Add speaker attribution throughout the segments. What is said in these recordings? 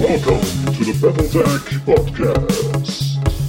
Speaker 1: Welcome to the Battletech Podcast.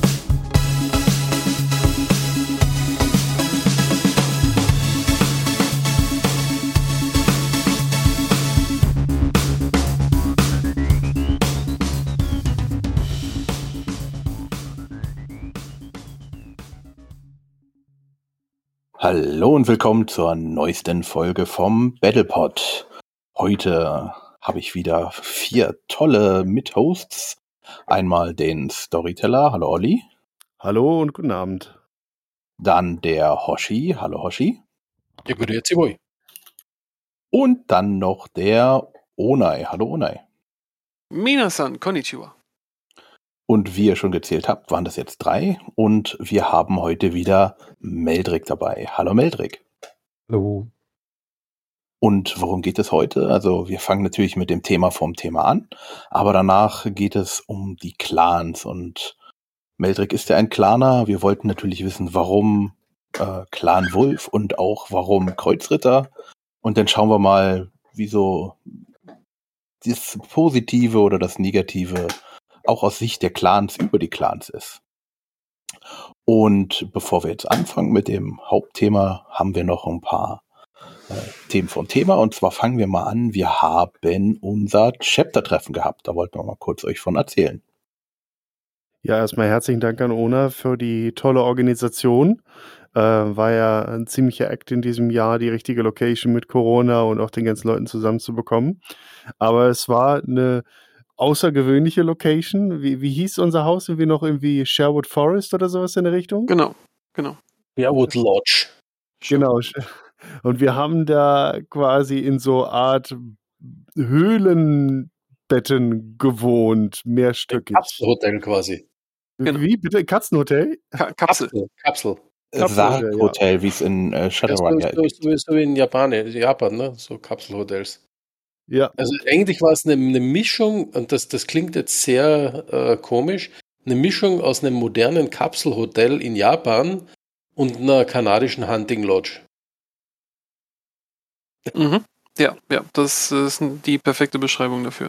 Speaker 2: Hallo und willkommen zur neuesten Folge vom Battlepod. Heute habe ich wieder 4 tolle Mithosts. Einmal den Storyteller, hallo Olli.
Speaker 3: Hallo und guten Abend.
Speaker 2: Dann der Hoshi, hallo Hoshi.
Speaker 4: Ja, gut, jetzt wohl.
Speaker 2: Und dann noch der Onai, hallo Onai.
Speaker 5: Minasan, konnichiwa.
Speaker 2: Und wie ihr schon gezählt habt, waren das jetzt 3. Und wir haben heute wieder Meldrik dabei. Hallo Meldrik.
Speaker 6: Hallo.
Speaker 2: Und worum geht es heute? Also wir fangen natürlich mit dem Thema vom Thema an, aber danach geht es um die Clans. Und Meldrik ist ja ein Claner. Wir wollten natürlich wissen, warum Clan Wolf und auch warum Kreuzritter. Und dann schauen wir mal, wie so das Positive oder das Negative auch aus Sicht der Clans über die Clans ist. Und bevor wir jetzt anfangen mit dem Hauptthema, haben wir noch ein paar Themen vom Thema. Und zwar fangen wir mal an. Wir haben unser Chapter-Treffen gehabt. Da wollten wir mal kurz euch von erzählen.
Speaker 3: Ja, erstmal herzlichen Dank an Ona für die tolle Organisation. War ja ein ziemlicher Act in diesem Jahr, die richtige Location mit Corona und auch den ganzen Leuten zusammenzubekommen. Aber es war eine außergewöhnliche Location. Wie hieß unser Haus? Irgendwie noch irgendwie Sherwood Forest oder sowas in der Richtung?
Speaker 5: Genau.
Speaker 4: Sherwood Lodge.
Speaker 3: Genau. Und wir haben da quasi in so Art Höhlenbetten gewohnt, mehrstöckig.
Speaker 4: Kapselhotel quasi.
Speaker 5: Genau.
Speaker 3: Wie, bitte? Katzenhotel?
Speaker 5: Kapsel.
Speaker 4: Kapsel.
Speaker 2: Sarg-Hotel, wie es in Shadowrun
Speaker 4: Ja, so wie in Japan, ne? So Kapselhotels.
Speaker 3: Ja.
Speaker 4: Also eigentlich war es eine Mischung, und das klingt jetzt sehr komisch, eine Mischung aus einem modernen Kapselhotel in Japan und einer kanadischen Hunting Lodge.
Speaker 5: Mhm. Ja, das ist die perfekte Beschreibung dafür.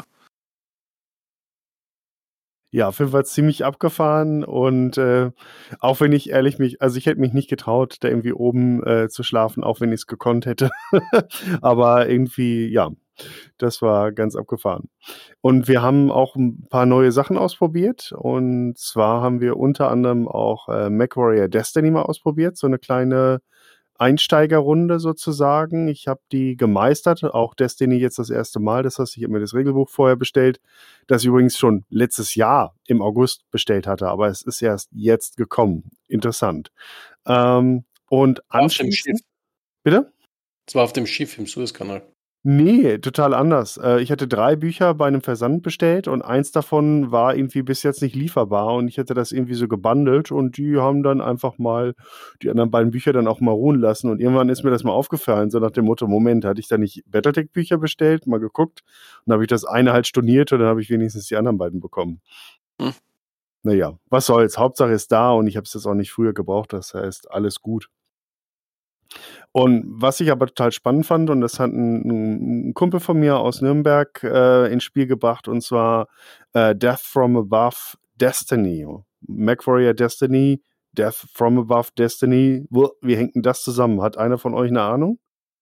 Speaker 3: Ja, auf jeden Fall ziemlich abgefahren und auch wenn ich ehrlich ich hätte mich nicht getraut, da irgendwie oben zu schlafen, auch wenn ich es gekonnt hätte. Aber irgendwie, ja, das war ganz abgefahren. Und wir haben auch ein paar neue Sachen ausprobiert. Und zwar haben wir unter anderem auch MechWarrior Destiny mal ausprobiert, so eine kleine Einsteigerrunde sozusagen. Ich habe die gemeistert, auch Destiny jetzt das erste Mal. Das heißt, ich habe mir das Regelbuch vorher bestellt, das ich übrigens schon letztes Jahr im August bestellt hatte, aber es ist erst jetzt gekommen. Interessant. Und anschließend... Bitte?
Speaker 4: Es war auf dem Schiff im Suezkanal.
Speaker 3: Nee, total anders. Ich hatte 3 Bücher bei einem Versand bestellt und eins davon war irgendwie bis jetzt nicht lieferbar und ich hatte das irgendwie so gebundelt und die haben dann einfach mal die anderen beiden Bücher dann auch mal ruhen lassen und irgendwann ist mir das mal aufgefallen, so nach dem Motto, Moment, hatte ich da nicht Battletech-Bücher bestellt, mal geguckt und habe ich das eine halt storniert und dann habe ich wenigstens die anderen beiden bekommen. Naja, was soll's, Hauptsache ist da und ich habe es jetzt auch nicht früher gebraucht, das heißt, alles gut. Und was ich aber total spannend fand, und das hat ein Kumpel von mir aus Nürnberg ins Spiel gebracht, und zwar Death from Above Destiny. MechWarrior Destiny, Death from Above Destiny. Wie hängt denn das zusammen? Hat einer von euch eine Ahnung?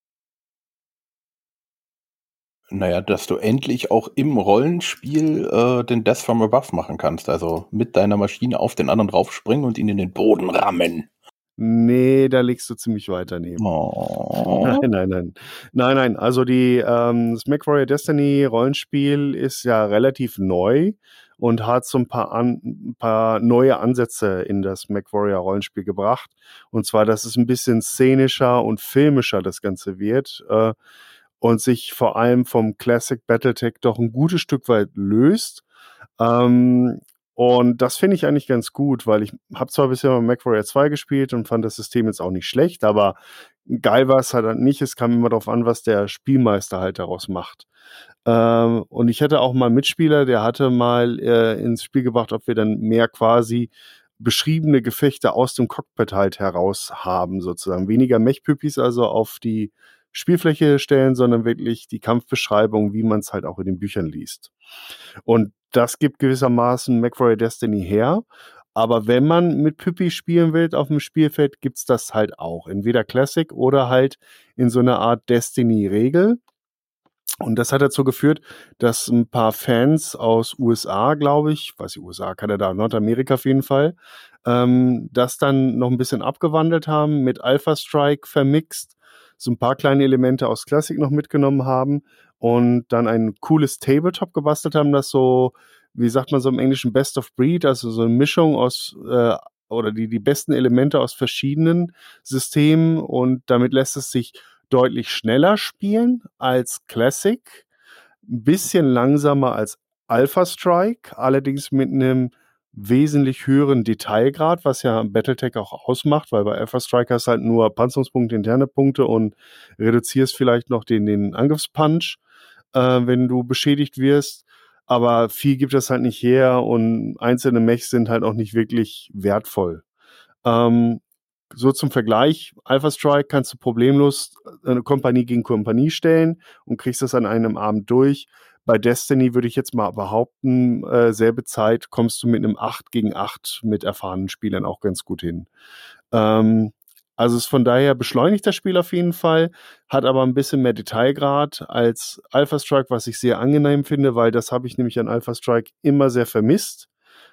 Speaker 2: Naja, dass du endlich auch im Rollenspiel den Death from Above machen kannst. Also mit deiner Maschine auf den anderen draufspringen und ihn in den Boden rammen.
Speaker 3: Nee, da liegst du ziemlich weit daneben.
Speaker 2: Oh.
Speaker 3: Nein. Also das MechWarrior Destiny Rollenspiel ist ja relativ neu und hat so ein paar neue Ansätze in das MechWarrior Rollenspiel gebracht. Und zwar, dass es ein bisschen szenischer und filmischer das Ganze wird und sich vor allem vom Classic Battletech doch ein gutes Stück weit löst. Und das finde ich eigentlich ganz gut, weil ich habe zwar bisher mal MechWarrior 2 gespielt und fand das System jetzt auch nicht schlecht, aber geil war es halt nicht. Es kam immer darauf an, was der Spielmeister halt daraus macht. Und ich hatte auch mal einen Mitspieler, der hatte mal ins Spiel gebracht, ob wir dann mehr quasi beschriebene Gefechte aus dem Cockpit halt heraus haben, sozusagen. Weniger Mech-Püppis also auf die Spielfläche stellen, sondern wirklich die Kampfbeschreibung, wie man es halt auch in den Büchern liest. Und das gibt gewissermaßen MechWarrior Destiny her. Aber wenn man mit Püppi spielen will auf dem Spielfeld, gibt's das halt auch. Entweder Classic oder halt in so einer Art Destiny-Regel. Und das hat dazu geführt, dass ein paar Fans aus USA, glaube ich, weiß ich, USA, Kanada, Nordamerika auf jeden Fall, das dann noch ein bisschen abgewandelt haben, mit Alpha Strike vermixt, so ein paar kleine Elemente aus Classic noch mitgenommen haben und dann ein cooles Tabletop gebastelt haben, das so, wie sagt man so im Englischen, Best of Breed, also so eine Mischung aus oder die besten Elemente aus verschiedenen Systemen, und damit lässt es sich deutlich schneller spielen als Classic, ein bisschen langsamer als Alpha Strike, allerdings mit einem wesentlich höheren Detailgrad, was ja Battletech auch ausmacht, weil bei Alpha Strike hast halt nur Panzerungspunkte, interne Punkte und reduzierst vielleicht noch den Angriffspunch, wenn du beschädigt wirst. Aber viel gibt das halt nicht her und einzelne Mechs sind halt auch nicht wirklich wertvoll. So zum Vergleich, Alpha Strike kannst du problemlos eine Kompanie gegen Kompanie stellen und kriegst das an einem Abend durch. Bei Destiny würde ich jetzt mal behaupten, selbe Zeit kommst du mit einem 8 gegen 8 mit erfahrenen Spielern auch ganz gut hin. Also ist von daher beschleunigt das Spiel auf jeden Fall, hat aber ein bisschen mehr Detailgrad als Alpha Strike, was ich sehr angenehm finde, weil das habe ich nämlich an Alpha Strike immer sehr vermisst.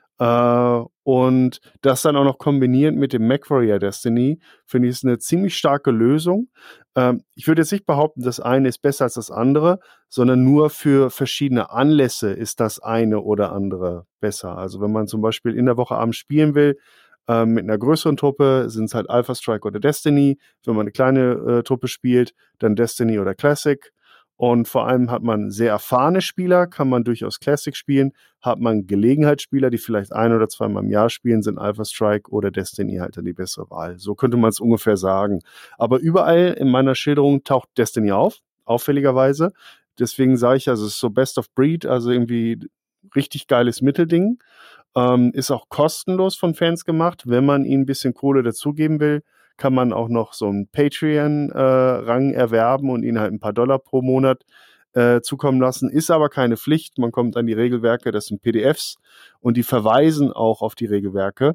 Speaker 3: Und das dann auch noch kombiniert mit dem MechWarrior Destiny, finde ich, ist eine ziemlich starke Lösung. Ich würde jetzt nicht behaupten, das eine ist besser als das andere, sondern nur für verschiedene Anlässe ist das eine oder andere besser. Also wenn man zum Beispiel in der Woche abends spielen will, mit einer größeren Truppe sind es halt Alpha Strike oder Destiny. Wenn man eine kleine Truppe spielt, dann Destiny oder Classic. Und vor allem hat man sehr erfahrene Spieler, kann man durchaus Classic spielen. Hat man Gelegenheitsspieler, die vielleicht 1 oder 2 Mal im Jahr spielen, sind Alpha Strike oder Destiny halt dann die bessere Wahl. So könnte man es ungefähr sagen. Aber überall in meiner Schilderung taucht Destiny auf, auffälligerweise. Deswegen sage ich, also es ist so Best of Breed, also irgendwie richtig geiles Mittelding. Ist auch kostenlos von Fans gemacht. Wenn man ihnen ein bisschen Kohle dazugeben will, kann man auch noch so einen Patreon-Rang erwerben und ihnen halt ein paar $, pro Monat zukommen lassen. Ist aber keine Pflicht. Man kommt an die Regelwerke, das sind PDFs und die verweisen auch auf die Regelwerke.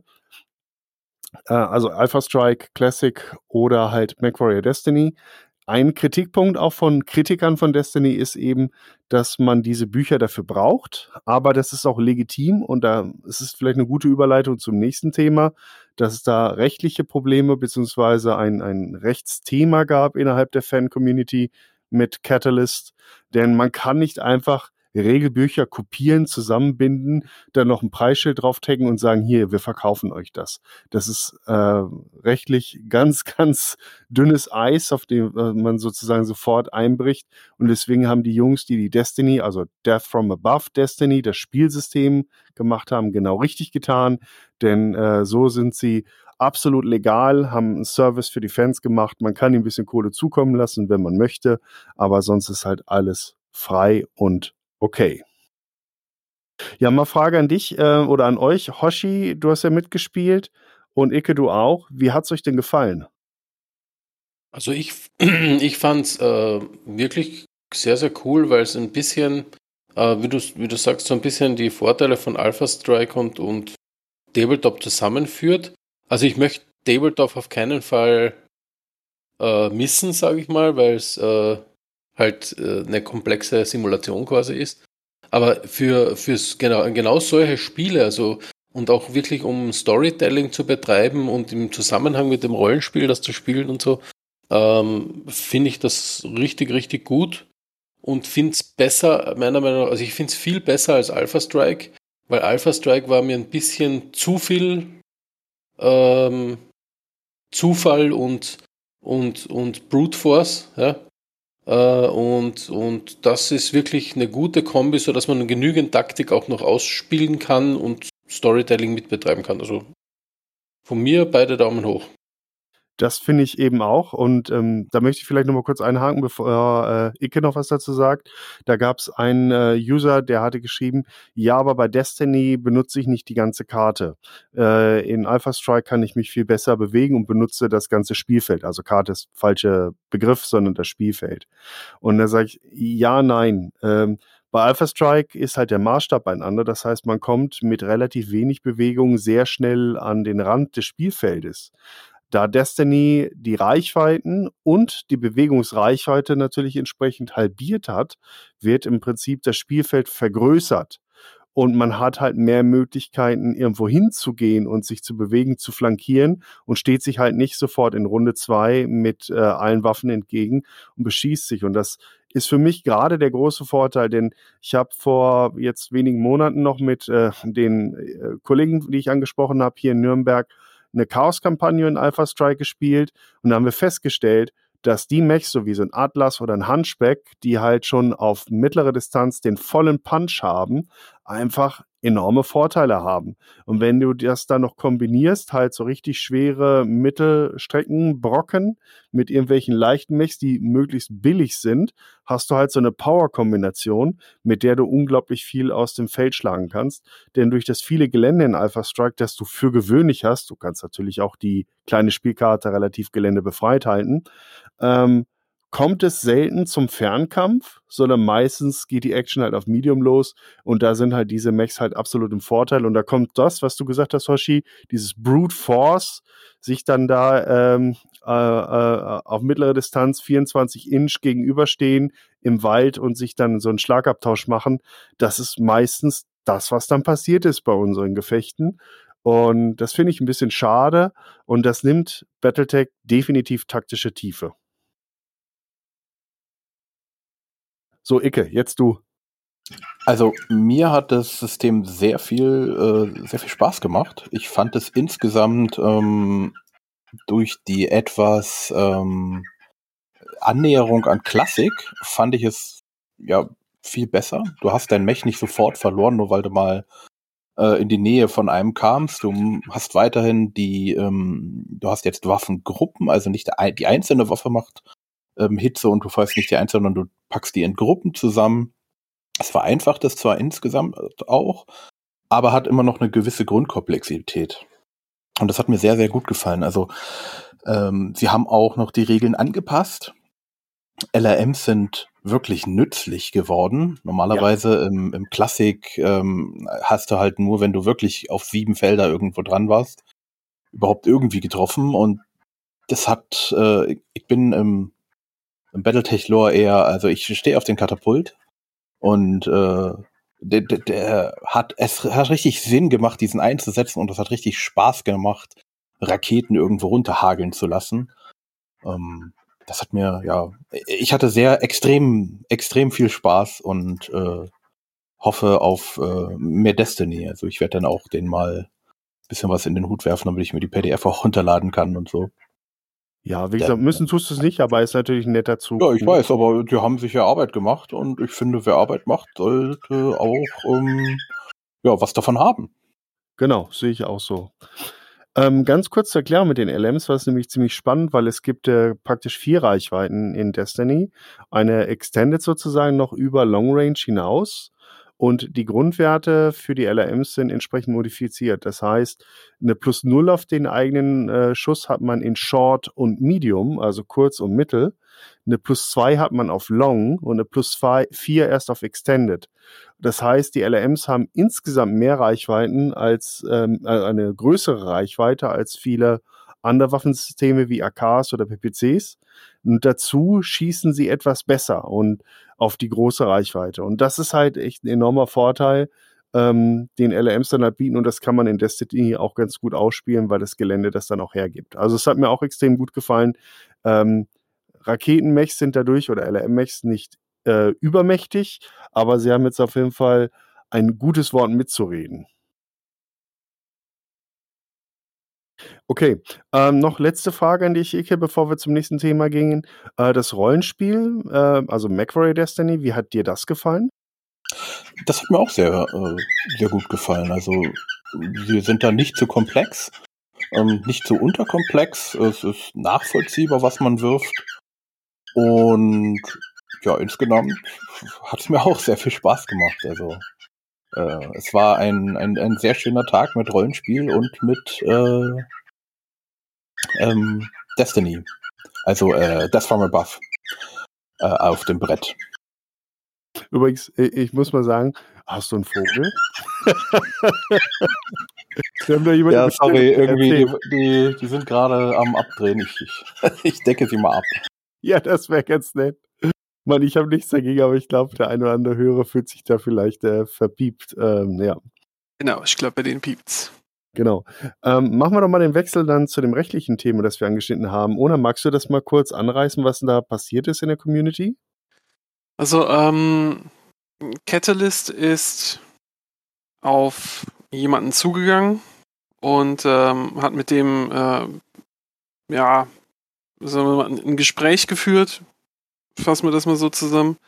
Speaker 3: Also Alpha Strike, Classic oder halt MechWarrior Destiny. Ein Kritikpunkt auch von Kritikern von Destiny ist eben, dass man diese Bücher dafür braucht, aber das ist auch legitim und da ist es vielleicht eine gute Überleitung zum nächsten Thema, dass es da rechtliche Probleme beziehungsweise ein Rechtsthema gab innerhalb der Fan-Community mit Catalyst, denn man kann nicht einfach Regelbücher kopieren, zusammenbinden, dann noch ein Preisschild drauf taggen und sagen, hier, wir verkaufen euch das. Das ist rechtlich ganz, ganz dünnes Eis, auf dem man sozusagen sofort einbricht. Und deswegen haben die Jungs, die Destiny, also Death from Above Destiny, das Spielsystem gemacht haben, genau richtig getan. Denn so sind sie absolut legal, haben einen Service für die Fans gemacht. Man kann ihnen ein bisschen Kohle zukommen lassen, wenn man möchte. Aber sonst ist halt alles frei und okay. Ja, mal Frage an dich oder an euch. Hoshi, du hast ja mitgespielt und Icke, du auch. Wie hat's euch denn gefallen?
Speaker 4: Also ich fand es wirklich sehr, sehr cool, weil es ein bisschen, wie du sagst, so ein bisschen die Vorteile von Alpha Strike und Tabletop zusammenführt. Also ich möchte Tabletop auf keinen Fall missen, sage ich mal, weil es halt eine komplexe Simulation quasi ist. Aber fürs genau solche Spiele, also und auch wirklich um Storytelling zu betreiben und im Zusammenhang mit dem Rollenspiel das zu spielen und so, finde ich das richtig, richtig gut und finde es besser, meiner Meinung nach, also ich finde es viel besser als Alpha Strike, weil Alpha Strike war mir ein bisschen zu viel Zufall und Brute Force, ja. Und das ist wirklich eine gute Kombi, so dass man genügend Taktik auch noch ausspielen kann und Storytelling mitbetreiben kann. Also von mir beide Daumen hoch.
Speaker 3: Das finde ich eben auch. Und da möchte ich vielleicht noch mal kurz einhaken, bevor Icke noch was dazu sagt. Da gab es einen User, der hatte geschrieben, ja, aber bei Destiny benutze ich nicht die ganze Karte. In Alpha Strike kann ich mich viel besser bewegen und benutze das ganze Spielfeld. Also Karte ist falscher Begriff, sondern das Spielfeld. Und da sage ich, ja, nein. Bei Alpha Strike ist halt der Maßstab ein anderer. Das heißt, man kommt mit relativ wenig Bewegung sehr schnell an den Rand des Spielfeldes. Da Destiny die Reichweiten und die Bewegungsreichweite natürlich entsprechend halbiert hat, wird im Prinzip das Spielfeld vergrößert. Und man hat halt mehr Möglichkeiten, irgendwo hinzugehen und sich zu bewegen, zu flankieren und steht sich halt nicht sofort in Runde 2 mit allen Waffen entgegen und beschießt sich. Und das ist für mich gerade der große Vorteil, denn ich habe vor jetzt wenigen Monaten noch mit den Kollegen, die ich angesprochen habe, hier in Nürnberg, eine Chaos-Kampagne in Alpha Strike gespielt und da haben wir festgestellt, dass die Mechs, so wie so ein Atlas oder ein Hunchback, die halt schon auf mittlere Distanz den vollen Punch haben, einfach enorme Vorteile haben. Und wenn du das dann noch kombinierst, halt so richtig schwere Mittelstreckenbrocken mit irgendwelchen leichten Mechs, die möglichst billig sind, hast du halt so eine Power-Kombination, mit der du unglaublich viel aus dem Feld schlagen kannst. Denn durch das viele Gelände in Alpha Strike, das du für gewöhnlich hast, du kannst natürlich auch die kleine Spielkarte relativ geländebefreit halten, kommt es selten zum Fernkampf, sondern meistens geht die Action halt auf Medium los und da sind halt diese Mechs halt absolut im Vorteil und da kommt das, was du gesagt hast, Hoshi, dieses Brute Force, sich dann da auf mittlere Distanz 24 Inch gegenüberstehen im Wald und sich dann so einen Schlagabtausch machen, das ist meistens das, was dann passiert ist bei unseren Gefechten. Und das finde ich ein bisschen schade und das nimmt Battletech definitiv taktische Tiefe. So, Icke, jetzt du.
Speaker 2: Also mir hat das System sehr viel Spaß gemacht. Ich fand es insgesamt durch die etwas Annäherung an Klassik fand ich es ja viel besser. Du hast dein Mech nicht sofort verloren, nur weil du mal in die Nähe von einem kamst. Du hast weiterhin du hast jetzt Waffengruppen, also nicht die einzelne Waffe macht Hitze und du fährst nicht die einzelne, sondern du packst die in Gruppen zusammen. Es vereinfacht das zwar insgesamt auch, aber hat immer noch eine gewisse Grundkomplexität. Und das hat mir sehr, sehr gut gefallen. Also sie haben auch noch die Regeln angepasst. LRMs sind wirklich nützlich geworden. Normalerweise im Klassik hast du halt nur, wenn du wirklich auf 7 Felder irgendwo dran warst, überhaupt irgendwie getroffen. Und das hat, ich bin im Battletech-Lore eher, also ich stehe auf den Katapult und es hat richtig Sinn gemacht, diesen einzusetzen und es hat richtig Spaß gemacht, Raketen irgendwo runterhageln zu lassen. Das hat mir, ich hatte sehr extrem viel Spaß und hoffe auf mehr Destiny. Also ich werde dann auch den mal ein bisschen was in den Hut werfen, damit ich mir die PDF auch runterladen kann und so.
Speaker 3: Ja, wie gesagt, müssen tust du es nicht, aber ist natürlich ein netter Zug.
Speaker 2: Ja, ich weiß, aber die haben sich ja Arbeit gemacht und ich finde, wer Arbeit macht, sollte auch was davon haben.
Speaker 3: Genau, sehe ich auch so. Ganz kurz zur Erklärung mit den LMs, war es nämlich ziemlich spannend, weil es gibt praktisch 4 Reichweiten in Destiny. Eine Extended sozusagen noch über Long Range hinaus. Und die Grundwerte für die LRMs sind entsprechend modifiziert. Das heißt, eine +0 auf den eigenen Schuss hat man in Short und Medium, also kurz und mittel. Eine +2 hat man auf Long und eine +4 erst auf Extended. Das heißt, die LRMs haben insgesamt mehr Reichweiten als eine größere Reichweite als viele andere Waffensysteme wie AKs oder PPCs. Und dazu schießen sie etwas besser und auf die große Reichweite. Und das ist halt echt ein enormer Vorteil, den LRMs dann halt bieten. Und das kann man in Destiny auch ganz gut ausspielen, weil das Gelände das dann auch hergibt. Also es hat mir auch extrem gut gefallen. Raketenmechs sind dadurch oder LRM-Mechs nicht übermächtig, aber sie haben jetzt auf jeden Fall ein gutes Wort mitzureden. Okay, noch letzte Frage an dich, Ike, bevor wir zum nächsten Thema gehen. Das Rollenspiel, also MechWarrior Destiny, wie hat dir das gefallen?
Speaker 2: Das hat mir auch sehr, sehr gut gefallen. Also sie sind da nicht zu komplex, nicht zu unterkomplex. Es ist nachvollziehbar, was man wirft. Und ja, insgesamt hat es mir auch sehr viel Spaß gemacht. Also es war ein sehr schöner Tag mit Rollenspiel und mit Destiny. Also Death from Above auf dem Brett.
Speaker 3: Übrigens, ich muss mal sagen, hast du einen Vogel? Wir haben da jemanden
Speaker 2: Ja, sorry, irgendwie,
Speaker 3: erzählt.
Speaker 2: die sind gerade am Abdrehen. Ich decke sie mal ab.
Speaker 3: Ja, das wäre ganz nett. Mann, ich habe nichts dagegen, aber ich glaube, der eine oder andere Hörer fühlt sich da vielleicht verpiept. Ja,
Speaker 5: Genau, ich glaube, bei denen piept's.
Speaker 3: genau. Machen wir doch mal den Wechsel dann zu dem rechtlichen Thema, das wir angeschnitten haben. Ona, magst du das mal kurz anreißen, was denn da passiert ist in der Community?
Speaker 5: Also, Catalyst ist auf jemanden zugegangen und hat mit dem, ja, sagen wir mal, ein Gespräch geführt. Fassen wir das mal so zusammen.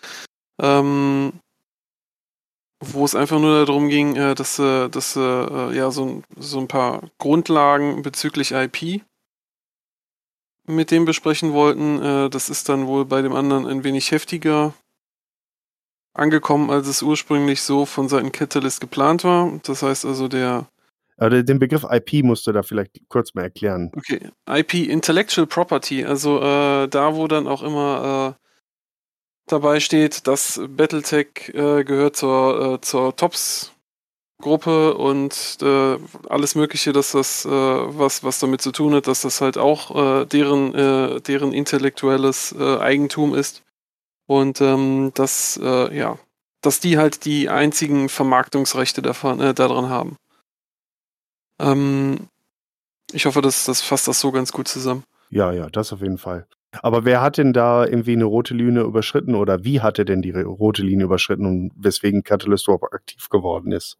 Speaker 5: Wo es einfach nur darum ging, dass ja, so ein paar Grundlagen bezüglich IP mit dem besprechen wollten. Das ist dann wohl bei dem anderen ein wenig heftiger angekommen, als es ursprünglich so von Seiten Catalyst geplant war. Das heißt also
Speaker 3: Den Begriff IP musst du da vielleicht kurz mal erklären.
Speaker 5: Okay, IP, Intellectual Property, also da, wo dann auch immer dabei steht, dass Battletech gehört zur TOPS-Gruppe und alles Mögliche, dass das was damit zu tun hat, dass das halt auch deren intellektuelles Eigentum ist und dass die halt die einzigen Vermarktungsrechte daran haben. Ich hoffe, das fasst das so ganz gut zusammen.
Speaker 3: Ja, das auf jeden Fall. Aber wer hat denn da irgendwie eine rote Linie überschritten oder wie hat er denn die rote Linie überschritten und weswegen Catalyst überhaupt aktiv geworden ist?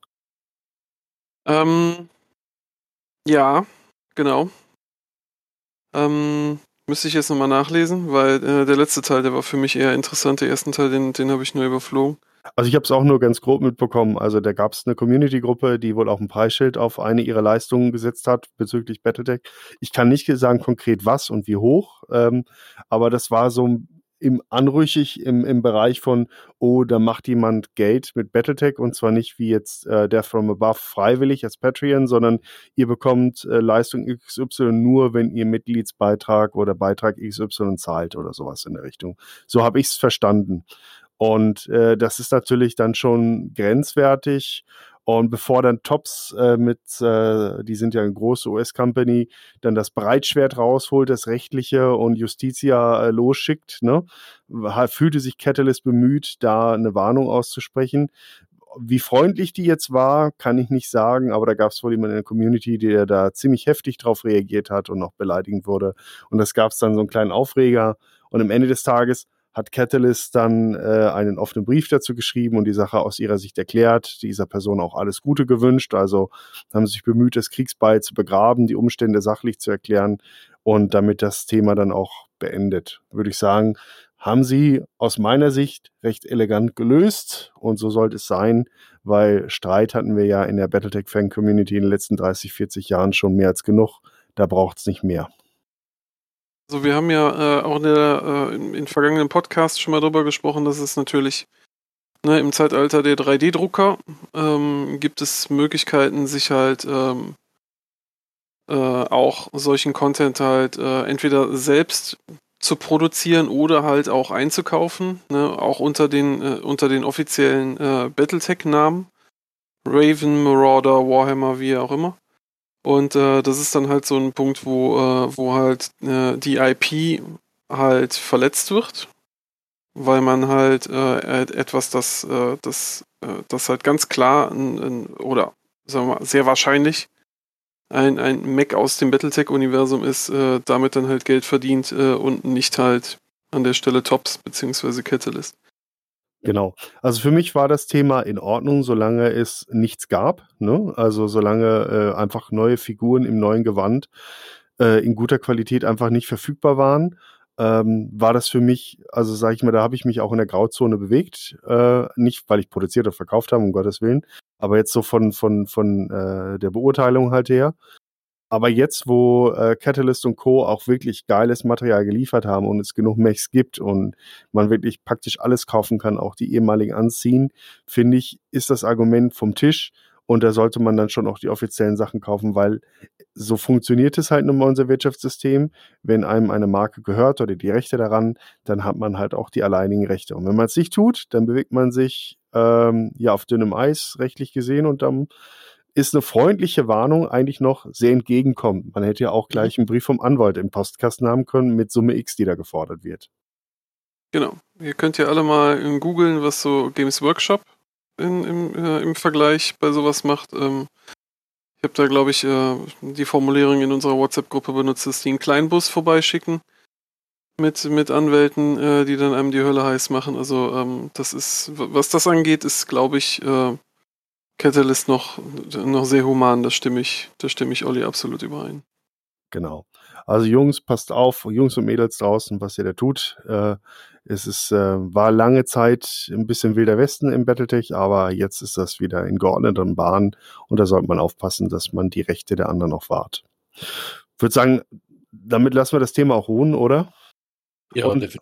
Speaker 5: Ja, genau. Müsste ich jetzt nochmal nachlesen, weil der letzte Teil, der war für mich eher interessant. Den ersten Teil, den habe ich nur überflogen.
Speaker 3: Also ich habe es auch nur ganz grob mitbekommen. Also da gab es eine Community-Gruppe, die wohl auch ein Preisschild auf eine ihrer Leistungen gesetzt hat bezüglich Battletech. Ich kann nicht sagen konkret was und wie hoch, aber das war so anrüchig im Bereich von, oh, da macht jemand Geld mit Battletech und zwar nicht wie jetzt Death from Above freiwillig als Patreon, sondern ihr bekommt Leistung XY nur, wenn ihr Mitgliedsbeitrag oder Beitrag XY zahlt oder sowas in der Richtung. So habe ich es verstanden. Und das ist natürlich dann schon grenzwertig. Und bevor dann Tops die sind ja eine große US-Company, dann das Breitschwert rausholt, das Rechtliche und Justitia losschickt, ne, fühlte sich Catalyst bemüht, da eine Warnung auszusprechen. Wie freundlich die jetzt war, kann ich nicht sagen, aber da gab es wohl jemanden in der Community, der da ziemlich heftig drauf reagiert hat und noch beleidigend wurde. Und das gab es dann so einen kleinen Aufreger. Und am Ende des Tages hat Catalyst dann einen offenen Brief dazu geschrieben und die Sache aus ihrer Sicht erklärt, dieser Person auch alles Gute gewünscht. Also haben sie sich bemüht, das Kriegsbeil zu begraben, die Umstände sachlich zu erklären und damit das Thema dann auch beendet. Würde ich sagen, haben sie aus meiner Sicht recht elegant gelöst und so sollte es sein, weil Streit hatten wir ja in der Battletech-Fan-Community in den letzten 30, 40 Jahren schon mehr als genug. Da braucht es nicht mehr.
Speaker 5: Also wir haben ja auch in vergangenen Podcasts schon mal darüber gesprochen, dass es natürlich im Zeitalter der 3D-Drucker gibt es Möglichkeiten, sich halt auch solchen Content halt entweder selbst zu produzieren oder halt auch einzukaufen, ne? Auch unter den offiziellen Battletech-Namen. Raven, Marauder, Warhammer, wie auch immer. Und das ist dann halt so ein Punkt, wo halt die IP halt verletzt wird, weil man halt etwas, das halt ganz klar oder sagen wir mal sehr wahrscheinlich ein Mech aus dem Battletech-Universum ist, damit dann halt Geld verdient und nicht halt an der Stelle Tops beziehungsweise Catalyst.
Speaker 3: Genau. Also für mich war das Thema in Ordnung, solange es nichts gab, ne? Also solange einfach neue Figuren im neuen Gewand in guter Qualität einfach nicht verfügbar waren, war das für mich, also sage ich mal, da habe ich mich auch in der Grauzone bewegt. Nicht, weil ich produziert oder verkauft habe, um Gottes Willen, aber jetzt so von der Beurteilung halt her. Aber jetzt, wo Catalyst und Co. auch wirklich geiles Material geliefert haben und es genug Mechs gibt und man wirklich praktisch alles kaufen kann, auch die ehemaligen anziehen, finde ich, ist das Argument vom Tisch Und da sollte man dann schon auch die offiziellen Sachen kaufen, weil so funktioniert es halt nun mal unser Wirtschaftssystem. Wenn einem eine Marke gehört oder die Rechte daran, dann hat man halt auch die alleinigen Rechte. Und wenn man es nicht tut, dann bewegt man sich auf dünnem Eis, rechtlich gesehen. Und dann ist eine freundliche Warnung eigentlich noch sehr entgegenkommend. Man hätte ja auch gleich einen Brief vom Anwalt im Postkasten haben können mit Summe X, die da gefordert wird.
Speaker 5: Genau. Ihr könnt ja alle mal googeln, was so Games Workshop im Vergleich bei sowas macht. Ich habe da, glaube ich, die Formulierung in unserer WhatsApp-Gruppe benutzt, dass die einen Kleinbus vorbeischicken mit Anwälten, die dann einem die Hölle heiß machen. Also das ist, was das angeht, ist, glaube ich, Catalyst noch sehr human. Da stimme ich Olli absolut überein.
Speaker 3: Genau. Also Jungs, passt auf, Jungs und Mädels draußen, was ihr da tut. Es war lange Zeit ein bisschen Wilder Westen im Battletech, aber jetzt ist das wieder in geordneten Bahnen und da sollte man aufpassen, dass man die Rechte der anderen auch wahrt. Ich würde sagen, damit lassen wir das Thema auch ruhen, oder?
Speaker 4: Ja,
Speaker 3: Und,
Speaker 4: definitiv.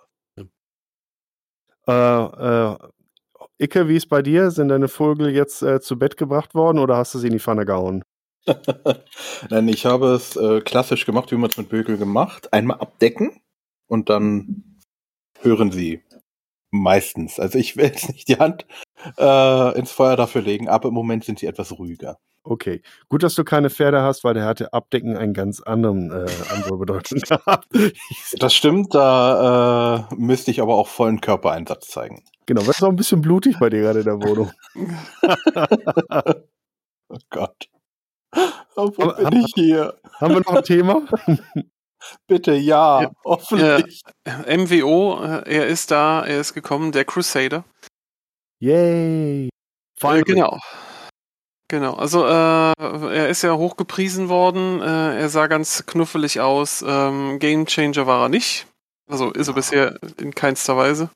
Speaker 3: Icke, wie ist bei dir? Sind deine Vögel jetzt zu Bett gebracht worden oder hast du sie in die Pfanne gehauen?
Speaker 2: Nein, ich habe es klassisch gemacht, wie man es mit Vögeln gemacht. Einmal abdecken und dann hören sie meistens. Also ich will jetzt nicht die Hand ins Feuer dafür legen, aber im Moment sind sie etwas ruhiger.
Speaker 3: Okay, gut, dass du keine Pferde hast, weil der hatte Abdecken einen ganz andere Bedeutung gehabt.
Speaker 2: Das stimmt, da müsste ich aber auch vollen Körpereinsatz zeigen.
Speaker 3: Genau, was ist auch ein bisschen blutig bei dir gerade in der Wohnung.
Speaker 2: Oh Gott. Wo bin ich hier?
Speaker 3: Haben wir noch ein Thema?
Speaker 2: Bitte, ja, hoffentlich.
Speaker 5: MWO, er ist da, er ist gekommen, der Crusader.
Speaker 3: Yay!
Speaker 5: Genau, also er ist ja hochgepriesen worden, er sah ganz knuffelig aus, Game Changer war er nicht, also ist er bisher in keinster Weise.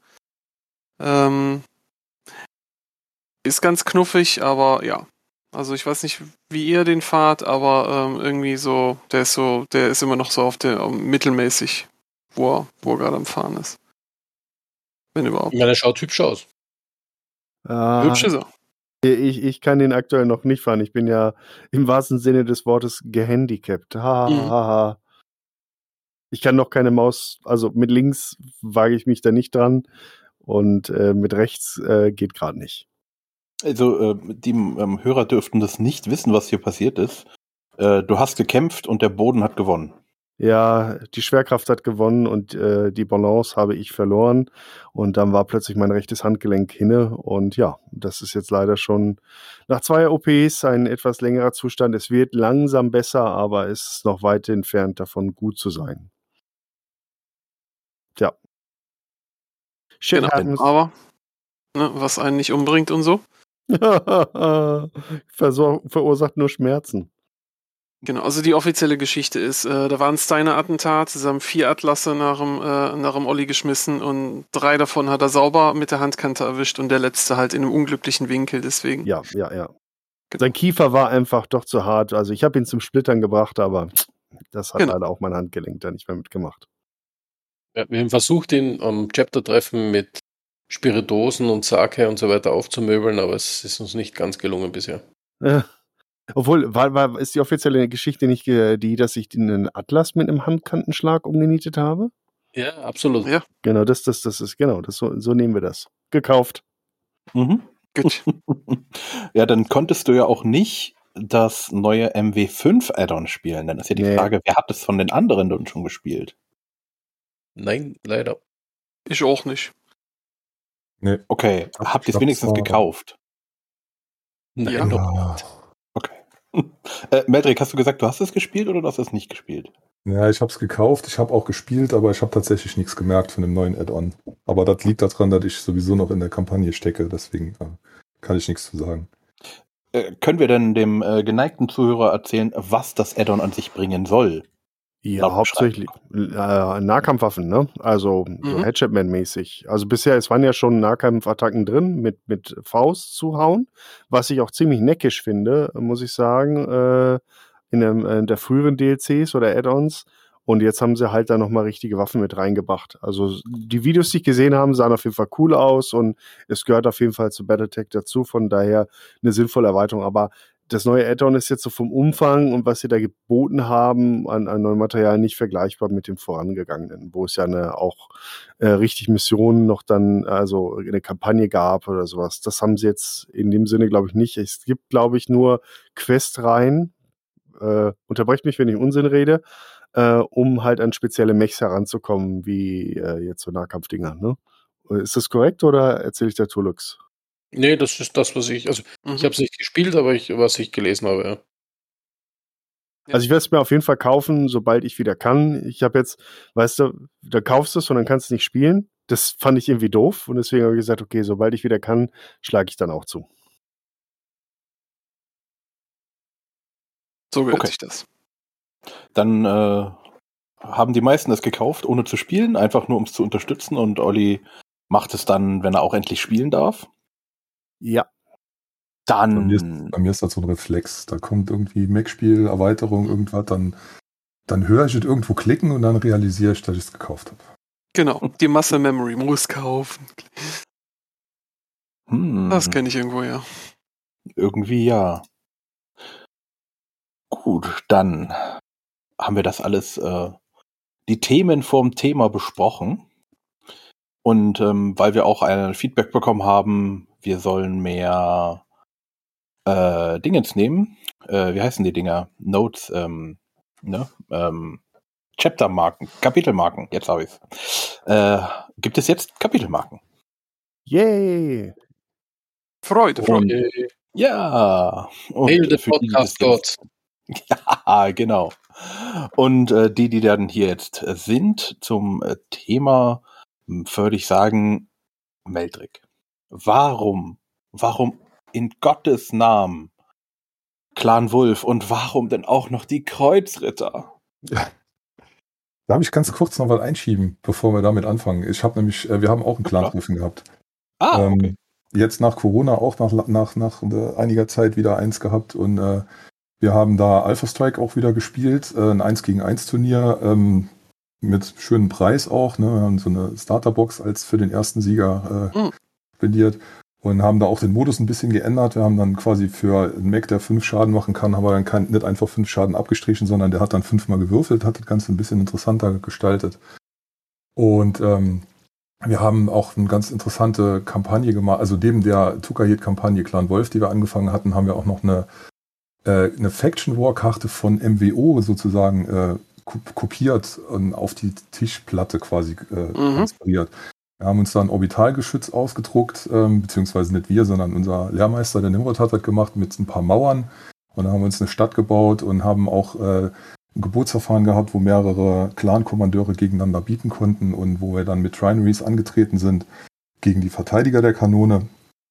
Speaker 5: Ist ganz knuffig, aber ja, also ich weiß nicht, wie ihr den fahrt, aber irgendwie so, der ist immer noch so auf der mittelmäßig, wo er gerade am Fahren ist. Wenn überhaupt.
Speaker 4: Ich meine, er schaut hübsch aus.
Speaker 5: Hübsch ist er.
Speaker 3: Ich kann den aktuell noch nicht fahren. Ich bin ja im wahrsten Sinne des Wortes gehandicapt. Ich kann noch keine Maus, also mit links wage ich mich da nicht dran und mit rechts geht gerade nicht.
Speaker 2: Also die Hörer dürften das nicht wissen, was hier passiert ist. Du hast gekämpft und der Boden hat gewonnen.
Speaker 3: Ja, die Schwerkraft hat gewonnen und die Balance habe ich verloren und dann war plötzlich mein rechtes Handgelenk hinne und ja, das ist jetzt leider schon nach 2 OPs ein etwas längerer Zustand. Es wird langsam besser, aber es ist noch weit entfernt davon, gut zu sein. Tja. Shit happens.
Speaker 5: Aber was einen nicht umbringt und so.
Speaker 3: Verursacht nur Schmerzen.
Speaker 5: Genau, also die offizielle Geschichte ist, da war ein Steiner-Attentat, es haben 4 Atlasse nach dem Olli geschmissen und 3 davon hat er sauber mit der Handkante erwischt und der letzte halt in einem unglücklichen Winkel, deswegen.
Speaker 3: Ja. Sein Kiefer war einfach doch zu hart, also ich habe ihn zum Splittern gebracht, aber das hat leider auch mein Handgelenk da nicht mehr mitgemacht.
Speaker 4: Ja, wir haben versucht, ihn am Chapter-Treffen mit Spiritosen und Sake und so weiter aufzumöbeln, aber es ist uns nicht ganz gelungen bisher.
Speaker 3: Obwohl, ist die offizielle Geschichte nicht die, dass ich einen Atlas mit einem Handkantenschlag umgenietet habe?
Speaker 4: Ja, absolut.
Speaker 5: Ja.
Speaker 3: Genau, das ist, genau, so nehmen wir das. Gekauft.
Speaker 2: Mhm.
Speaker 5: Gut.
Speaker 2: Ja, dann konntest du ja auch nicht das neue MW5 Add-on spielen. Dann ist ja die Frage, wer hat es von den anderen dann schon gespielt?
Speaker 4: Nein, leider.
Speaker 5: Ich auch nicht.
Speaker 2: Nee. Okay, habt ihr es wenigstens gekauft?
Speaker 4: Nein,
Speaker 6: Ja.
Speaker 2: Okay. Meldrick, hast du gesagt, du hast es gespielt oder du hast es nicht gespielt?
Speaker 6: Ja, ich habe es gekauft, ich habe auch gespielt, aber ich habe tatsächlich nichts gemerkt von dem neuen Add-on. Aber das liegt daran, dass ich sowieso noch in der Kampagne stecke, deswegen kann ich nichts zu sagen.
Speaker 2: Können wir denn dem geneigten Zuhörer erzählen, was das Add-on an sich bringen soll?
Speaker 3: Ja, hauptsächlich Nahkampfwaffen, ne? Also so Hatchetman-mäßig. Also bisher, es waren ja schon Nahkampfattacken drin, mit Faust zuhauen, was ich auch ziemlich neckisch finde, muss ich sagen, in der früheren DLCs oder Add-ons. Und jetzt haben sie halt da nochmal richtige Waffen mit reingebracht. Also die Videos, die ich gesehen habe, sahen auf jeden Fall cool aus und es gehört auf jeden Fall zu Battletech dazu. Von daher eine sinnvolle Erweiterung. Aber das neue Add-on ist jetzt so vom Umfang und was sie da geboten haben an neuem Material nicht vergleichbar mit dem vorangegangenen, wo es ja auch richtig Missionen noch dann, also eine Kampagne gab oder sowas. Das haben sie jetzt in dem Sinne, glaube ich, nicht. Es gibt, glaube ich, nur Questreihen, unterbrecht mich, wenn ich Unsinn rede, um halt an spezielle Mechs heranzukommen, wie jetzt so Nahkampfdinger, ne? Ist das korrekt oder erzähle ich da Tulux?
Speaker 4: Nee, das ist das, was ich habe es nicht gespielt, aber was ich gelesen habe, ja.
Speaker 3: Also ich werde es mir auf jeden Fall kaufen, sobald ich wieder kann. Ich habe jetzt, weißt du, da kaufst du es und dann kannst du es nicht spielen. Das fand ich irgendwie doof und deswegen habe ich gesagt, okay, sobald ich wieder kann, schlage ich dann auch zu.
Speaker 5: So gehört
Speaker 2: Okay.
Speaker 5: sich das.
Speaker 2: Dann haben die meisten es gekauft, ohne zu spielen, einfach nur um es zu unterstützen und Olli macht es dann, wenn er auch endlich spielen darf.
Speaker 3: Ja.
Speaker 6: Bei
Speaker 2: Dann,
Speaker 6: mir ist das so ein Reflex. Da kommt irgendwie Mac-Spiel, Erweiterung, irgendwas, dann höre ich es irgendwo klicken und dann realisiere ich, dass ich es gekauft habe.
Speaker 5: Genau, die Muscle Memory muss kaufen. Das kenne ich irgendwo, ja.
Speaker 2: irgendwie ja. Gut, dann haben wir das alles, die Themen vom Thema besprochen. Und weil wir auch ein Feedback bekommen haben, wir sollen mehr Dingens nehmen. Wie heißen die Dinger? Notes, Chaptermarken, Kapitelmarken, jetzt habe ich es. Gibt es jetzt Kapitelmarken?
Speaker 3: Yay!
Speaker 5: Freude.
Speaker 2: Ja! Und
Speaker 4: Hail the
Speaker 2: für die, die das
Speaker 4: Podcast
Speaker 2: jetzt, ja, genau. Und die dann hier jetzt sind zum Thema, würde ich sagen, Meldrick. Warum in Gottes Namen Clan Wulf und warum denn auch noch die Kreuzritter?
Speaker 6: Darf ich ganz kurz noch was einschieben, bevor wir damit anfangen? Ich habe nämlich, wir haben auch einen Clan-Treffen gehabt.
Speaker 2: Okay.
Speaker 6: Jetzt nach Corona auch nach einiger Zeit wieder eins gehabt und wir haben da Alpha Strike auch wieder gespielt, ein 1-gegen-1 Turnier mit schönem Preis auch. Ne? Wir haben so eine Starterbox als für den ersten Sieger spendiert und haben da auch den Modus ein bisschen geändert. Wir haben dann quasi für einen Mech, der 5 Schaden machen kann, haben wir dann nicht einfach 5 Schaden abgestrichen, sondern der hat dann 5-mal gewürfelt, hat das Ganze ein bisschen interessanter gestaltet. Und wir haben auch eine ganz interessante Kampagne gemacht, also neben der Tukahid-Kampagne Clan Wolf, die wir angefangen hatten, haben wir auch noch eine Faction War-Karte von MWO sozusagen kopiert und auf die Tischplatte quasi transferiert. Wir haben uns da ein Orbitalgeschütz ausgedruckt, beziehungsweise nicht wir, sondern unser Lehrmeister, der Nimrod, hat das gemacht mit ein paar Mauern und da haben wir uns eine Stadt gebaut und haben auch ein Geburtsverfahren gehabt, wo mehrere Clan-Kommandeure gegeneinander bieten konnten und wo wir dann mit Trinaries angetreten sind gegen die Verteidiger der Kanone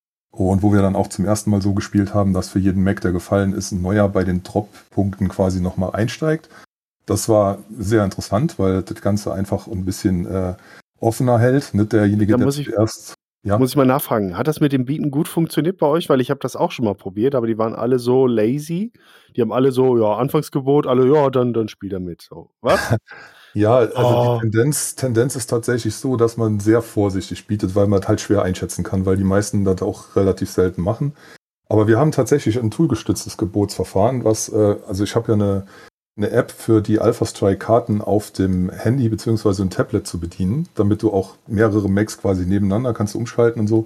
Speaker 6: und wo wir dann auch zum ersten Mal so gespielt haben, dass für jeden Mech, der gefallen ist, ein neuer bei den Drop-Punkten quasi nochmal einsteigt. Das war sehr interessant, weil das Ganze einfach ein bisschen offener hält. Nicht derjenige, der zuerst... Ja.
Speaker 3: Muss ich mal nachfragen, hat das mit dem Bieten gut funktioniert bei euch? Weil ich habe das auch schon mal probiert, aber die waren alle so lazy. Die haben alle so, ja, Anfangsgebot, alle, ja, dann spiel damit. So, was?
Speaker 6: Ja, also die Tendenz ist tatsächlich so, dass man sehr vorsichtig bietet, weil man halt schwer einschätzen kann, weil die meisten das auch relativ selten machen. Aber wir haben tatsächlich ein toolgestütztes Gebotsverfahren, also ich habe ja eine App für die Alpha Strike Karten auf dem Handy bzw. ein Tablet zu bedienen, damit du auch mehrere Mechs quasi nebeneinander kannst umschalten und so.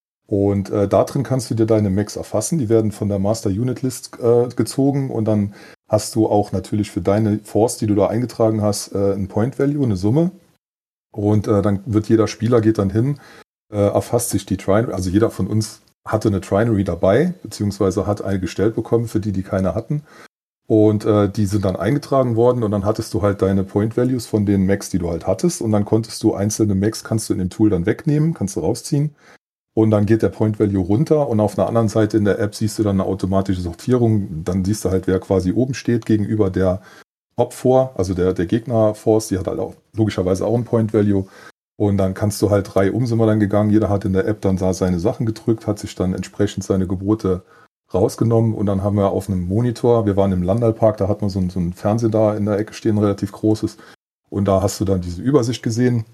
Speaker 6: Und da drin kannst du dir deine Mechs erfassen. Die werden von der Master Unit List gezogen und dann hast du auch natürlich für deine Force, die du da eingetragen hast, ein Point Value, eine Summe. Und dann wird jeder Spieler geht dann hin, erfasst sich die Trinary, also jeder von uns hatte eine Trinary dabei, beziehungsweise hat eine gestellt bekommen für die keine hatten. Und die sind dann eingetragen worden und dann hattest du halt deine Point Values von den Mechs, die du halt hattest. Und dann konntest du einzelne Mechs, kannst du in dem Tool dann wegnehmen, kannst du rausziehen. Und dann geht der Point Value runter und auf einer anderen Seite in der App siehst du dann eine automatische Sortierung. Dann siehst du halt, wer quasi oben steht gegenüber der Top-4, also der Gegner-Force, die hat halt auch logischerweise auch ein Point Value. Und dann kannst du halt 3 sind wir dann gegangen. Jeder hat in der App dann seine Sachen gedrückt, hat sich dann entsprechend seine Gebote rausgenommen und dann haben wir auf einem Monitor, wir waren im Landalpark, da hat man so ein Fernseher da in der Ecke stehen, relativ großes. Und da hast du dann diese Übersicht gesehen,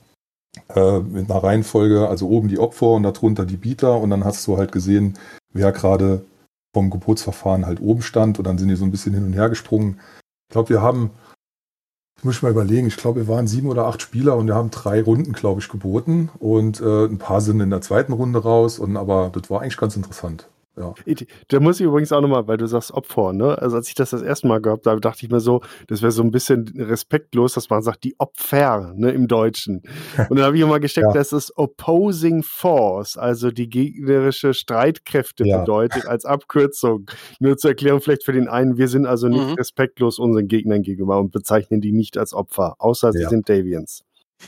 Speaker 6: mit einer Reihenfolge, also oben die Opfer und darunter die Bieter und dann hast du halt gesehen, wer gerade vom Gebotsverfahren halt oben stand und dann sind die so ein bisschen hin und her gesprungen. Ich glaube, ich muss mal überlegen, ich glaube, wir waren 7 oder 8 Spieler und wir haben 3 Runden, glaube ich, geboten und ein paar sind in der zweiten Runde raus, aber das war eigentlich ganz interessant. Ja.
Speaker 3: Da muss ich übrigens auch nochmal, weil du sagst Opfer, ne? Also als ich das erste Mal gehabt habe, dachte ich mir so, das wäre so ein bisschen respektlos, dass man sagt, die Opfer, ne, im Deutschen. Und dann habe ich immer gesteckt,
Speaker 6: Ja.
Speaker 3: dass es Opposing Force, also die gegnerische Streitkräfte
Speaker 6: Ja.
Speaker 3: bedeutet, als Abkürzung. Nur zur Erklärung vielleicht für den einen, wir sind also nicht respektlos unseren Gegnern gegenüber und bezeichnen die nicht als Opfer, außer sie sind Davians.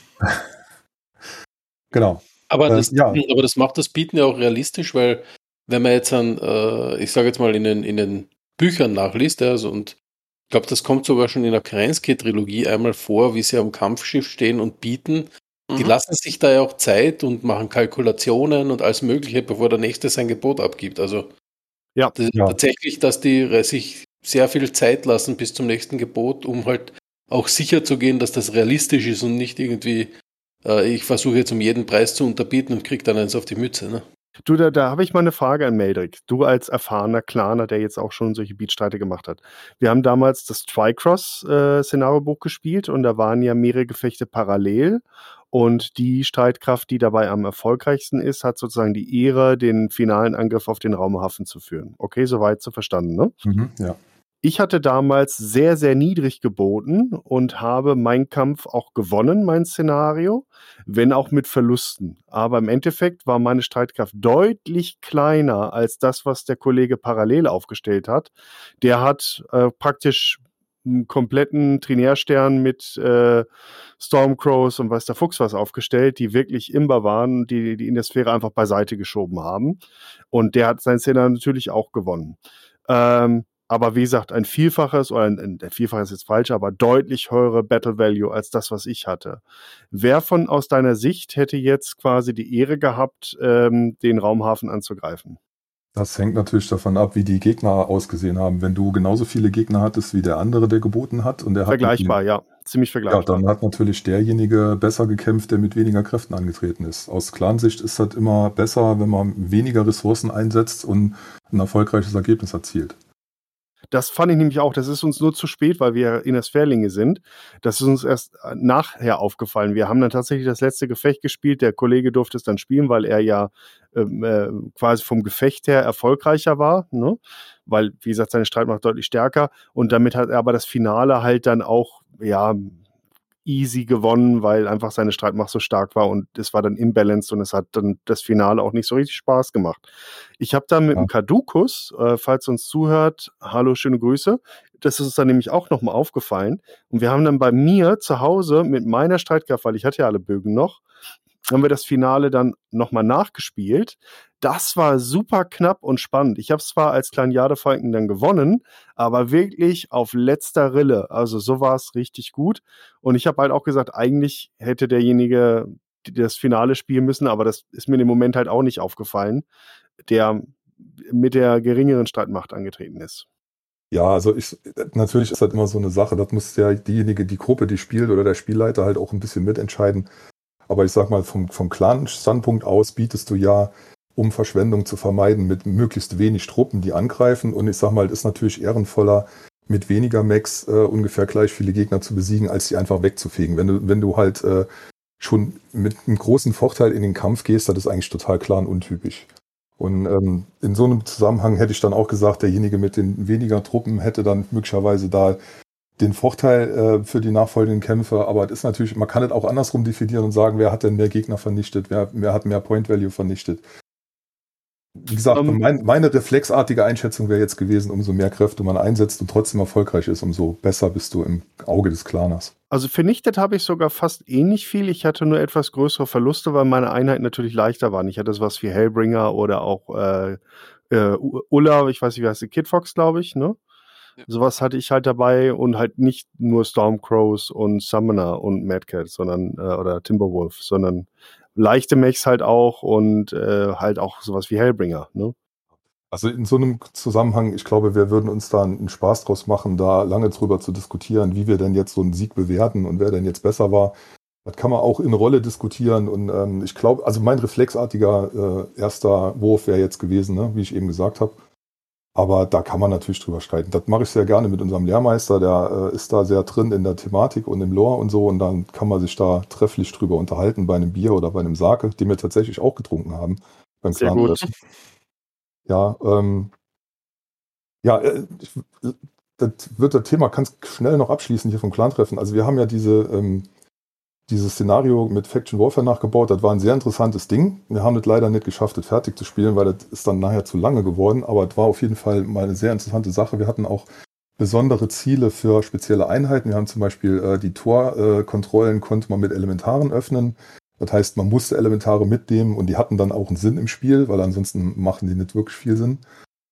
Speaker 6: Genau.
Speaker 4: Aber das macht das Bieten ja auch realistisch, weil wenn man jetzt ich sage jetzt mal, in den Büchern nachliest, also, und ich glaube, das kommt sogar schon in der Kerensky-Trilogie einmal vor, wie sie am Kampfschiff stehen und bieten. Die lassen sich da ja auch Zeit und machen Kalkulationen und alles Mögliche, bevor der Nächste sein Gebot abgibt. Also das ist tatsächlich, dass die sich sehr viel Zeit lassen bis zum nächsten Gebot, um halt auch sicher zu gehen, dass das realistisch ist und nicht irgendwie, ich versuche jetzt um jeden Preis zu unterbieten und kriege dann eins auf die Mütze, ne?
Speaker 3: Du, da habe ich mal eine Frage an Meldrick. Du als erfahrener Claner, der jetzt auch schon solche Beatstreite gemacht hat. Wir haben damals das Tricross-Szenariobuch gespielt und da waren ja mehrere Gefechte parallel. Und die Streitkraft, die dabei am erfolgreichsten ist, hat sozusagen die Ehre, den finalen Angriff auf den Raumhafen zu führen. Okay, soweit so verstanden, ne?
Speaker 6: Ja.
Speaker 3: Ich hatte damals sehr, sehr niedrig geboten und habe meinen Kampf auch gewonnen, mein Szenario, wenn auch mit Verlusten. Aber im Endeffekt war meine Streitkraft deutlich kleiner als das, was der Kollege parallel aufgestellt hat. Der hat praktisch einen kompletten Trinärstern mit Stormcrows und weiß der Fuchs was aufgestellt, die wirklich imbar waren, die in der Sphäre einfach beiseite geschoben haben. Und der hat sein Szenario natürlich auch gewonnen. Aber wie gesagt, ein Vielfaches, oder der Vielfache ist jetzt falsch, aber deutlich höhere Battle Value als das, was ich hatte. Wer aus deiner Sicht hätte jetzt quasi die Ehre gehabt, den Raumhafen anzugreifen?
Speaker 6: Das hängt natürlich davon ab, wie die Gegner ausgesehen haben. Wenn du genauso viele Gegner hattest wie der andere, der geboten hat, und der
Speaker 3: vergleichbar, ja, ziemlich vergleichbar.
Speaker 6: Ja, dann hat natürlich derjenige besser gekämpft, der mit weniger Kräften angetreten ist. Aus Clansicht ist das immer besser, wenn man weniger Ressourcen einsetzt und ein erfolgreiches Ergebnis erzielt.
Speaker 3: Das fand ich nämlich auch, das ist uns nur zu spät, weil wir in der Sphärlinge sind. Das ist uns erst nachher aufgefallen. Wir haben dann tatsächlich das letzte Gefecht gespielt. Der Kollege durfte es dann spielen, weil er ja quasi vom Gefecht her erfolgreicher war, ne? Weil, wie gesagt, seine Streitmacht deutlich stärker. Und damit hat er aber das Finale halt dann auch, ja, easy gewonnen, weil einfach seine Streitmacht so stark war und es war dann imbalanced und es hat dann das Finale auch nicht so richtig Spaß gemacht. Ich habe da mit dem Kadukus, falls uns zuhört, hallo, schöne Grüße, das ist uns dann nämlich auch nochmal aufgefallen und wir haben dann bei mir zu Hause mit meiner Streitkraft, weil ich hatte ja alle Bögen noch, haben wir das Finale dann nochmal nachgespielt. Das war super knapp und spannend. Ich habe es zwar als Kleinjade-Falken dann gewonnen, aber wirklich auf letzter Rille. Also so war es richtig gut. Und ich habe halt auch gesagt, eigentlich hätte derjenige das Finale spielen müssen, aber das ist mir im Moment halt auch nicht aufgefallen, der mit der geringeren Streitmacht angetreten ist.
Speaker 6: Ja, also natürlich ist halt immer so eine Sache, das muss ja die Gruppe, die spielt oder der Spielleiter halt auch ein bisschen mitentscheiden. Aber ich sag mal, vom Clan-Standpunkt aus bietest du ja, um Verschwendung zu vermeiden, mit möglichst wenig Truppen, die angreifen. Und ich sag mal, es ist natürlich ehrenvoller, mit weniger Mechs ungefähr gleich viele Gegner zu besiegen, als sie einfach wegzufegen. Wenn du halt schon mit einem großen Vorteil in den Kampf gehst, das ist eigentlich total Clan-untypisch. Und in so einem Zusammenhang hätte ich dann auch gesagt, derjenige mit den weniger Truppen hätte dann möglicherweise da den Vorteil für die nachfolgenden Kämpfe, aber es ist natürlich, man kann es auch andersrum definieren und sagen, wer hat denn mehr Gegner vernichtet, wer hat mehr Point Value vernichtet. Wie gesagt, meine reflexartige Einschätzung wäre jetzt gewesen, umso mehr Kräfte man einsetzt und trotzdem erfolgreich ist, umso besser bist du im Auge des Claners.
Speaker 3: Also vernichtet habe ich sogar fast ähnlich viel. Ich hatte nur etwas größere Verluste, weil meine Einheiten natürlich leichter waren. Ich hatte sowas wie Hellbringer oder auch Ulla, ich weiß nicht, wie heißt die, Kid Fox, glaube ich, ne? Ja. Sowas hatte ich halt dabei und halt nicht nur Stormcrows und Summoner und Madcat, sondern oder Timberwolf, sondern leichte Mechs halt auch und halt auch sowas wie Hellbringer, ne?
Speaker 6: Also in so einem Zusammenhang, ich glaube, wir würden uns da einen Spaß draus machen, da lange drüber zu diskutieren, wie wir denn jetzt so einen Sieg bewerten und wer denn jetzt besser war. Das kann man auch in Rolle diskutieren und ich glaube, also mein reflexartiger erster Wurf wäre jetzt gewesen, ne, wie ich eben gesagt habe. Aber da kann man natürlich drüber streiten. Das mache ich sehr gerne mit unserem Lehrmeister, der ist da sehr drin in der Thematik und im Lore und so, und dann kann man sich da trefflich drüber unterhalten bei einem Bier oder bei einem Sake, den wir tatsächlich auch getrunken haben beim
Speaker 3: Sehr gut.
Speaker 6: Clan-Treffen. Ja, das wird das Thema ganz schnell noch abschließen hier vom Clan-Treffen. Also wir haben ja dieses Szenario mit Faction Warfare nachgebaut. Das war ein sehr interessantes Ding. Wir haben es leider nicht geschafft, es fertig zu spielen, weil das ist dann nachher zu lange geworden. Aber es war auf jeden Fall mal eine sehr interessante Sache. Wir hatten auch besondere Ziele für spezielle Einheiten. Wir haben zum Beispiel die Torkontrollen konnte man mit Elementaren öffnen. Das heißt, man musste Elementare mitnehmen und die hatten dann auch einen Sinn im Spiel, weil ansonsten machen die nicht wirklich viel Sinn.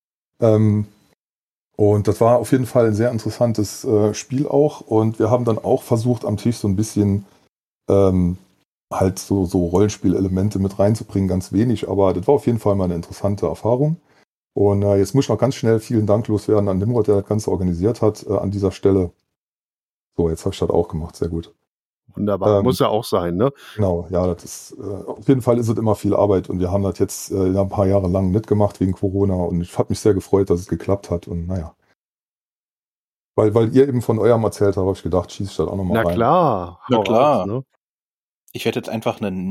Speaker 6: Und das war auf jeden Fall ein sehr interessantes Spiel auch. Und wir haben dann auch versucht, am Tisch so ein bisschen halt so Rollenspielelemente mit reinzubringen, ganz wenig. Aber das war auf jeden Fall mal eine interessante Erfahrung. Und jetzt muss ich noch ganz schnell vielen Dank loswerden an Nimrod, der das Ganze organisiert hat an dieser Stelle. So, jetzt habe ich das auch gemacht. Sehr gut.
Speaker 3: Wunderbar. Muss ja auch sein, ne?
Speaker 6: Genau, ja, das ist auf jeden Fall ist es immer viel Arbeit und wir haben das jetzt ein paar Jahre lang nicht gemacht wegen Corona und ich habe mich sehr gefreut, dass es geklappt hat und naja. Weil ihr eben von eurem erzählt habt, habe ich gedacht, schieße ich das auch nochmal rein.
Speaker 3: Na klar.
Speaker 2: Na
Speaker 3: Hau
Speaker 2: klar.
Speaker 3: raus, ne?
Speaker 2: Ich werde jetzt einfach eine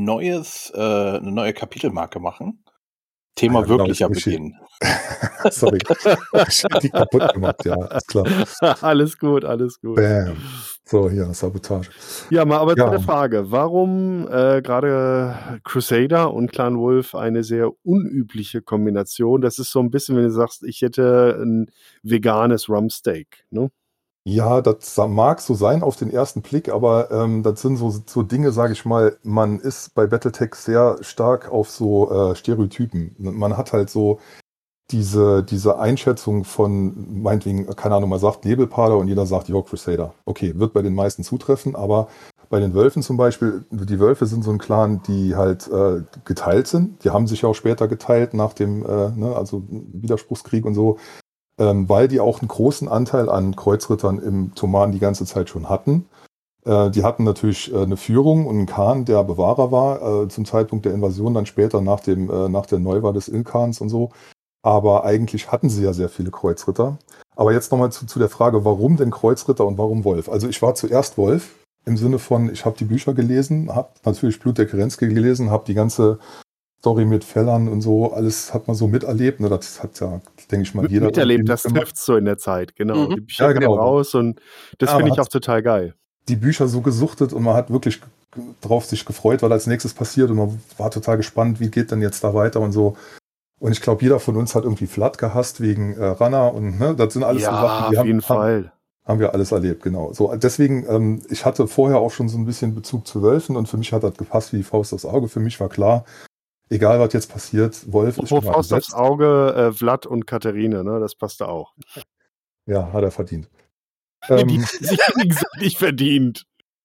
Speaker 2: neue Kapitelmarke machen. Thema
Speaker 6: Ja, genau,
Speaker 2: wirklicher
Speaker 6: das ist
Speaker 2: Beginn.
Speaker 6: Sorry, ich hab die kaputt gemacht, ja, ist klar.
Speaker 3: Alles gut, alles gut.
Speaker 6: Bam. So, hier, Sabotage.
Speaker 3: Ja, mal aber
Speaker 6: Ja.
Speaker 3: zu der Frage, warum gerade Crusader und Clan Wolf eine sehr unübliche Kombination? Das ist so ein bisschen, wenn du sagst, ich hätte ein veganes Rumpsteak, ne?
Speaker 6: Ja, das mag so sein auf den ersten Blick, aber das sind so Dinge, sage ich mal, man ist bei Battletech sehr stark auf so Stereotypen. Man hat halt so diese Einschätzung von, meinetwegen, keine Ahnung, man sagt Nebelpader und jeder sagt, ja, Crusader. Okay, wird bei den meisten zutreffen, aber bei den Wölfen zum Beispiel, die Wölfe sind so ein Clan, die halt geteilt sind. Die haben sich ja auch später geteilt nach dem also Widerspruchskrieg und so. Weil die auch einen großen Anteil an Kreuzrittern im Thoman die ganze Zeit schon hatten. Die hatten natürlich eine Führung und einen Khan, der Bewahrer war, zum Zeitpunkt der Invasion, dann später nach der Neuwahl des Ilkhans und so. Aber eigentlich hatten sie ja sehr viele Kreuzritter. Aber jetzt nochmal zu der Frage, warum denn Kreuzritter und warum Wolf? Also ich war zuerst Wolf, im Sinne von, ich habe die Bücher gelesen, habe natürlich Blut der Kerensky gelesen, habe die ganze Story mit Fellern und so, alles hat man so miterlebt. Ne? Das hat ja, denke ich mal, jeder
Speaker 3: Miterlebt, das
Speaker 6: mitgemacht.
Speaker 3: trifft so in der Zeit, genau.
Speaker 5: Mhm.
Speaker 3: Die Bücher
Speaker 6: Ja, genau.
Speaker 3: kamen raus und das
Speaker 6: Ja,
Speaker 3: finde
Speaker 6: man
Speaker 3: ich auch
Speaker 6: hat's-
Speaker 3: total geil.
Speaker 6: Die Bücher so gesuchtet und man hat wirklich drauf sich gefreut, was als nächstes passiert und man war total gespannt, wie geht denn jetzt da weiter und so. Und ich glaube, jeder von uns hat irgendwie Flat gehasst wegen Ranna und das sind alles so Sachen, die
Speaker 3: auf jeden Fall.
Speaker 6: haben wir alles erlebt, genau. So, deswegen, ich hatte vorher auch schon so ein bisschen Bezug zu Wölfen und für mich hat das gepasst wie die Faust aufs Auge. Für mich war klar, egal was jetzt passiert, Wolf ist schon mal
Speaker 3: Faust aufs
Speaker 6: gesetzt.
Speaker 3: Auge, Vlad und Katharine, ne? Das passte auch.
Speaker 6: Ja, hat er verdient.
Speaker 3: Die
Speaker 6: Ähm,
Speaker 3: sich gegenseitig verdient.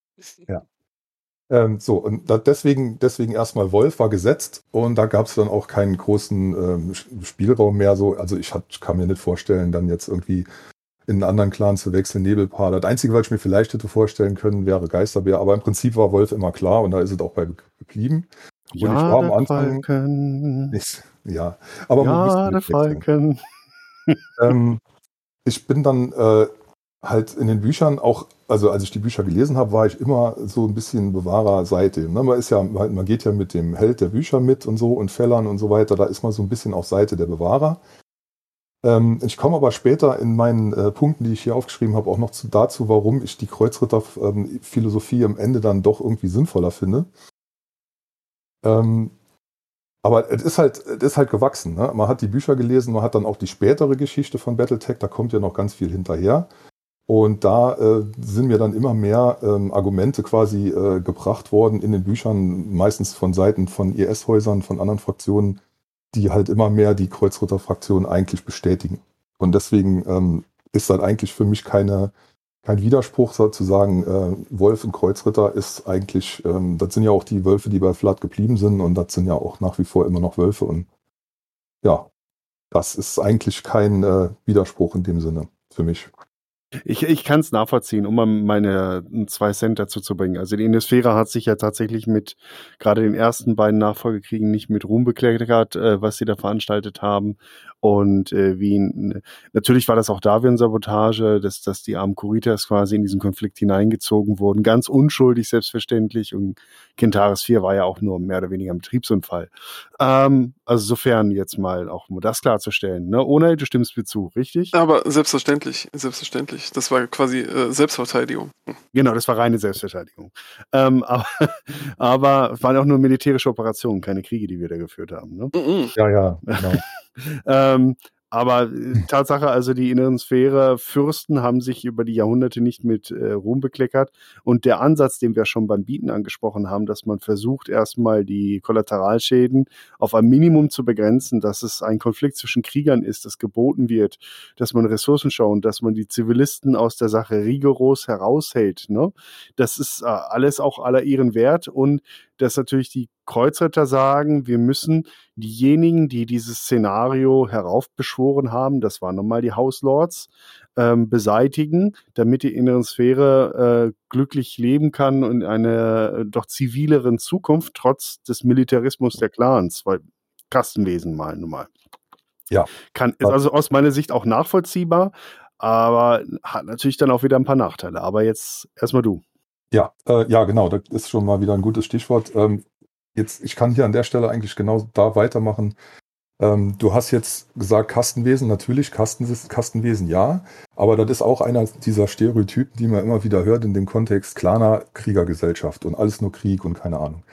Speaker 6: So, und deswegen erstmal Wolf war gesetzt und da gab es dann auch keinen großen Spielraum mehr. So, also ich kann mir nicht vorstellen, dann jetzt irgendwie in einen anderen Clan zu wechseln, Nebelpaar. Das Einzige, was ich mir vielleicht hätte vorstellen können, wäre Geisterbär, aber im Prinzip war Wolf immer klar und da ist es auch bei geblieben. Und ich war am
Speaker 3: der
Speaker 6: Anfang
Speaker 3: Falken.
Speaker 6: nicht, ja, aber man
Speaker 3: Ja,
Speaker 6: müsste
Speaker 3: der
Speaker 6: mitwechseln.
Speaker 3: Falken.
Speaker 6: Ich bin dann halt in den Büchern auch, also als ich die Bücher gelesen habe, war ich immer so ein bisschen Bewahrerseite. Ne? Man geht ja mit dem Held der Bücher mit und so und Fellern und so weiter, da ist man so ein bisschen auf Seite der Bewahrer. Ich komme aber später in meinen Punkten, die ich hier aufgeschrieben habe, auch noch dazu, warum ich die Kreuzritter-Philosophie am Ende dann doch irgendwie sinnvoller finde. Aber es ist halt gewachsen. Ne? Man hat die Bücher gelesen, man hat dann auch die spätere Geschichte von Battletech, da kommt ja noch ganz viel hinterher. Und da sind mir dann immer mehr Argumente quasi gebracht worden in den Büchern, meistens von Seiten von IS-Häusern, von anderen Fraktionen, die halt immer mehr die Kreuzritter-Fraktion eigentlich bestätigen. Und deswegen ist das eigentlich für mich kein Widerspruch zu sagen, Wolf und Kreuzritter ist eigentlich, das sind ja auch die Wölfe, die bei Vlad geblieben sind und das sind ja auch nach wie vor immer noch Wölfe und ja, das ist eigentlich kein Widerspruch in dem Sinne für mich.
Speaker 3: Ich kann es nachvollziehen, um mal meine 2 Cent dazu zu bringen. Also die Indosphäre hat sich ja tatsächlich mit gerade den ersten beiden Nachfolgekriegen nicht mit Ruhm bekleckert, was sie da veranstaltet haben. Und natürlich war das auch Darwin-Sabotage, dass die armen Kuritas quasi in diesen Konflikt hineingezogen wurden. Ganz unschuldig, selbstverständlich. Und Kentaris 4 war ja auch nur mehr oder weniger ein Betriebsunfall. Also sofern jetzt mal auch um das klarzustellen. Ne? Ohne, du stimmst mir zu, richtig?
Speaker 5: Aber selbstverständlich. Das war quasi Selbstverteidigung.
Speaker 3: Genau, das war reine Selbstverteidigung. Aber es waren auch nur militärische Operationen, keine Kriege, die wir da geführt haben. Ne?
Speaker 6: Ja, genau.
Speaker 3: Aber Tatsache, also die inneren Sphäre-Fürsten haben sich über die Jahrhunderte nicht mit Ruhm bekleckert. Und der Ansatz, den wir schon beim Bieten angesprochen haben, dass man versucht, erstmal die Kollateralschäden auf ein Minimum zu begrenzen, dass es ein Konflikt zwischen Kriegern ist, das geboten wird, dass man Ressourcen schaut, dass man die Zivilisten aus der Sache rigoros heraushält. Ne? Das ist alles auch aller Ehren wert. Und dass natürlich die Kreuzritter sagen, wir müssen diejenigen, die dieses Szenario heraufbeschworen haben, das waren nun mal die House Lords, beseitigen, damit die inneren Sphäre glücklich leben kann und in einer doch zivileren Zukunft, trotz des Militarismus der Clans, weil Kastenwesen mal nun mal.
Speaker 6: Ja.
Speaker 3: Ist also aus meiner Sicht auch nachvollziehbar, aber hat natürlich dann auch wieder ein paar Nachteile. Aber jetzt erstmal du.
Speaker 6: Ja, genau, das ist schon mal wieder ein gutes Stichwort. Ich kann hier an der Stelle eigentlich genau da weitermachen. Du hast jetzt gesagt Kastenwesen, natürlich, Kastenwesen, ja, aber das ist auch einer dieser Stereotypen, die man immer wieder hört in dem Kontext Klaner Kriegergesellschaft und alles nur Krieg und keine Ahnung.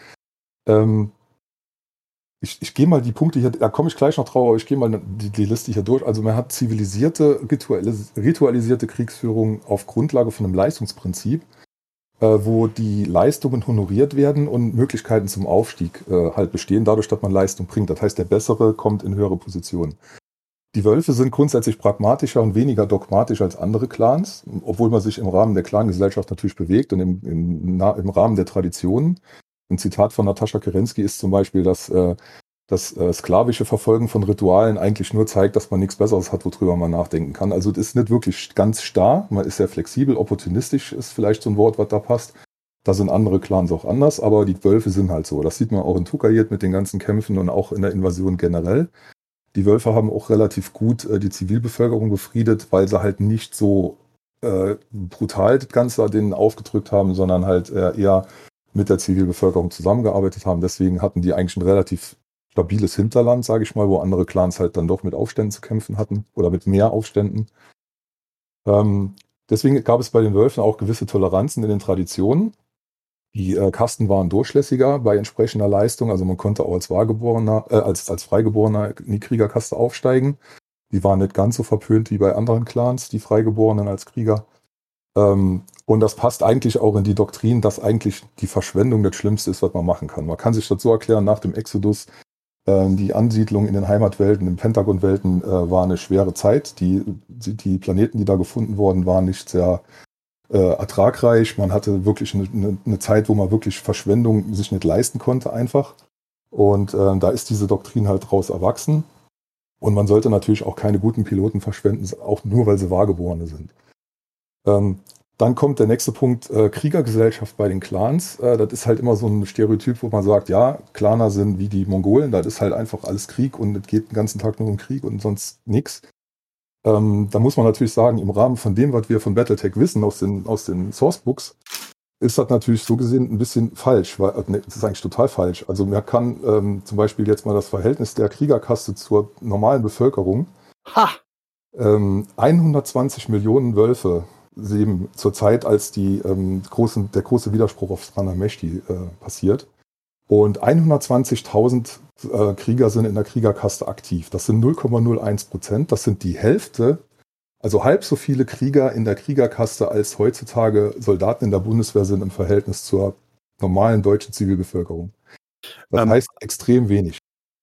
Speaker 6: Ich gehe mal die Punkte hier, da komme ich gleich noch drauf, aber ich gehe mal die Liste hier durch. Also man hat zivilisierte, ritualisierte Kriegsführung auf Grundlage von einem Leistungsprinzip, wo die Leistungen honoriert werden und Möglichkeiten zum Aufstieg halt bestehen, dadurch, dass man Leistung bringt. Das heißt, der Bessere kommt in höhere Positionen. Die Wölfe sind grundsätzlich pragmatischer und weniger dogmatisch als andere Clans, obwohl man sich im Rahmen der Clangesellschaft natürlich bewegt und im Rahmen der Traditionen. Ein Zitat von Natascha Kerensky ist zum Beispiel, dass das sklavische Verfolgen von Ritualen eigentlich nur zeigt, dass man nichts Besseres hat, worüber man nachdenken kann. Also das ist nicht wirklich ganz starr, man ist sehr flexibel, opportunistisch ist vielleicht so ein Wort, was da passt. Da sind andere Clans auch anders, aber die Wölfe sind halt so. Das sieht man auch in Tukayet mit den ganzen Kämpfen und auch in der Invasion generell. Die Wölfe haben auch relativ gut die Zivilbevölkerung befriedet, weil sie halt nicht so brutal das Ganze denen aufgedrückt haben, sondern halt eher mit der Zivilbevölkerung zusammengearbeitet haben. Deswegen hatten die eigentlich ein relativ stabiles Hinterland, sage ich mal, wo andere Clans halt dann doch mit Aufständen zu kämpfen hatten oder mit mehr Aufständen. Deswegen gab es bei den Wölfen auch gewisse Toleranzen in den Traditionen. Die Kasten waren durchlässiger bei entsprechender Leistung, also man konnte auch als Freigeborener in die Kriegerkaste aufsteigen. Die waren nicht ganz so verpönt wie bei anderen Clans, die Freigeborenen als Krieger. Und das passt eigentlich auch in die Doktrin, dass eigentlich die Verschwendung das Schlimmste ist, was man machen kann. Man kann sich das so erklären, nach dem Exodus, die Ansiedlung in den Heimatwelten, in den Pentagonwelten war eine schwere Zeit. Die Planeten, die da gefunden wurden, waren nicht sehr ertragreich. Man hatte wirklich eine Zeit, wo man wirklich Verschwendung sich nicht leisten konnte einfach. Und da ist diese Doktrin halt draus erwachsen. Und man sollte natürlich auch keine guten Piloten verschwenden, auch nur, weil sie Wahrgeborene sind. Dann kommt der nächste Punkt, Kriegergesellschaft bei den Clans. Das ist halt immer so ein Stereotyp, wo man sagt, ja, Claner sind wie die Mongolen, das ist halt einfach alles Krieg und es geht den ganzen Tag nur um Krieg und sonst nichts. Da muss man natürlich sagen, im Rahmen von dem, was wir von Battletech wissen, aus den Sourcebooks, ist das natürlich so gesehen ein bisschen falsch, weil das ist eigentlich total falsch. Also man kann zum Beispiel jetzt mal das Verhältnis der Kriegerkaste zur normalen Bevölkerung. 120 Millionen Wölfe leben zur Zeit, als der große Widerspruch auf Stranameshti passiert. Und 120.000 Krieger sind in der Kriegerkaste aktiv. Das sind 0,01%. Das sind die Hälfte, also halb so viele Krieger in der Kriegerkaste, als heutzutage Soldaten in der Bundeswehr sind im Verhältnis zur normalen deutschen Zivilbevölkerung. Das heißt extrem wenig.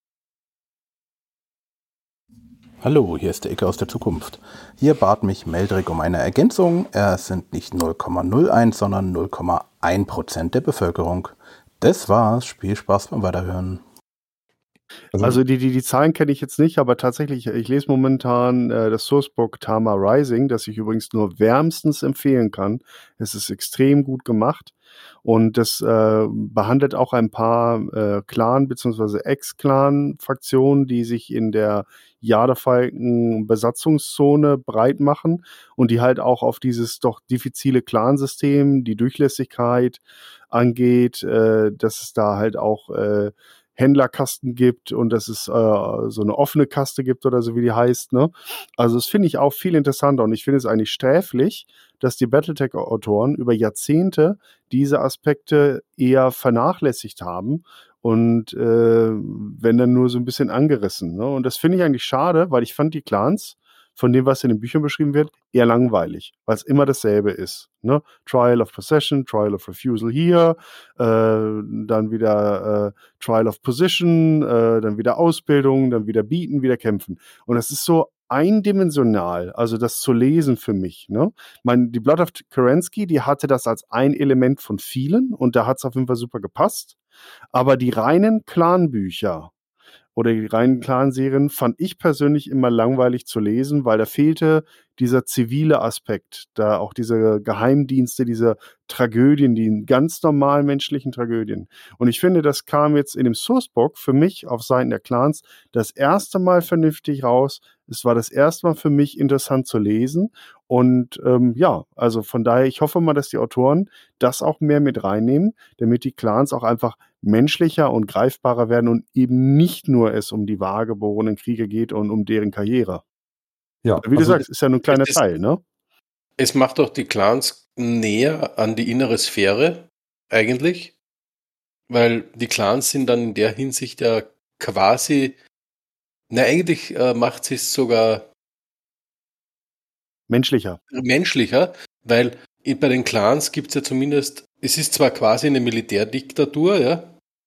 Speaker 2: Hallo, hier ist der Ecke aus der Zukunft. Hier bat mich Meldrick um eine Ergänzung. Es sind nicht 0,01, sondern 0,1% der Bevölkerung. Das war's. Spielspaß beim Weiterhören.
Speaker 3: Also die Zahlen kenne ich jetzt nicht, aber tatsächlich, ich lese momentan das Sourcebook Tama Rising, das ich übrigens nur wärmstens empfehlen kann. Es ist extrem gut gemacht. Und das behandelt auch ein paar Clan- bzw. Ex-Clan-Fraktionen, die sich in der Jadefalken-Besatzungszone breit machen und die halt auch auf dieses doch diffizile Clansystem, die Durchlässigkeit angeht, dass es da halt auch Händlerkasten gibt und dass es so eine offene Kaste gibt oder so, wie die heißt. Ne? Also das finde ich auch viel interessanter und ich finde es eigentlich sträflich, dass die Battletech-Autoren über Jahrzehnte diese Aspekte eher vernachlässigt haben und wenn dann nur so ein bisschen angerissen. Ne? Und das finde ich eigentlich schade, weil ich fand die Clans von dem, was in den Büchern beschrieben wird, eher langweilig, weil es immer dasselbe ist. Ne? Trial of Possession, Trial of Refusal hier, dann wieder Trial of Position, dann wieder Ausbildung, dann wieder Bieten, wieder Kämpfen. Und das ist so eindimensional, also das zu lesen für mich. Ne? Die Blood of Kerensky, die hatte das als ein Element von vielen und da hat es auf jeden Fall super gepasst. Aber die reinen Clan-Bücher oder die reinen Clan-Serien fand ich persönlich immer langweilig zu lesen, weil da fehlte dieser zivile Aspekt, da auch diese Geheimdienste, diese Tragödien, die ganz normal menschlichen Tragödien. Und ich finde, das kam jetzt in dem Sourcebook für mich auf Seiten der Clans das erste Mal vernünftig raus. Es war das erste Mal für mich interessant zu lesen. Und ja, also von daher, ich hoffe mal, dass die Autoren das auch mehr mit reinnehmen, damit die Clans auch einfach menschlicher und greifbarer werden und eben nicht nur es um die wahrgeborenen Krieger geht und um deren Karriere.
Speaker 6: Ja,
Speaker 3: Wie du sagst, ist ja nur ein kleiner Teil, ne?
Speaker 4: Es macht auch die Clans näher an die innere Sphäre, eigentlich, weil die Clans sind dann in der Hinsicht ja quasi, eigentlich macht sie es sogar
Speaker 3: Menschlicher.
Speaker 4: weil bei den Clans gibt es ja zumindest, es ist zwar quasi eine Militärdiktatur, ja,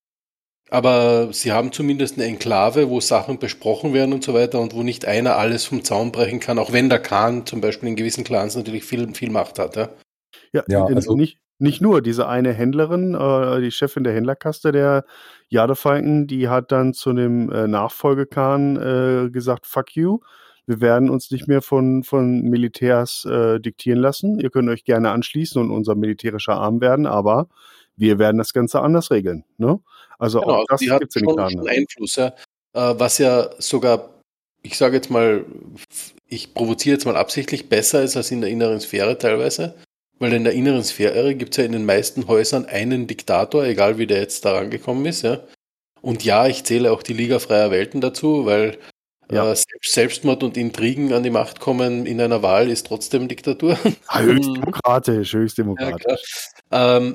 Speaker 4: aber sie haben zumindest eine Enklave, wo Sachen besprochen werden und so weiter und wo nicht einer alles vom Zaun brechen kann, auch wenn der Khan zum Beispiel in gewissen Clans natürlich viel Macht hat.
Speaker 3: Ja,
Speaker 6: also
Speaker 3: nicht nur, diese eine Händlerin, die Chefin der Händlerkaste der Jadefalken, die hat dann zu einem Nachfolgekhan gesagt, fuck you, wir werden uns nicht mehr von Militärs diktieren lassen. Ihr könnt euch gerne anschließen und unser militärischer Arm werden, aber wir werden das Ganze anders regeln. Ne? Also
Speaker 4: Genau,
Speaker 3: auch das
Speaker 4: die hat
Speaker 3: gibt es in den Clans.
Speaker 4: schon Einfluss, ja. Was ja sogar, ich sage jetzt mal, ich provoziere jetzt mal absichtlich, besser ist als in der inneren Sphäre teilweise, weil in der inneren Sphäre gibt es ja in den meisten Häusern einen Diktator, egal wie der jetzt da rangekommen ist, ja. Und ja, ich zähle auch die Liga freier Welten dazu, weil Selbstmord und Intrigen an die Macht kommen in einer Wahl ist trotzdem Diktatur.
Speaker 3: Höchst demokratisch.
Speaker 4: Ja,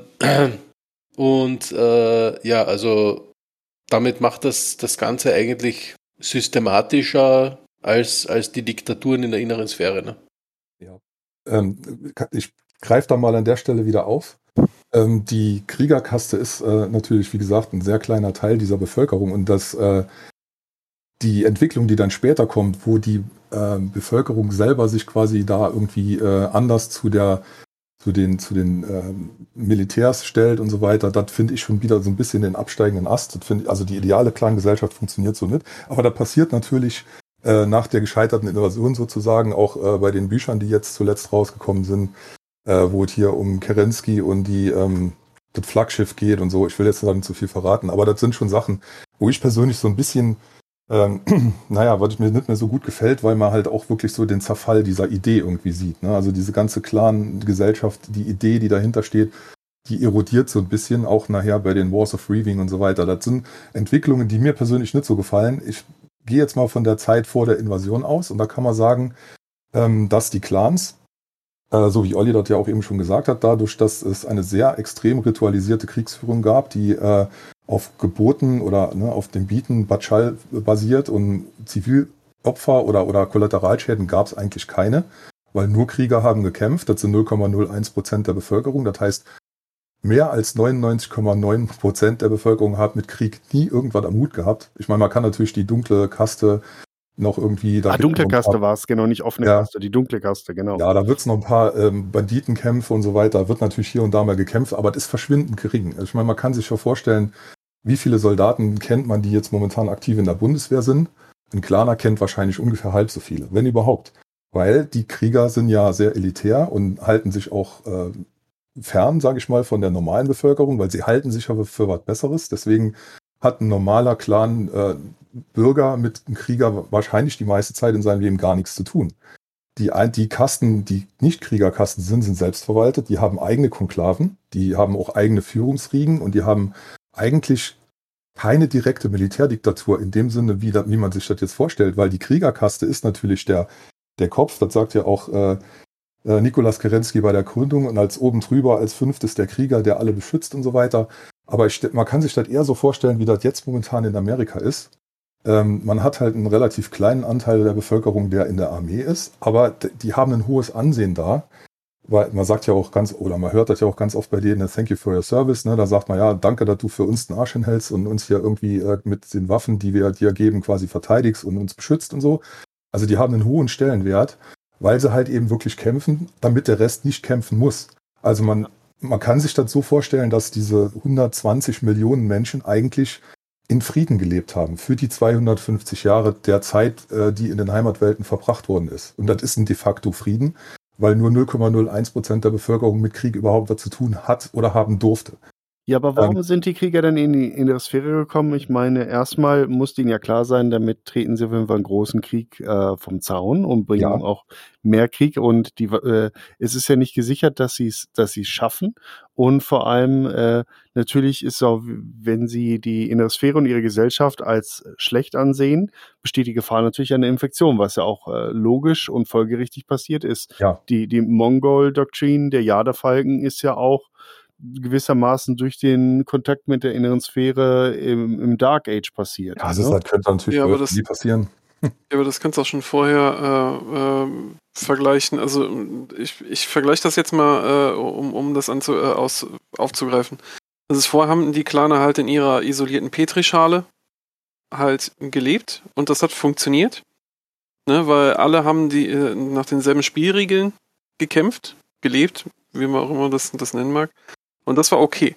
Speaker 4: und also damit macht das Ganze eigentlich systematischer als die Diktaturen in der inneren Sphäre. Ne?
Speaker 6: Ja. Ich greife da mal an der Stelle wieder auf. Die Kriegerkaste ist natürlich, wie gesagt, ein sehr kleiner Teil dieser Bevölkerung und die Entwicklung, die dann später kommt, wo die Bevölkerung selber sich quasi da irgendwie anders zu den Militärs stellt und so weiter, das finde ich schon wieder so ein bisschen den absteigenden Ast. Also die ideale Clangesellschaft funktioniert so nicht. Aber da passiert natürlich nach der gescheiterten Invasion sozusagen auch bei den Büchern, die jetzt zuletzt rausgekommen sind, wo es hier um Kerensky und das Flaggschiff geht und so. Ich will jetzt nicht zu viel verraten, aber das sind schon Sachen, wo ich persönlich so ein bisschen was mir nicht mehr so gut gefällt, weil man halt auch wirklich so den Zerfall dieser Idee irgendwie sieht. Ne? Also diese ganze Clan-Gesellschaft, die Idee, die dahinter steht, die erodiert so ein bisschen, auch nachher bei den Wars of Reaving und so weiter. Das sind Entwicklungen, die mir persönlich nicht so gefallen. Ich gehe jetzt mal von der Zeit vor der Invasion aus und da kann man sagen, dass die Clans, so wie Olli das ja auch eben schon gesagt hat, dadurch, dass es eine sehr extrem ritualisierte Kriegsführung gab, die auf Geboten oder auf dem Bieten Batschal basiert und Zivilopfer oder Kollateralschäden gab es eigentlich keine, weil nur Krieger haben gekämpft. Das sind 0,01% der Bevölkerung. Das heißt, mehr als 99,9% der Bevölkerung hat mit Krieg nie irgendwas am Hut gehabt. Ich meine, man kann natürlich die dunkle Kaste noch irgendwie...
Speaker 3: Dunkle Kaste war es, genau, nicht offene Kaste, die dunkle Kaste, genau. Ja,
Speaker 6: da wird es noch ein paar Banditenkämpfe und so weiter, wird natürlich hier und da mal gekämpft, aber das ist verschwindend gering. Also ich meine, man kann sich schon vorstellen, wie viele Soldaten kennt man, die jetzt momentan aktiv in der Bundeswehr sind? Ein Claner kennt wahrscheinlich ungefähr halb so viele, wenn überhaupt. Weil die Krieger sind ja sehr elitär und halten sich auch fern, sage ich mal, von der normalen Bevölkerung, weil sie halten sich aber für was Besseres. Deswegen hat ein normaler Clan Bürger mit einem Krieger wahrscheinlich die meiste Zeit in seinem Leben gar nichts zu tun. Die Kasten, die nicht Kriegerkasten sind selbstverwaltet, die haben eigene Konklaven, die haben auch eigene Führungsriegen und die haben eigentlich keine direkte Militärdiktatur in dem Sinne, wie man sich das jetzt vorstellt, weil die Kriegerkaste ist natürlich der Kopf, das sagt ja auch Nikolaus Kerensky bei der Gründung, und als oben drüber als 5. der Krieger, der alle beschützt und so weiter. Aber man kann sich das eher so vorstellen, wie das jetzt momentan in Amerika ist. Man hat halt einen relativ kleinen Anteil der Bevölkerung, der in der Armee ist, aber die haben ein hohes Ansehen da, weil man sagt ja auch man hört das ja auch ganz oft bei denen, thank you for your service, ne? Da sagt man, ja, danke, dass du für uns den Arsch hinhältst und uns hier irgendwie mit den Waffen, die wir dir geben, quasi verteidigst und uns beschützt und so. Also die haben einen hohen Stellenwert, weil sie halt eben wirklich kämpfen, damit der Rest nicht kämpfen muss. Also man kann sich das so vorstellen, dass diese 120 Millionen Menschen eigentlich in Frieden gelebt haben für die 250 Jahre der Zeit, die in den Heimatwelten verbracht worden ist. Und das ist ein de facto Frieden, weil nur 0,01% der Bevölkerung mit Krieg überhaupt was zu tun hat oder haben durfte.
Speaker 3: Ja, aber warum sind die Krieger dann in die Sphäre gekommen? Ich meine, erstmal muss ihnen ja klar sein, damit treten sie auf jeden Fall einen großen Krieg vom Zaun und bringen auch mehr Krieg. Und es ist ja nicht gesichert, dass sie es schaffen. Und vor allem natürlich ist auch, wenn sie die innere Sphäre und ihre Gesellschaft als schlecht ansehen, besteht die Gefahr natürlich einer Infektion, was ja auch logisch und folgerichtig passiert ist.
Speaker 6: Ja.
Speaker 3: Die Mongol-Doktrin, der Jade-Falken, ist ja auch gewissermaßen durch den Kontakt mit der inneren Sphäre im Dark Age passiert.
Speaker 6: Ja, also das könnte natürlich nie passieren.
Speaker 5: Ja, aber das kannst du auch schon vorher vergleichen. Also ich vergleiche das jetzt mal, um das aufzugreifen. Das ist vorher haben die Claner halt in ihrer isolierten Petrischale halt gelebt und das hat funktioniert, ne, weil alle haben nach denselben Spielregeln gekämpft, gelebt, wie man auch immer das nennen mag. Und das war okay.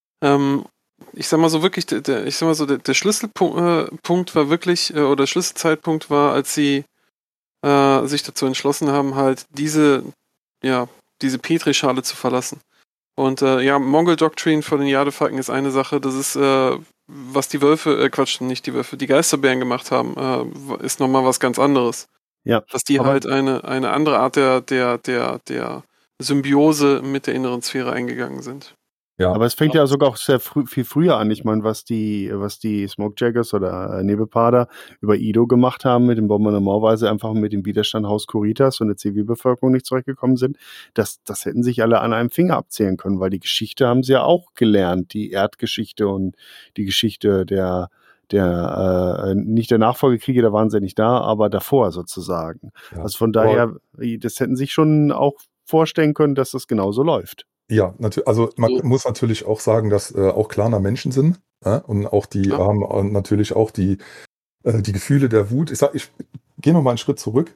Speaker 5: Ich sag mal so wirklich, der Schlüsselpunkt war wirklich, oder Schlüsselzeitpunkt war, als sie sich dazu entschlossen haben, halt diese Petrischale zu verlassen. Und Mongol Doctrine von den Jadefalken ist eine Sache, das ist, was die die Geisterbären gemacht haben, ist nochmal was ganz anderes.
Speaker 3: Ja.
Speaker 5: Dass die halt eine andere Art der Symbiose mit der inneren Sphäre eingegangen sind.
Speaker 3: Ja. Aber es fängt ja sogar auch viel früher an. Ich meine, was die Smokejaggers oder Nebelparder über Ido gemacht haben mit dem Bombardement, weil sie einfach mit dem Widerstand Haus Kuritas und der Zivilbevölkerung nicht zurückgekommen sind, das hätten sich alle an einem Finger abzählen können, weil die Geschichte haben sie ja auch gelernt, die Erdgeschichte und die Geschichte nicht der Nachfolgekriege, da waren sie nicht da, aber davor sozusagen. Ja. Also von daher, das hätten sich schon auch vorstellen können, dass das genauso läuft.
Speaker 6: Ja, natürlich. Also man muss natürlich auch sagen, dass auch Claner Menschen sind, und auch die haben natürlich auch die Gefühle der Wut. Ich gehe noch mal einen Schritt zurück.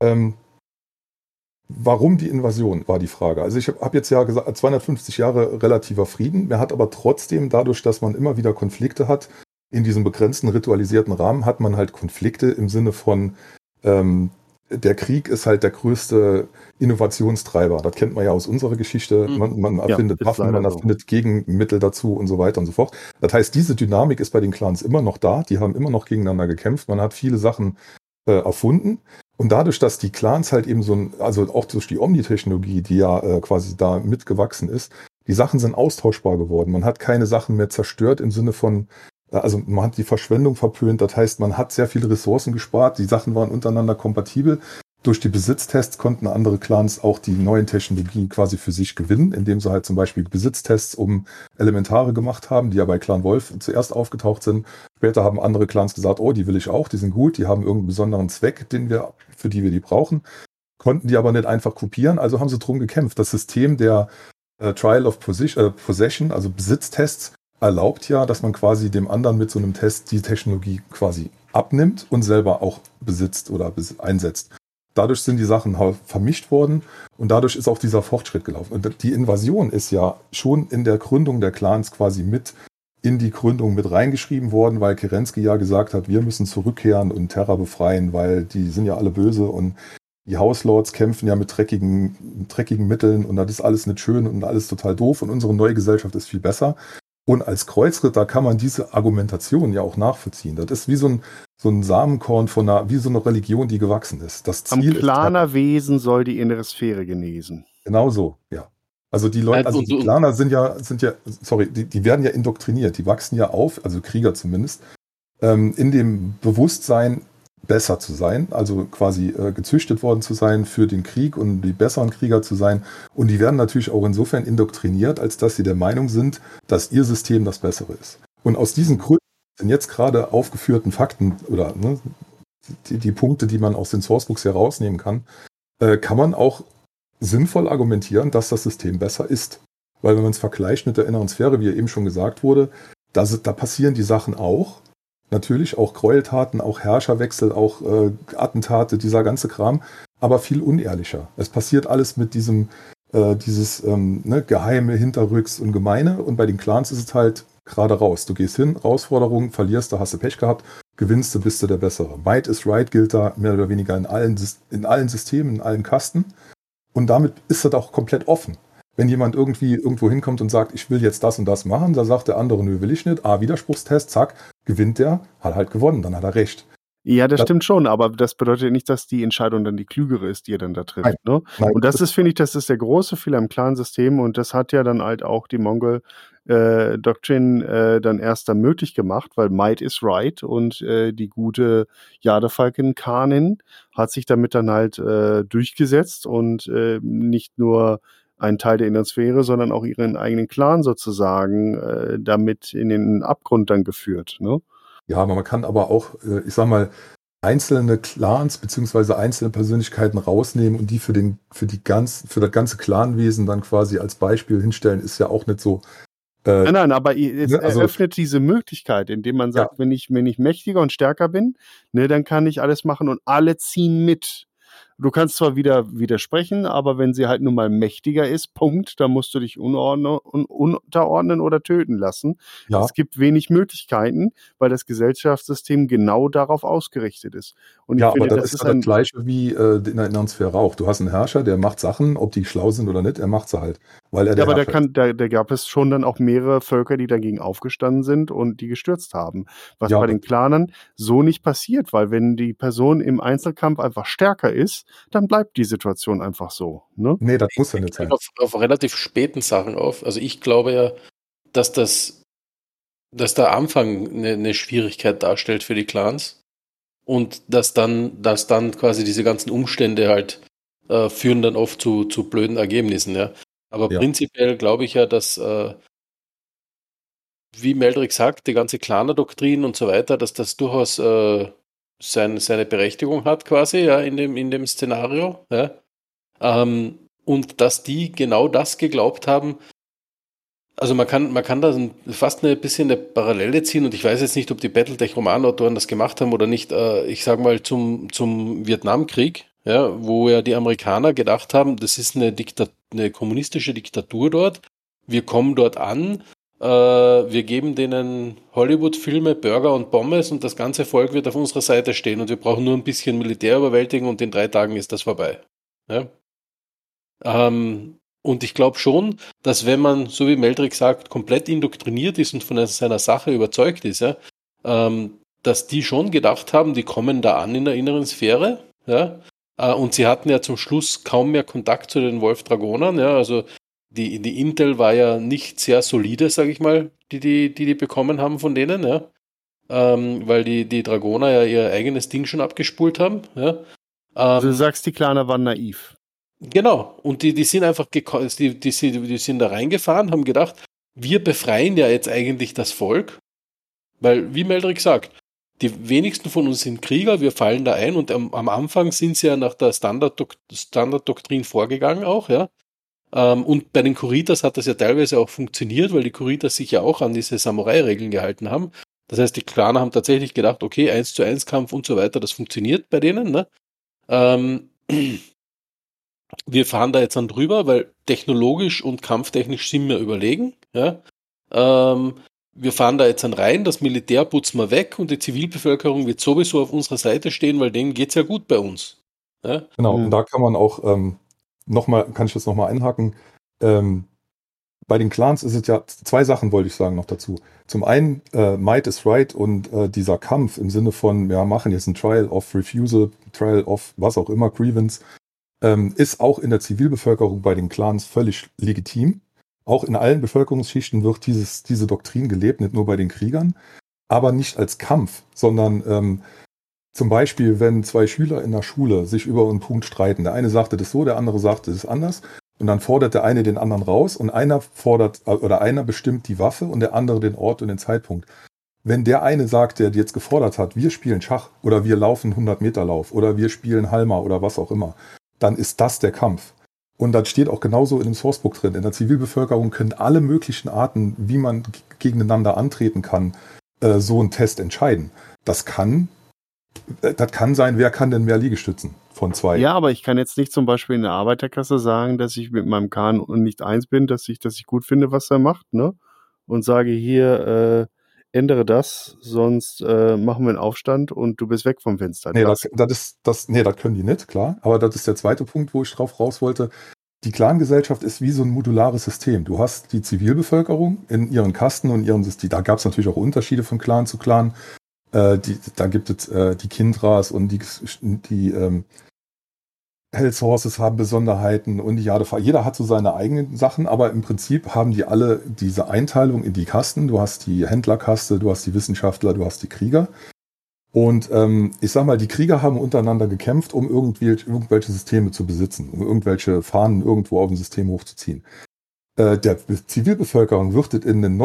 Speaker 6: Warum die Invasion, war die Frage. Also ich habe jetzt ja gesagt, 250 Jahre relativer Frieden. Man hat aber trotzdem, dadurch, dass man immer wieder Konflikte hat, in diesem begrenzten, ritualisierten Rahmen, hat man halt Konflikte im Sinne von der Krieg ist halt der größte Innovationstreiber. Das kennt man ja aus unserer Geschichte. Man erfindet Waffen, man erfindet Gegenmittel dazu und so weiter und so fort. Das heißt, diese Dynamik ist bei den Clans immer noch da. Die haben immer noch gegeneinander gekämpft. Man hat viele Sachen erfunden. Und dadurch, dass die Clans halt eben also auch durch die Omni-Technologie, die ja quasi da mitgewachsen ist, die Sachen sind austauschbar geworden. Man hat keine Sachen mehr zerstört im Sinne von, also man hat die Verschwendung verpönt, das heißt, man hat sehr viele Ressourcen gespart, die Sachen waren untereinander kompatibel. Durch die Besitztests konnten andere Clans auch die neuen Technologien quasi für sich gewinnen, indem sie halt zum Beispiel Besitztests um Elementare gemacht haben, die ja bei Clan Wolf zuerst aufgetaucht sind. Später haben andere Clans gesagt, oh, die will ich auch, die sind gut, die haben irgendeinen besonderen Zweck, für die wir die brauchen. Konnten die aber nicht einfach kopieren, also haben sie drum gekämpft. Das System der Trial of Possession, also Besitztests, erlaubt ja, dass man quasi dem anderen mit so einem Test die Technologie quasi abnimmt und selber auch besitzt oder einsetzt. Dadurch sind die Sachen vermischt worden und dadurch ist auch dieser Fortschritt gelaufen. Und die Invasion ist ja schon in der Gründung der Clans quasi mit in die Gründung mit reingeschrieben worden, weil Kerensky ja gesagt hat, wir müssen zurückkehren und Terra befreien, weil die sind ja alle böse und Die Houselords kämpfen ja mit dreckigen Mitteln und das ist alles nicht schön und alles total doof und unsere neue Gesellschaft ist viel besser. Und als Kreuzritter kann man diese Argumentation ja auch nachvollziehen. Das ist wie so ein Samenkorn wie so eine Religion, die gewachsen ist. Das Ziel
Speaker 3: Am Planerwesen soll die innere Sphäre genesen.
Speaker 6: Genau so, ja. Also die Leute, also die Planer sind ja, sorry, die werden ja indoktriniert, die wachsen ja auf, also Krieger zumindest, in dem Bewusstsein, besser zu sein, also quasi gezüchtet worden zu sein für den Krieg und die besseren Krieger zu sein. Und die werden natürlich auch insofern indoktriniert, als dass sie der Meinung sind, dass ihr System das Bessere ist. Und aus diesen Gründen sind jetzt gerade aufgeführten Fakten oder die Punkte, die man aus den Sourcebooks herausnehmen kann man auch sinnvoll argumentieren, dass das System besser ist. Weil wenn man es vergleicht mit der inneren Sphäre, wie eben schon gesagt wurde, da passieren die Sachen auch. Natürlich auch Gräueltaten, auch Herrscherwechsel, auch Attentate, dieser ganze Kram, aber viel unehrlicher. Es passiert alles mit dieses Geheime, Hinterrücks und Gemeine, und bei den Clans ist es halt gerade raus. Du gehst hin, Herausforderung, verlierst du, hast du Pech gehabt, gewinnst du, bist du der Bessere. Might is right gilt da mehr oder weniger in allen Systemen, in allen Kasten, und damit ist das auch komplett offen. Wenn jemand irgendwo hinkommt und sagt, ich will jetzt das und das machen, da sagt der andere, nö, will ich nicht. Widerspruchstest, zack, gewinnt der, hat halt gewonnen, dann hat er recht.
Speaker 3: Ja, das stimmt schon, aber das bedeutet nicht, dass die Entscheidung dann die klügere ist, die er dann da trifft. Ne? Und das ist, finde ich, das ist der große Fehler im Clan-System, und das hat ja dann halt auch die Mongol Doctrine dann erst dann möglich gemacht, weil Might is right, und die gute Jadefalken-Kanin hat sich damit dann halt durchgesetzt und nicht nur einen Teil der inneren Sphäre, sondern auch ihren eigenen Clan sozusagen damit in den Abgrund dann geführt. Ne?
Speaker 6: Ja, aber man kann aber auch, ich sag mal, einzelne Clans bzw. einzelne Persönlichkeiten rausnehmen und die für das ganze Clanwesen dann quasi als Beispiel hinstellen, ist ja auch nicht so.
Speaker 3: Nein, aber es eröffnet diese Möglichkeit, indem man sagt, wenn ich mächtiger und stärker bin, ne, dann kann ich alles machen und alle ziehen mit. Du kannst zwar wieder widersprechen, aber wenn sie halt nun mal mächtiger ist, Punkt, dann musst du dich unterordnen oder töten lassen. Ja. Es gibt wenig Möglichkeiten, weil das Gesellschaftssystem genau darauf ausgerichtet ist. Und ich finde,
Speaker 6: aber das ist das Gleiche wie in der inneren Sphäre auch. Du hast einen Herrscher, der macht Sachen, ob die schlau sind oder nicht, er macht sie halt, weil er der Herrscher ist.
Speaker 3: Da gab es schon dann auch mehrere Völker, die dagegen aufgestanden sind und die gestürzt haben. Was bei den Clanern so nicht passiert, weil wenn die Person im Einzelkampf einfach stärker ist, dann bleibt die Situation einfach so. Ne?
Speaker 6: Nee, das muss ja nicht sein.
Speaker 4: Auf relativ späten Sachen auf. Also ich glaube ja, dass der Anfang eine Schwierigkeit darstellt für die Clans, und dass dann quasi diese ganzen Umstände halt führen dann oft zu blöden Ergebnissen. Ja. Aber prinzipiell glaube ich ja, dass wie Meldrick sagt, die ganze Claner-Doktrin und so weiter, dass das durchaus seine Berechtigung hat quasi, ja, in dem Szenario, ja. Und dass die genau das geglaubt haben. Also man kann da fast ein bisschen eine Parallele ziehen, und ich weiß jetzt nicht, ob die Battletech-Romanautoren das gemacht haben oder nicht, ich sag mal zum Vietnamkrieg, ja, wo ja die Amerikaner gedacht haben, das ist eine kommunistische Diktatur dort, wir kommen dort an, wir geben denen Hollywood-Filme, Burger und Pommes, und das ganze Volk wird auf unserer Seite stehen, und wir brauchen nur ein bisschen Militär überwältigen, und in 3 Tagen ist das vorbei. Ja? Und ich glaube schon, dass wenn man, so wie Meldrick sagt, komplett indoktriniert ist und von seiner Sache überzeugt ist, ja, dass die schon gedacht haben, die kommen da an in der inneren Sphäre, ja, und sie hatten ja zum Schluss kaum mehr Kontakt zu den Wolf-Dragonern, ja, also die Intel war ja nicht sehr solide, sage ich mal, die bekommen haben von denen, ja, weil die Dragoner ja ihr eigenes Ding schon abgespult haben, ja.
Speaker 3: Also du sagst, die Claner waren naiv.
Speaker 4: Genau, und die sind einfach die sind da reingefahren, haben gedacht, wir befreien ja jetzt eigentlich das Volk, weil, wie Meldrick sagt, die wenigsten von uns sind Krieger, wir fallen da ein, und am Anfang sind sie ja nach der Standarddoktrin vorgegangen auch, ja. Und bei den Kuritas hat das ja teilweise auch funktioniert, weil die Kuritas sich ja auch an diese Samurai-Regeln gehalten haben. Das heißt, die Claner haben tatsächlich gedacht, okay, 1:1 Kampf und so weiter, das funktioniert bei denen, ne? Wir fahren da jetzt dann drüber, weil technologisch und kampftechnisch sind wir überlegen. Ja? Wir fahren da jetzt dann rein, das Militär putzen wir weg, und die Zivilbevölkerung wird sowieso auf unserer Seite stehen, weil denen geht's ja gut bei uns. Ja?
Speaker 6: Genau, und da kann man auch kann ich das nochmal einhaken. Bei den Clans ist es ja, zwei Sachen wollte ich sagen noch dazu. Zum einen, Might is Right und dieser Kampf im Sinne von, ja, machen jetzt ein Trial of Refusal, Trial of was auch immer, Grievance, ist auch in der Zivilbevölkerung bei den Clans völlig legitim. Auch in allen Bevölkerungsschichten wird diese Doktrin gelebt, nicht nur bei den Kriegern, aber nicht als Kampf, sondern zum Beispiel, wenn zwei Schüler in der Schule sich über einen Punkt streiten, der eine sagte das so, der andere sagte das anders, und dann fordert der eine den anderen raus und einer bestimmt die Waffe und der andere den Ort und den Zeitpunkt. Wenn der eine sagt, der jetzt gefordert hat, wir spielen Schach oder wir laufen 100-Meter-Lauf oder wir spielen Halma oder was auch immer, dann ist das der Kampf. Und das steht auch genauso in dem Sourcebook drin. In der Zivilbevölkerung können alle möglichen Arten, wie man gegeneinander antreten kann, so einen Test entscheiden. Das kann sein, wer kann denn mehr Liegestützen von zwei?
Speaker 3: Ja, aber ich kann jetzt nicht zum Beispiel in der Arbeiterklasse sagen, dass ich mit meinem Kahn nicht eins bin, dass ich gut finde, was er macht, ne? Und sage hier, ändere das, sonst machen wir einen Aufstand und du bist weg vom Fenster.
Speaker 6: Nee, das können die nicht, klar. Aber das ist der zweite Punkt, wo ich drauf raus wollte. Die Clangesellschaft ist wie so ein modulares System. Du hast die Zivilbevölkerung in ihren Kasten und ihren System. Da gab es natürlich auch Unterschiede von Clan zu Clan. Da gibt es die Kindras und die Hell's Horses haben Besonderheiten und die Jadefahrer. Jeder hat so seine eigenen Sachen, aber im Prinzip haben die alle diese Einteilung in die Kasten. Du hast die Händlerkaste, du hast die Wissenschaftler, du hast die Krieger. Und ich sag mal, die Krieger haben untereinander gekämpft, um irgendwelche Systeme zu besitzen, um irgendwelche Fahnen irgendwo auf dem System hochzuziehen. Der Zivilbevölkerung wird es in den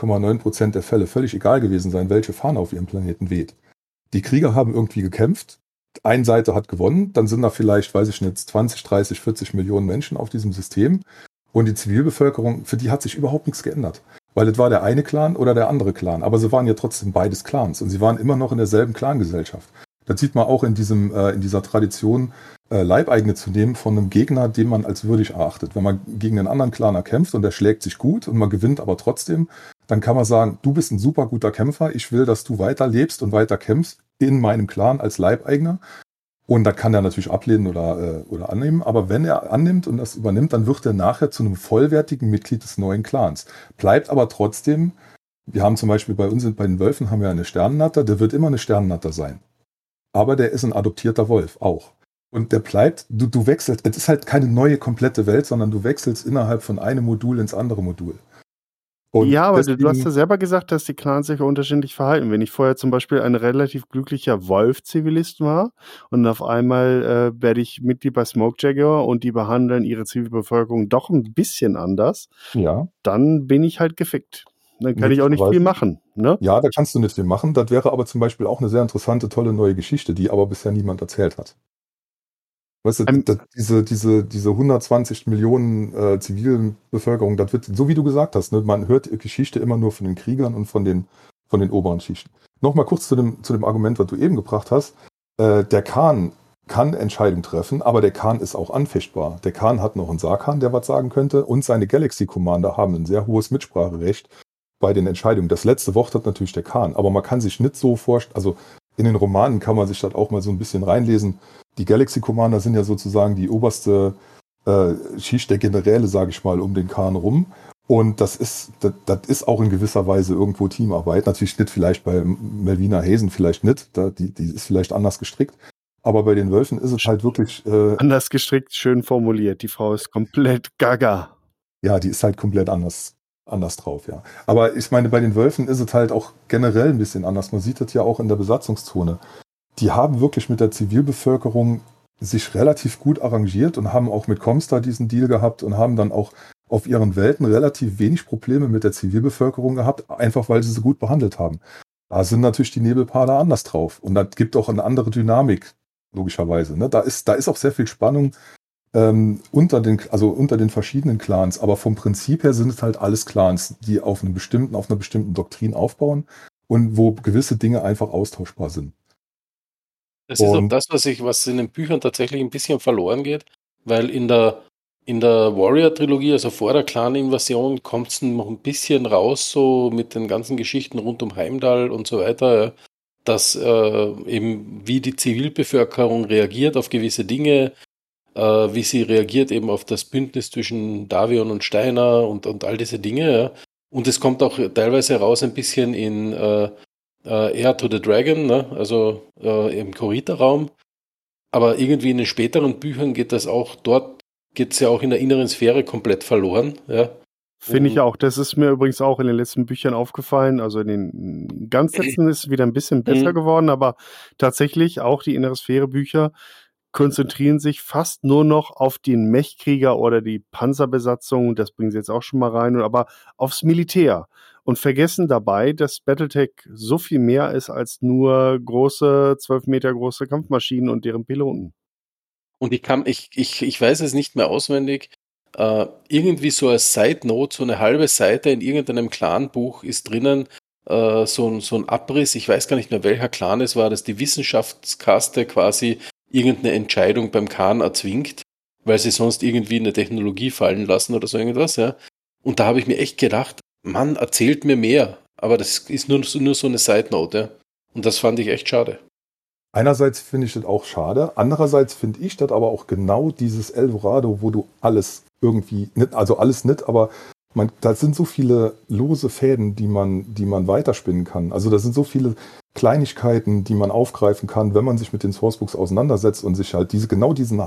Speaker 6: 99,9% der Fälle völlig egal gewesen sein, welche Fahne auf ihrem Planeten weht. Die Krieger haben irgendwie gekämpft, eine Seite hat gewonnen, dann sind da vielleicht, weiß ich nicht, 20, 30, 40 Millionen Menschen auf diesem System und die Zivilbevölkerung, für die hat sich überhaupt nichts geändert. Weil es war der eine Clan oder der andere Clan, aber sie waren ja trotzdem beides Clans und sie waren immer noch in derselben Clangesellschaft. Das sieht man auch in dieser Tradition, Leibeigene zu nehmen von einem Gegner, den man als würdig erachtet. Wenn man gegen einen anderen Claner kämpft und der schlägt sich gut und man gewinnt aber trotzdem, dann kann man sagen, du bist ein super guter Kämpfer, ich will, dass du weiter lebst und weiter kämpfst in meinem Clan als Leibeigener. Und da kann er natürlich ablehnen oder annehmen, aber wenn er annimmt und das übernimmt, dann wird er nachher zu einem vollwertigen Mitglied des neuen Clans. Bleibt aber trotzdem, wir haben zum Beispiel bei den Wölfen haben wir eine Sternennatter, der wird immer eine Sternennatter sein. Aber der ist ein adoptierter Wolf auch. Und der bleibt, du wechselst, es ist halt keine neue komplette Welt, sondern du wechselst innerhalb von einem Modul ins andere Modul. Und
Speaker 3: ja, aber
Speaker 6: deswegen,
Speaker 3: du hast ja selber gesagt, dass die Clans sich unterschiedlich verhalten. Wenn ich vorher zum Beispiel ein relativ glücklicher Wolf-Zivilist war und auf einmal werde ich Mitglied bei Smokejagger und die behandeln ihre Zivilbevölkerung doch ein bisschen anders,
Speaker 6: ja,
Speaker 3: dann bin ich halt gefickt. Dann kann ich auch nicht viel machen. Ne?
Speaker 6: ja, da kannst du nicht viel machen. Das wäre aber zum Beispiel auch eine sehr interessante, tolle neue Geschichte, die aber bisher niemand erzählt hat. Weißt du, diese 120 Millionen Zivilbevölkerung, das wird, so wie du gesagt hast, ne, man hört Geschichte immer nur von den Kriegern und von den oberen Schichten. Nochmal kurz zu dem Argument, was du eben gebracht hast. Der Khan kann Entscheidungen treffen, aber der Khan ist auch anfechtbar. Der Khan hat noch einen Sarkhan, der was sagen könnte, und seine Galaxy Commander haben ein sehr hohes Mitspracherecht bei den Entscheidungen. Das letzte Wort hat natürlich der Khan, aber man kann sich nicht so vorstellen, also in den Romanen kann man sich das auch mal so ein bisschen reinlesen. Die Galaxy Commander sind ja sozusagen die oberste Schicht der Generäle, sage ich mal, um den Khan rum. Und das ist auch in gewisser Weise irgendwo Teamarbeit. Natürlich nicht vielleicht bei Melvina Hazen, vielleicht nicht. Die ist vielleicht anders gestrickt. Aber bei den Wölfen ist es halt wirklich...
Speaker 3: anders gestrickt, schön formuliert. Die Frau ist komplett gaga.
Speaker 6: Ja, die ist halt komplett anders drauf, ja. Aber ich meine, bei den Wölfen ist es halt auch generell ein bisschen anders. Man sieht das ja auch in der Besatzungszone. Die haben wirklich mit der Zivilbevölkerung sich relativ gut arrangiert und haben auch mit Comstar diesen Deal gehabt und haben dann auch auf ihren Welten relativ wenig Probleme mit der Zivilbevölkerung gehabt, einfach weil sie sie gut behandelt haben. Da sind natürlich die Nebelpader anders drauf. Und das gibt auch eine andere Dynamik, logischerweise. Ne? Da ist auch sehr viel Spannung unter den verschiedenen Clans, aber vom Prinzip her sind es halt alles Clans, die auf einer bestimmten Doktrin aufbauen und wo gewisse Dinge einfach austauschbar sind.
Speaker 4: Das ist auch das, was in den Büchern tatsächlich ein bisschen verloren geht, weil in der Warrior-Trilogie, also vor der Clan-Invasion, kommt es noch ein bisschen raus, so mit den ganzen Geschichten rund um Heimdall und so weiter. Ja. dass eben wie die Zivilbevölkerung reagiert auf gewisse Dinge, wie sie reagiert eben auf das Bündnis zwischen Davion und Steiner und all diese Dinge. Ja. Und es kommt auch teilweise raus ein bisschen in Heir to the Dragon, ne? Also im Korita-Raum. Aber irgendwie in den späteren Büchern geht es ja auch in der inneren Sphäre komplett verloren. Ja.
Speaker 3: Finde ich auch. Das ist mir übrigens auch in den letzten Büchern aufgefallen. Also in den ganz letzten ist es wieder ein bisschen besser geworden, aber tatsächlich auch die innere Sphäre-Bücher konzentrieren sich fast nur noch auf den Mechkrieger oder die Panzerbesatzung, das bringen sie jetzt auch schon mal rein, aber aufs Militär und vergessen dabei, dass Battletech so viel mehr ist als nur große, 12 Meter große Kampfmaschinen und deren Piloten.
Speaker 4: Und ich weiß es nicht mehr auswendig, irgendwie so als Side Note, so eine halbe Seite in irgendeinem Clan-Buch ist drinnen, so ein Abriss, ich weiß gar nicht mehr welcher Clan es war, dass die Wissenschaftskaste quasi irgendeine Entscheidung beim Khan erzwingt, weil sie sonst irgendwie eine Technologie fallen lassen oder so irgendwas, ja. Und da habe ich mir echt gedacht, Mann, erzählt mir mehr. Aber das ist nur so eine Side Note, ja. Und das fand ich echt schade.
Speaker 6: Einerseits finde ich das auch schade, andererseits finde ich das aber auch genau dieses Eldorado, wo du alles irgendwie, also alles nicht, aber da sind so viele lose Fäden, die man weiterspinnen kann. Also da sind so viele Kleinigkeiten, die man aufgreifen kann, wenn man sich mit den Sourcebooks auseinandersetzt und sich halt diese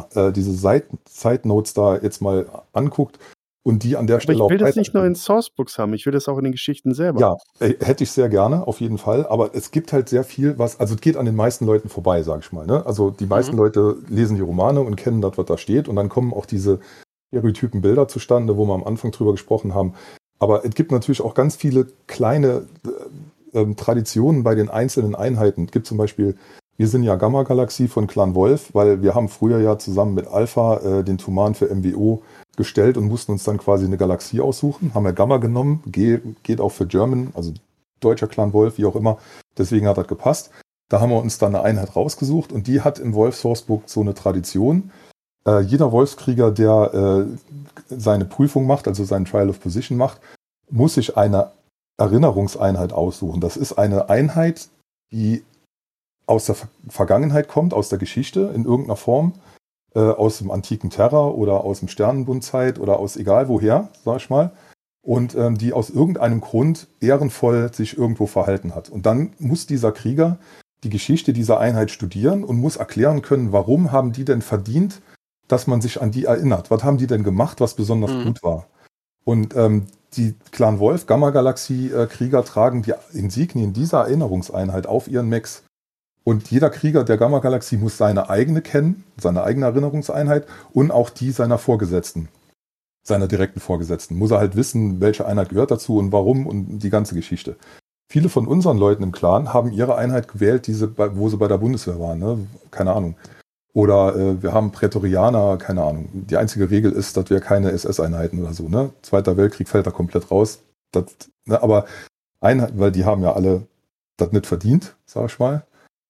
Speaker 6: Side Notes da jetzt mal anguckt und die an der Stelle auch.
Speaker 3: Aber ich will das nicht nur in Sourcebooks haben, ich will das auch in den Geschichten selber.
Speaker 6: Ja, hätte ich sehr gerne, auf jeden Fall. Aber es gibt halt sehr viel, also es geht an den meisten Leuten vorbei, sag ich mal. Ne? Also die meisten Leute lesen die Romane und kennen das, was da steht. Und dann kommen auch diese stereotypen Bilder zustande, wo wir am Anfang drüber gesprochen haben. Aber es gibt natürlich auch ganz viele kleine Traditionen bei den einzelnen Einheiten. Es gibt zum Beispiel, wir sind ja Gamma-Galaxie von Clan Wolf, weil wir haben früher ja zusammen mit Alpha den Tuman für MWO gestellt und mussten uns dann quasi eine Galaxie aussuchen. Haben wir Gamma genommen, geht auch für German, also deutscher Clan Wolf, wie auch immer. Deswegen hat das gepasst. Da haben wir uns dann eine Einheit rausgesucht und die hat im Wolf Sourcebook so eine Tradition. Jeder Wolfskrieger, der seine Prüfung macht, also seinen Trial of Position macht, muss sich eine Erinnerungseinheit aussuchen. Das ist eine Einheit, die aus der Vergangenheit kommt, aus der Geschichte in irgendeiner Form, aus dem antiken Terra oder aus dem Sternenbundzeit oder aus egal woher, sag ich mal, und die aus irgendeinem Grund ehrenvoll sich irgendwo verhalten hat. Und dann muss dieser Krieger die Geschichte dieser Einheit studieren und muss erklären können, warum haben die denn verdient, dass man sich an die erinnert. Was haben die denn gemacht, was besonders gut war? Und die Clan Wolf, Gamma-Galaxie-Krieger tragen die Insignien dieser Erinnerungseinheit auf ihren Mechs. Und jeder Krieger der Gamma-Galaxie muss seine eigene kennen, seine eigene Erinnerungseinheit und auch die seiner Vorgesetzten, seiner direkten Vorgesetzten. Muss er halt wissen, welche Einheit gehört dazu und warum und die ganze Geschichte. Viele von unseren Leuten im Clan haben ihre Einheit gewählt, wo sie bei der Bundeswehr waren. Ne? Keine Ahnung. Oder wir haben Prätorianer, keine Ahnung. Die einzige Regel ist, dass wir keine SS-Einheiten oder so. Ne? Zweiter Weltkrieg fällt da komplett raus. Aber weil die haben ja alle das nicht verdient, sag ich mal.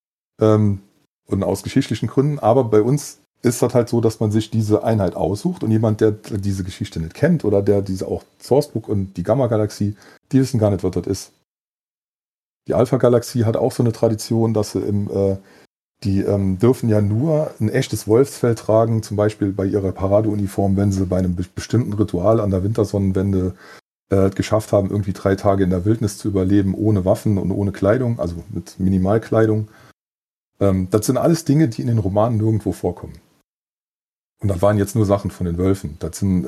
Speaker 6: Und aus geschichtlichen Gründen. Aber bei uns ist das halt so, dass man sich diese Einheit aussucht und jemand, der diese Geschichte nicht kennt oder der diese auch Sourcebook und die Gamma-Galaxie, die wissen gar nicht, was das ist. Die Alpha-Galaxie hat auch so eine Tradition, dass sie die dürfen ja nur ein echtes Wolfsfell tragen, zum Beispiel bei ihrer Paradeuniform, wenn sie bei einem bestimmten Ritual an der Wintersonnenwende geschafft haben, irgendwie 3 Tage in der Wildnis zu überleben, ohne Waffen und ohne Kleidung, also mit Minimalkleidung. Das sind alles Dinge, die in den Romanen nirgendwo vorkommen. Und das waren jetzt nur Sachen von den Wölfen. Das sind,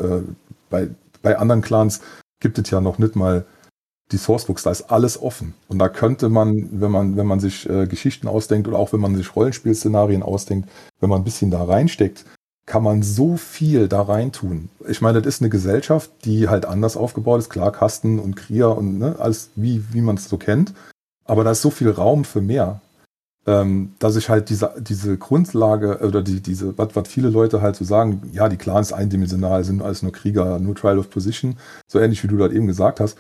Speaker 6: bei anderen Clans gibt es ja noch nicht mal die Sourcebooks, da ist alles offen. Und da könnte man, wenn man sich Geschichten ausdenkt oder auch wenn man sich Rollenspielszenarien ausdenkt, wenn man ein bisschen da reinsteckt, kann man so viel da reintun. Ich meine, das ist eine Gesellschaft, die halt anders aufgebaut ist. Klar, Kasten und Krier und ne, alles, wie man es so kennt. Aber da ist so viel Raum für mehr, dass ich halt diese Grundlage oder was viele Leute halt so sagen, ja, die Clans eindimensional sind alles nur Krieger, nur Trial of Position, so ähnlich wie du das eben gesagt hast.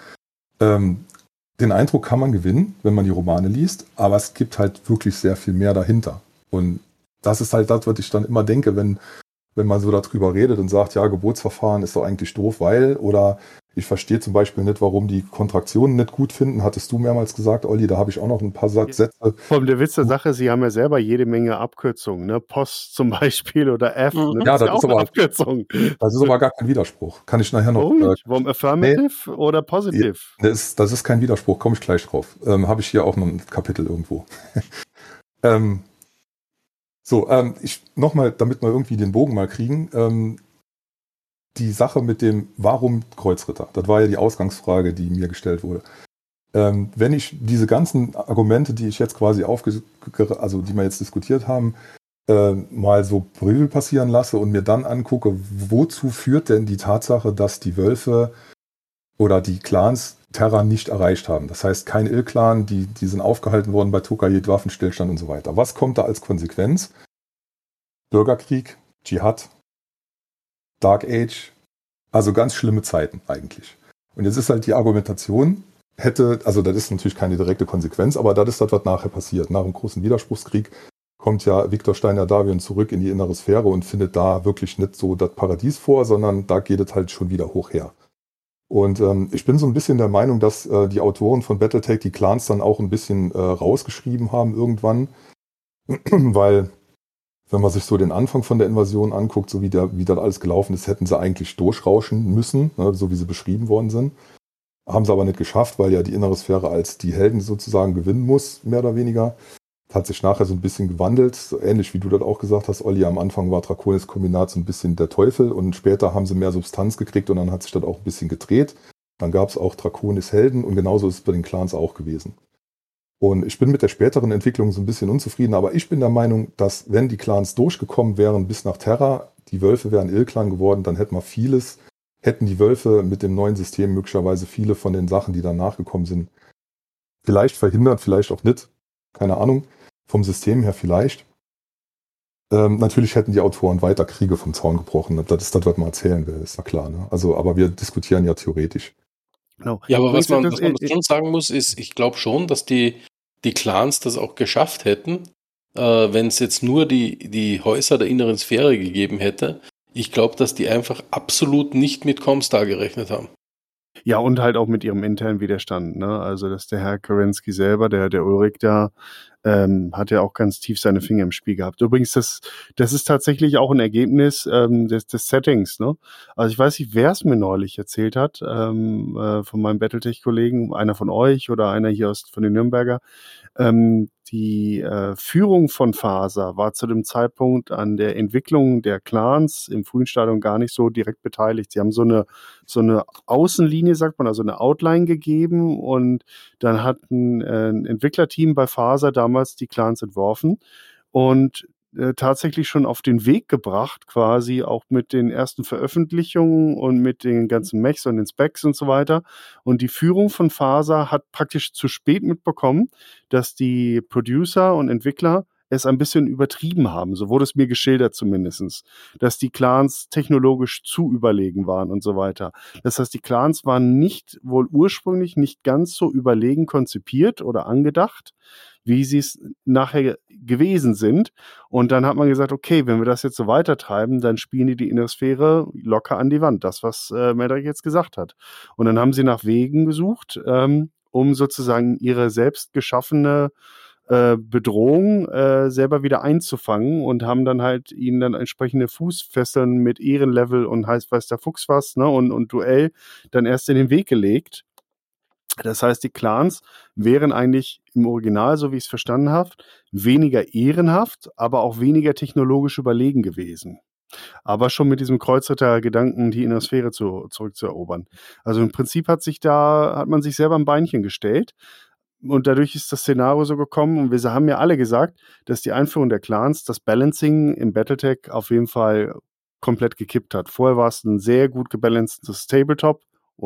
Speaker 6: Den Eindruck kann man gewinnen, wenn man die Romane liest, aber es gibt halt wirklich sehr viel mehr dahinter. Und das ist halt das, was ich dann immer denke, wenn wenn man so darüber redet und sagt, ja, Gebotsverfahren ist doch eigentlich doof, weil, oder ich verstehe zum Beispiel nicht, warum die Kontraktionen nicht gut finden, hattest du mehrmals gesagt, Olli, da habe ich auch noch ein paar Sätze.
Speaker 3: Vor allem der Witz der Sache, sie haben ja selber jede Menge Abkürzungen, ne? Post zum Beispiel oder F, ne?
Speaker 6: Ja, das
Speaker 3: auch
Speaker 6: ist aber-
Speaker 3: eine Abkürzung.
Speaker 6: Das ist aber gar kein Widerspruch. Kann ich nachher noch.
Speaker 3: Warum nicht? Warum Affirmative oder Positive?
Speaker 6: Das ist kein Widerspruch, komme ich gleich drauf. Habe ich hier auch noch ein Kapitel irgendwo. Ich nochmal, damit wir irgendwie den Bogen mal kriegen, die Sache mit dem Warum Kreuzritter, das war ja die Ausgangsfrage, die mir gestellt wurde. Wenn ich diese ganzen Argumente, die ich jetzt quasi die wir jetzt diskutiert haben, mal so Revue passieren lasse und mir dann angucke, wozu führt denn die Tatsache, dass die Wölfe oder die Clans Terra nicht erreicht haben. Das heißt, kein Ill-Clan, die sind aufgehalten worden bei Tokayed, Waffenstillstand und so weiter. Was kommt da als Konsequenz? Bürgerkrieg, Dschihad, Dark Age, also ganz schlimme Zeiten eigentlich. Und jetzt ist halt die Argumentation, das ist natürlich keine direkte Konsequenz, aber das ist das, was nachher passiert. Nach dem großen Widerspruchskrieg kommt ja Viktor Steiner-Davion zurück in die innere Sphäre und findet da wirklich nicht so das Paradies vor, sondern da geht es halt schon wieder hoch her. Und ich bin so ein bisschen der Meinung, dass die Autoren von Battletech die Clans dann auch ein bisschen rausgeschrieben haben irgendwann, weil wenn man sich so den Anfang von der Invasion anguckt, so wie das alles gelaufen ist, hätten sie eigentlich durchrauschen müssen, ne, so wie sie beschrieben worden sind. Haben sie aber nicht geschafft, weil ja die innere Sphäre als die Helden sozusagen gewinnen muss, mehr oder weniger. Hat sich nachher so ein bisschen gewandelt, so ähnlich wie du das auch gesagt hast, Olli. Am Anfang war Draconis Kombinat so ein bisschen der Teufel und später haben sie mehr Substanz gekriegt und dann hat sich das auch ein bisschen gedreht. Dann gab es auch Draconis Helden und genauso ist es bei den Clans auch gewesen. Und ich bin mit der späteren Entwicklung so ein bisschen unzufrieden, aber ich bin der Meinung, dass wenn die Clans durchgekommen wären bis nach Terra, die Wölfe wären Ill-Clan geworden, dann hätten die Wölfe mit dem neuen System möglicherweise viele von den Sachen, die danach gekommen sind, vielleicht verhindert, vielleicht auch nicht. Keine Ahnung. Vom System her vielleicht. Natürlich hätten die Autoren weiter Kriege vom Zaun gebrochen. Das ist das, was man erzählen will, ist ja klar. Ne? Aber wir diskutieren ja theoretisch.
Speaker 3: Genau.
Speaker 4: Ja, aber was man schon sagen muss, ist, ich glaube schon, dass die Clans das auch geschafft hätten, wenn es jetzt nur die Häuser der inneren Sphäre gegeben hätte. Ich glaube, dass die einfach absolut nicht mit Comstar gerechnet haben.
Speaker 3: Ja, und halt auch mit ihrem internen Widerstand, ne? Also, dass der Herr Kerensky selber, der Ulrich da, hat ja auch ganz tief seine Finger im Spiel gehabt. Übrigens, das ist tatsächlich auch ein Ergebnis des Settings, ne? Also ich weiß nicht, wer es mir neulich erzählt hat, von meinem Battletech-Kollegen, einer von euch oder einer hier von den Nürnberger. Die Führung von Faser war zu dem Zeitpunkt an der Entwicklung der Clans im frühen Stadium gar nicht so direkt beteiligt. Sie haben so eine Außenlinie, sagt man, also eine Outline gegeben und dann hat ein Entwicklerteam bei Faser damals die Clans entworfen und tatsächlich schon auf den Weg gebracht, quasi auch mit den ersten Veröffentlichungen und mit den ganzen Mechs und den Specs und so weiter. Und die Führung von Faser hat praktisch zu spät mitbekommen, dass die Producer und Entwickler es ein bisschen übertrieben haben. So wurde es mir geschildert zumindest, dass die Clans technologisch zu überlegen waren und so weiter. Das heißt, die Clans waren wohl ursprünglich nicht ganz so überlegen konzipiert oder angedacht, wie sie es nachher gewesen sind. Und dann hat man gesagt, okay, wenn wir das jetzt so weitertreiben, dann spielen die innere Sphäre locker an die Wand. Das, was Meldrick jetzt gesagt hat. Und dann haben sie nach Wegen gesucht, um sozusagen ihre selbst geschaffene Bedrohung selber wieder einzufangen und haben dann halt ihnen dann entsprechende Fußfesseln mit Ehrenlevel und weiß der Fuchs was, ne, und Duell dann erst in den Weg gelegt. Das heißt, die Clans wären eigentlich im Original, so wie ich es verstanden habe, weniger ehrenhaft, aber auch weniger technologisch überlegen gewesen. Aber schon mit diesem Kreuzritter-Gedanken, die innere Sphäre zurückzuerobern. Also im Prinzip hat man sich selber ein Beinchen gestellt. Und dadurch ist das Szenario so gekommen. Und wir haben ja alle gesagt, dass die Einführung der Clans das Balancing im Battletech auf jeden Fall komplett gekippt hat. Vorher war es ein sehr gut gebalancedes Tabletop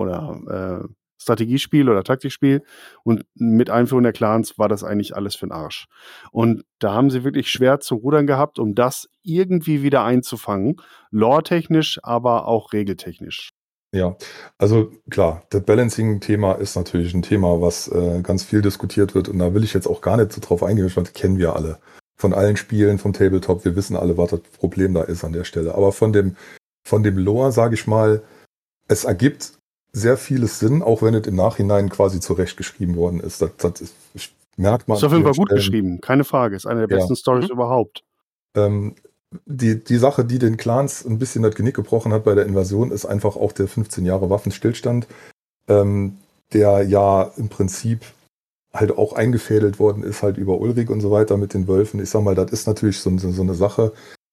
Speaker 3: oder Strategiespiel oder Taktikspiel und mit Einführung der Clans war das eigentlich alles für den Arsch. Und da haben sie wirklich schwer zu rudern gehabt, um das irgendwie wieder einzufangen, lore-technisch, aber auch regeltechnisch.
Speaker 6: Ja, also klar, das Balancing-Thema ist natürlich ein Thema, was ganz viel diskutiert wird und da will ich jetzt auch gar nicht so drauf eingehen, weil das kennen wir alle. von allen Spielen, vom Tabletop. Wir wissen alle, was das Problem da ist an der Stelle. Aber von dem Lore, sage ich mal, es ergibt sehr vieles Sinn, auch wenn es im Nachhinein quasi zurechtgeschrieben worden ist. Das merkt man.
Speaker 3: Ist auf jeden Fall gut geschrieben, keine Frage. Ist eine der besten Stories überhaupt.
Speaker 6: Die Sache, die den Clans ein bisschen das Genick gebrochen hat bei der Invasion, ist einfach auch der 15 Jahre Waffenstillstand, der ja im Prinzip halt auch eingefädelt worden ist, halt über Ulrich und so weiter mit den Wölfen. Ich sag mal, das ist natürlich so eine Sache,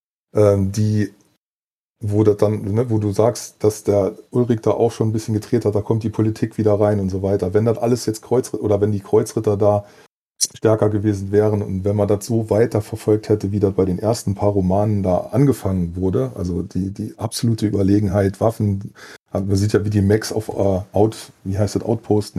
Speaker 6: wo das dann, ne, wo du sagst, dass der Ulrich da auch schon ein bisschen gedreht hat, da kommt die Politik wieder rein und so weiter. Wenn das alles jetzt wenn die Kreuzritter da stärker gewesen wären und wenn man das so weiter verfolgt hätte, wie das bei den ersten paar Romanen da angefangen wurde, also die absolute Überlegenheit, Waffen, man sieht ja, wie die Mechs auf Outpost,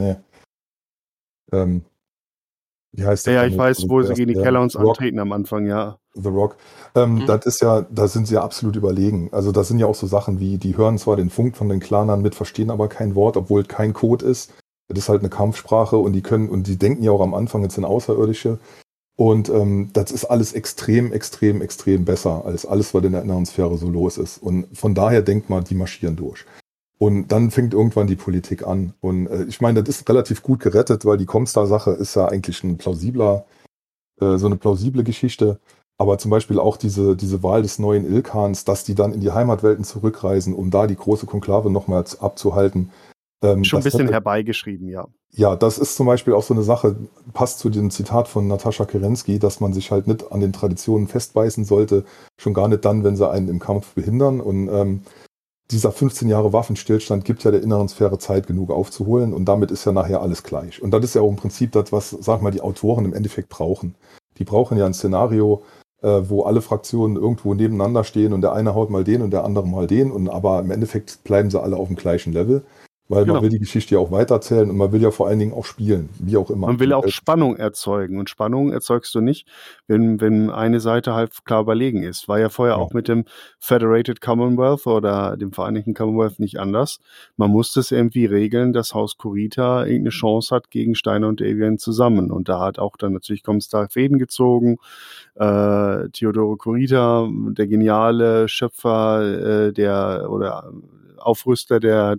Speaker 6: wie heißt der?
Speaker 3: Ja, ich weiß, wo sie gegen die Keller uns antreten am Anfang, ja.
Speaker 6: The Rock. Das ist ja, da sind sie ja absolut überlegen. Also das sind ja auch so Sachen wie, die hören zwar den Funk von den Clanern mit, verstehen aber kein Wort, obwohl es kein Code ist. Das ist halt eine Kampfsprache und die denken ja auch am Anfang, jetzt sind Außerirdische. Und das ist alles extrem, extrem, extrem besser als alles, was in der inneren Sphäre so los ist. Und von daher denkt man, die marschieren durch. Und dann fängt irgendwann die Politik an. Und ich meine, das ist relativ gut gerettet, weil die Comstar-Sache ist ja eigentlich so eine plausible Geschichte. Aber zum Beispiel auch diese Wahl des neuen Ilkhans, dass die dann in die Heimatwelten zurückreisen, um da die große Konklave nochmals abzuhalten.
Speaker 3: Schon ein bisschen herbeigeschrieben, ja.
Speaker 6: Ja, das ist zum Beispiel auch so eine Sache, passt zu dem Zitat von Natascha Kerensky, dass man sich halt nicht an den Traditionen festbeißen sollte, schon gar nicht dann, wenn sie einen im Kampf behindern. Und dieser 15 Jahre Waffenstillstand gibt ja der inneren Sphäre Zeit genug aufzuholen und damit ist ja nachher alles gleich. Und das ist ja auch im Prinzip das, was, sag mal, die Autoren im Endeffekt brauchen. Die brauchen ja ein Szenario, wo alle Fraktionen irgendwo nebeneinander stehen und der eine haut mal den und der andere mal den, aber im Endeffekt bleiben sie alle auf dem gleichen Level. Weil man will die Geschichte ja auch weitererzählen und man will ja vor allen Dingen auch spielen, wie auch immer.
Speaker 3: Man will auch Spannung erzeugen und Spannung erzeugst du nicht, wenn eine Seite halt klar überlegen ist. War ja vorher auch mit dem Federated Commonwealth oder dem Vereinigten Commonwealth nicht anders. Man musste es irgendwie regeln, dass Haus Kurita irgendeine Chance hat gegen Steiner und Avian zusammen. Und da hat auch dann natürlich Comstar Fäden gezogen. Theodore Kurita, der geniale Schöpfer Aufrüster der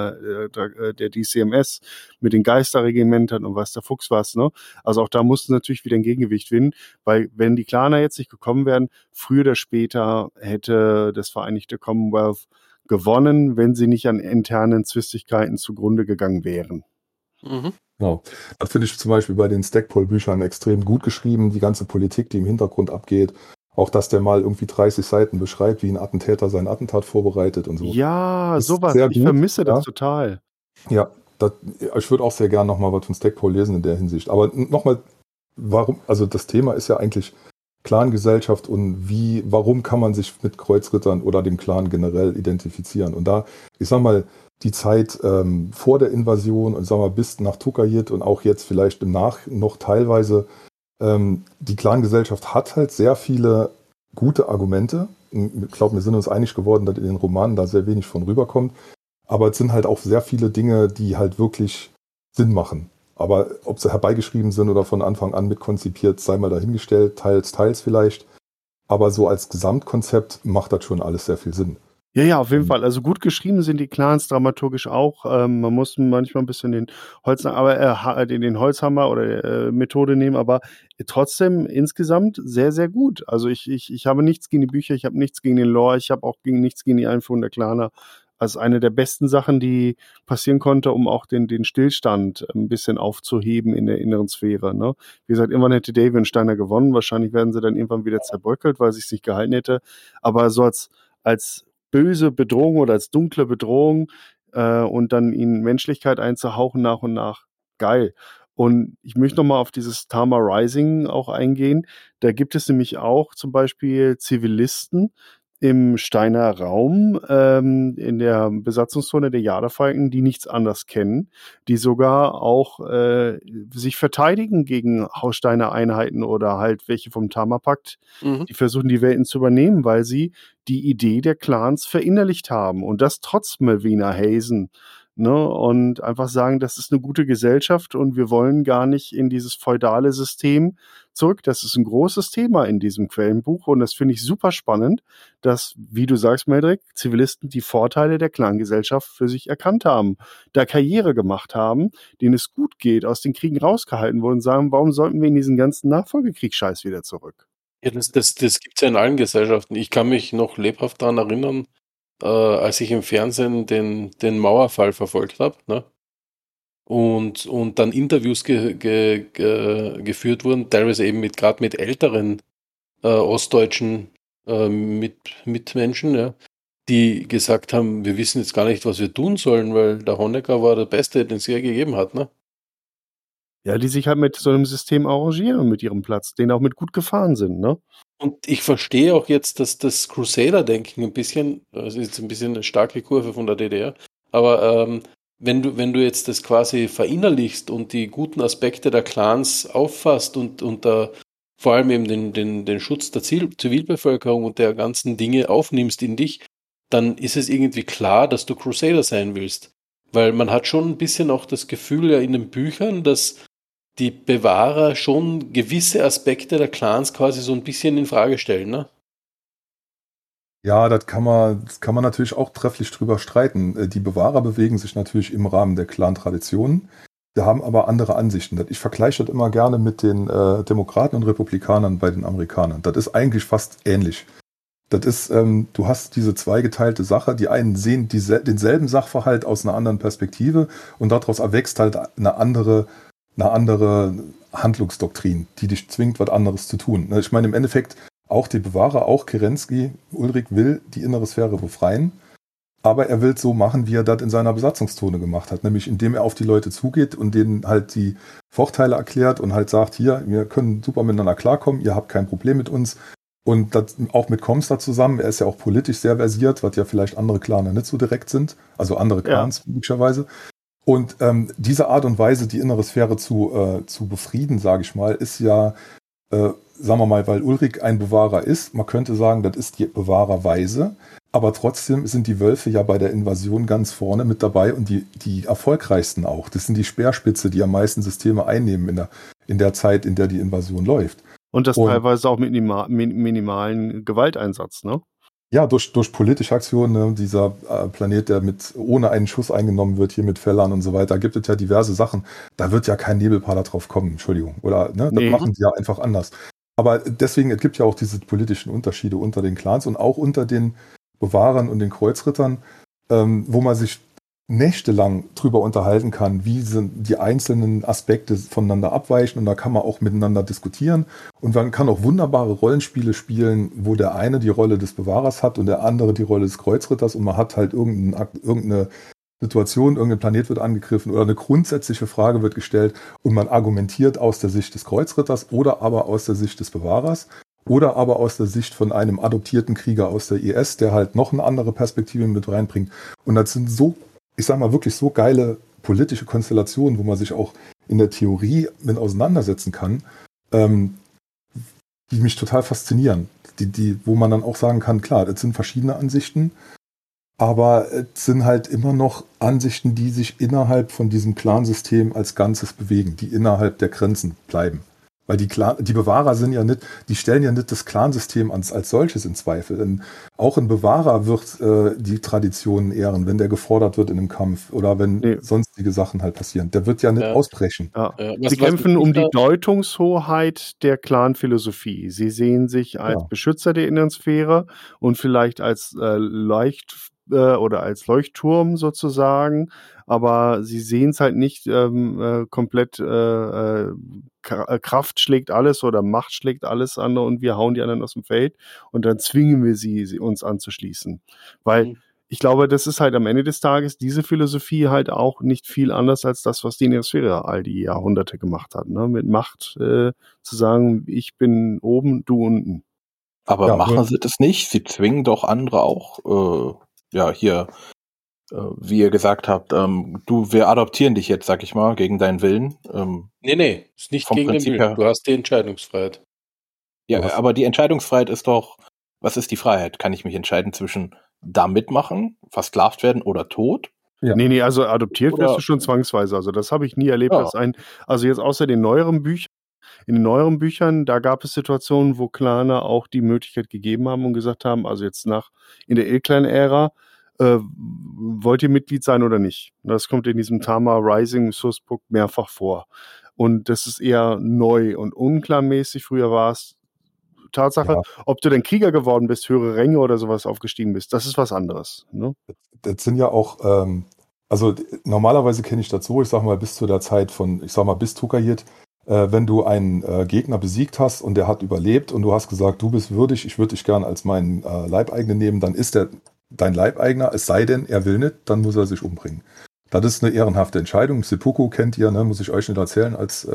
Speaker 3: DCMS mit den Geisterregimentern und weiß der Fuchs was, ne? Also auch da mussten natürlich wieder ein Gegengewicht finden, weil wenn die Claner jetzt nicht gekommen wären, früher oder später hätte das Vereinigte Commonwealth gewonnen, wenn sie nicht an internen Zwistigkeiten zugrunde gegangen wären.
Speaker 5: Mhm.
Speaker 6: Genau. Das finde ich zum Beispiel bei den Stackpole-Büchern extrem gut geschrieben, die ganze Politik, die im Hintergrund abgeht. Auch, dass der mal irgendwie 30 Seiten beschreibt, wie ein Attentäter sein Attentat vorbereitet und so.
Speaker 3: Ja, sowas. Ich vermisse das total.
Speaker 6: Ja, ich würde auch sehr gerne nochmal was von Stackpole lesen in der Hinsicht. Aber nochmal, warum, also das Thema ist ja eigentlich Clangesellschaft und warum kann man sich mit Kreuzrittern oder dem Clan generell identifizieren? Und da, ich sag mal, die Zeit vor der Invasion und sag mal bis nach Tukayit und auch jetzt vielleicht im noch teilweise, die Clangesellschaft hat halt sehr viele gute Argumente. Ich glaube, wir sind uns einig geworden, dass in den Romanen da sehr wenig von rüberkommt. Aber es sind halt auch sehr viele Dinge, die halt wirklich Sinn machen. Aber ob sie herbeigeschrieben sind oder von Anfang an mitkonzipiert, sei mal dahingestellt, teils vielleicht. Aber so als Gesamtkonzept macht das schon alles sehr viel Sinn.
Speaker 3: Ja, auf jeden Fall. Also gut geschrieben sind die Clans dramaturgisch auch. Man muss manchmal ein bisschen den Holzhammer oder Methode nehmen, aber trotzdem insgesamt sehr, sehr gut. Also ich habe nichts gegen die Bücher, ich habe nichts gegen den Lore, ich habe auch nichts gegen die Einführung der Claner. Also eine der besten Sachen, die passieren konnte, um auch den Stillstand ein bisschen aufzuheben in der inneren Sphäre. Ne? Wie gesagt, irgendwann hätte Davy und Steiner gewonnen. Wahrscheinlich werden sie dann irgendwann wieder zerbröckelt, weil es sich gehalten hätte. Aber so als böse Bedrohung oder als dunkle Bedrohung und dann ihnen Menschlichkeit einzuhauchen nach und nach. Geil. Und ich möchte nochmal auf dieses Tama Rising auch eingehen. Da gibt es nämlich auch zum Beispiel Zivilisten im Steiner Raum, in der Besatzungszone der Jadafalken, die nichts anderes kennen, die sogar auch sich verteidigen gegen Haussteiner Einheiten oder halt welche vom Tama-Pakt, die versuchen, die Welten zu übernehmen, weil sie die Idee der Clans verinnerlicht haben. Und das trotz Malvina Hazen, Ne? Und einfach sagen, das ist eine gute Gesellschaft und wir wollen gar nicht in dieses feudale System zurück. Das ist ein großes Thema in diesem Quellenbuch und das finde ich super spannend, dass, wie du sagst, Meldrick, Zivilisten die Vorteile der Clangesellschaft für sich erkannt haben, da Karriere gemacht haben, denen es gut geht, aus den Kriegen rausgehalten wurden und sagen, warum sollten wir in diesen ganzen Nachfolgekriegsscheiß wieder zurück?
Speaker 4: Ja, das gibt es ja in allen Gesellschaften. Ich kann mich noch lebhaft daran erinnern, als ich im Fernsehen den Mauerfall verfolgt habe, ne? Und dann Interviews geführt wurden, teilweise eben gerade mit älteren ostdeutschen Mitmenschen, ja, die gesagt haben, wir wissen jetzt gar nicht, was wir tun sollen, weil der Honecker war der Beste, den es je gegeben hat, ne?
Speaker 3: Ja, die sich halt mit so einem System arrangieren und mit ihrem Platz, denen auch mit gut gefahren sind, ne?
Speaker 4: Und ich verstehe auch jetzt, dass das Crusader-Denken ein bisschen, das ist jetzt ein bisschen eine starke Kurve von der DDR, aber wenn du jetzt das quasi verinnerlichst und die guten Aspekte der Clans auffasst und da vor allem eben den Schutz der Zivilbevölkerung und der ganzen Dinge aufnimmst in dich, dann ist es irgendwie klar, dass du Crusader sein willst. Weil man hat schon ein bisschen auch das Gefühl ja in den Büchern, dass die Bewahrer schon gewisse Aspekte der Clans quasi so ein bisschen in Frage stellen, ne?
Speaker 6: Ja, das kann man natürlich auch trefflich drüber streiten. Die Bewahrer bewegen sich natürlich im Rahmen der Clan-Traditionen. Wir haben aber andere Ansichten. Ich vergleiche das immer gerne mit den Demokraten und Republikanern bei den Amerikanern. Das ist eigentlich fast ähnlich. Das ist, du hast diese zweigeteilte Sache. Die einen sehen denselben Sachverhalt aus einer anderen Perspektive und daraus erwächst halt eine andere Handlungsdoktrin, die dich zwingt, was anderes zu tun. Ich meine, im Endeffekt auch die Bewahrer, auch Kerensky, Ulrich will die innere Sphäre befreien, aber er will es so machen, wie er das in seiner Besatzungszone gemacht hat, nämlich indem er auf die Leute zugeht und denen halt die Vorteile erklärt und halt sagt, hier, wir können super miteinander klarkommen, ihr habt kein Problem mit uns. Und das auch mit Comstar zusammen, er ist ja auch politisch sehr versiert, was ja vielleicht andere Claner nicht so direkt sind, also andere Clans möglicherweise. Und diese Art und Weise, die innere Sphäre zu befrieden, sage ich mal, ist ja, sagen wir mal, weil Ulrich ein Bewahrer ist, man könnte sagen, das ist die Bewahrerweise, aber trotzdem sind die Wölfe ja bei der Invasion ganz vorne mit dabei und die erfolgreichsten auch. Das sind die Speerspitze, die am meisten Systeme einnehmen in der Zeit, in der die Invasion läuft.
Speaker 3: Und das teilweise auch mit minimalen Gewalteinsatz, ne?
Speaker 6: Ja, durch politische Aktionen, ne, dieser Planet, der ohne einen Schuss eingenommen wird, hier mit Fellern und so weiter, gibt es ja diverse Sachen. Da wird ja kein Nebelpader drauf kommen, Entschuldigung. Oder ne, das machen die ja einfach anders. Aber deswegen, es gibt ja auch diese politischen Unterschiede unter den Clans und auch unter den Bewahrern und den Kreuzrittern, wo man sich nächtelang drüber unterhalten kann, wie sind die einzelnen Aspekte voneinander abweichen und da kann man auch miteinander diskutieren und man kann auch wunderbare Rollenspiele spielen, wo der eine die Rolle des Bewahrers hat und der andere die Rolle des Kreuzritters und man hat halt irgendeine Situation, irgendein Planet wird angegriffen oder eine grundsätzliche Frage wird gestellt und man argumentiert aus der Sicht des Kreuzritters oder aber aus der Sicht des Bewahrers oder aber aus der Sicht von einem adoptierten Krieger aus der IS, der halt noch eine andere Perspektive mit reinbringt. Und das sind so, ich sag mal, wirklich so geile politische Konstellationen, wo man sich auch in der Theorie mit auseinandersetzen kann, die mich total faszinieren. Wo man dann auch sagen kann, klar, das sind verschiedene Ansichten, aber es sind halt immer noch Ansichten, die sich innerhalb von diesem Clansystem als Ganzes bewegen, die innerhalb der Grenzen bleiben. Weil die Bewahrer sind ja nicht, die stellen ja nicht das Clansystem als solches in Zweifel. Denn auch ein Bewahrer wird die Traditionen ehren, wenn der gefordert wird in einem Kampf oder wenn sonstige Sachen halt passieren. Der wird ja nicht ausbrechen.
Speaker 3: Ja. Sie kämpfen um die Deutungshoheit der Clan-Philosophie. Sie sehen sich als Beschützer der inneren Sphäre und vielleicht als oder als Leuchtturm sozusagen, aber sie sehen es halt nicht komplett Kraft schlägt alles oder Macht schlägt alles an und wir hauen die anderen aus dem Feld und dann zwingen wir sie uns anzuschließen. Weil ich glaube, das ist halt am Ende des Tages diese Philosophie halt auch nicht viel anders als das, was die Neosphäre all die Jahrhunderte gemacht hat. Ne? Mit Macht zu sagen, ich bin oben, du unten.
Speaker 2: Aber machen sie das nicht? Sie zwingen doch andere auch, wie ihr gesagt habt, wir adoptieren dich jetzt, sag ich mal, gegen deinen Willen.
Speaker 4: Nee, ist nicht gegen den Willen. Du hast die Entscheidungsfreiheit.
Speaker 2: Ja, aber die Entscheidungsfreiheit ist doch, was ist die Freiheit? Kann ich mich entscheiden zwischen da mitmachen, versklavt werden oder tot?
Speaker 6: Ja.
Speaker 3: Nee, also adoptiert wirst
Speaker 2: Oder-
Speaker 3: du schon zwangsweise. Also das habe ich nie erlebt,
Speaker 2: Ja.
Speaker 3: also jetzt außer den neueren Büchern, in den neueren Büchern, da gab es Situationen, wo Claner auch die Möglichkeit gegeben haben und gesagt haben, also jetzt in der Ilclan-Ära, wollt ihr Mitglied sein oder nicht? Das kommt in diesem Tama Rising Sourcebook mehrfach vor. Und das ist eher neu und unklarmäßig. Früher war es Tatsache,
Speaker 6: Ja.
Speaker 3: ob du denn Krieger geworden bist, höhere Ränge oder sowas aufgestiegen bist. Das ist was anderes. Ne?
Speaker 6: Das sind ja auch, also normalerweise kenne ich das so, ich sag mal, bis zu der Zeit von, ich sag mal, bis Tukayit, wenn du einen Gegner besiegt hast und der hat überlebt und du hast gesagt, du bist würdig, ich würde dich gern als meinen Leibeigenen nehmen, dann ist der dein Leibeigener, es sei denn, er will nicht, dann muss er sich umbringen. Das ist eine ehrenhafte Entscheidung. Seppuku kennt ihr, ne? Muss ich euch nicht erzählen, als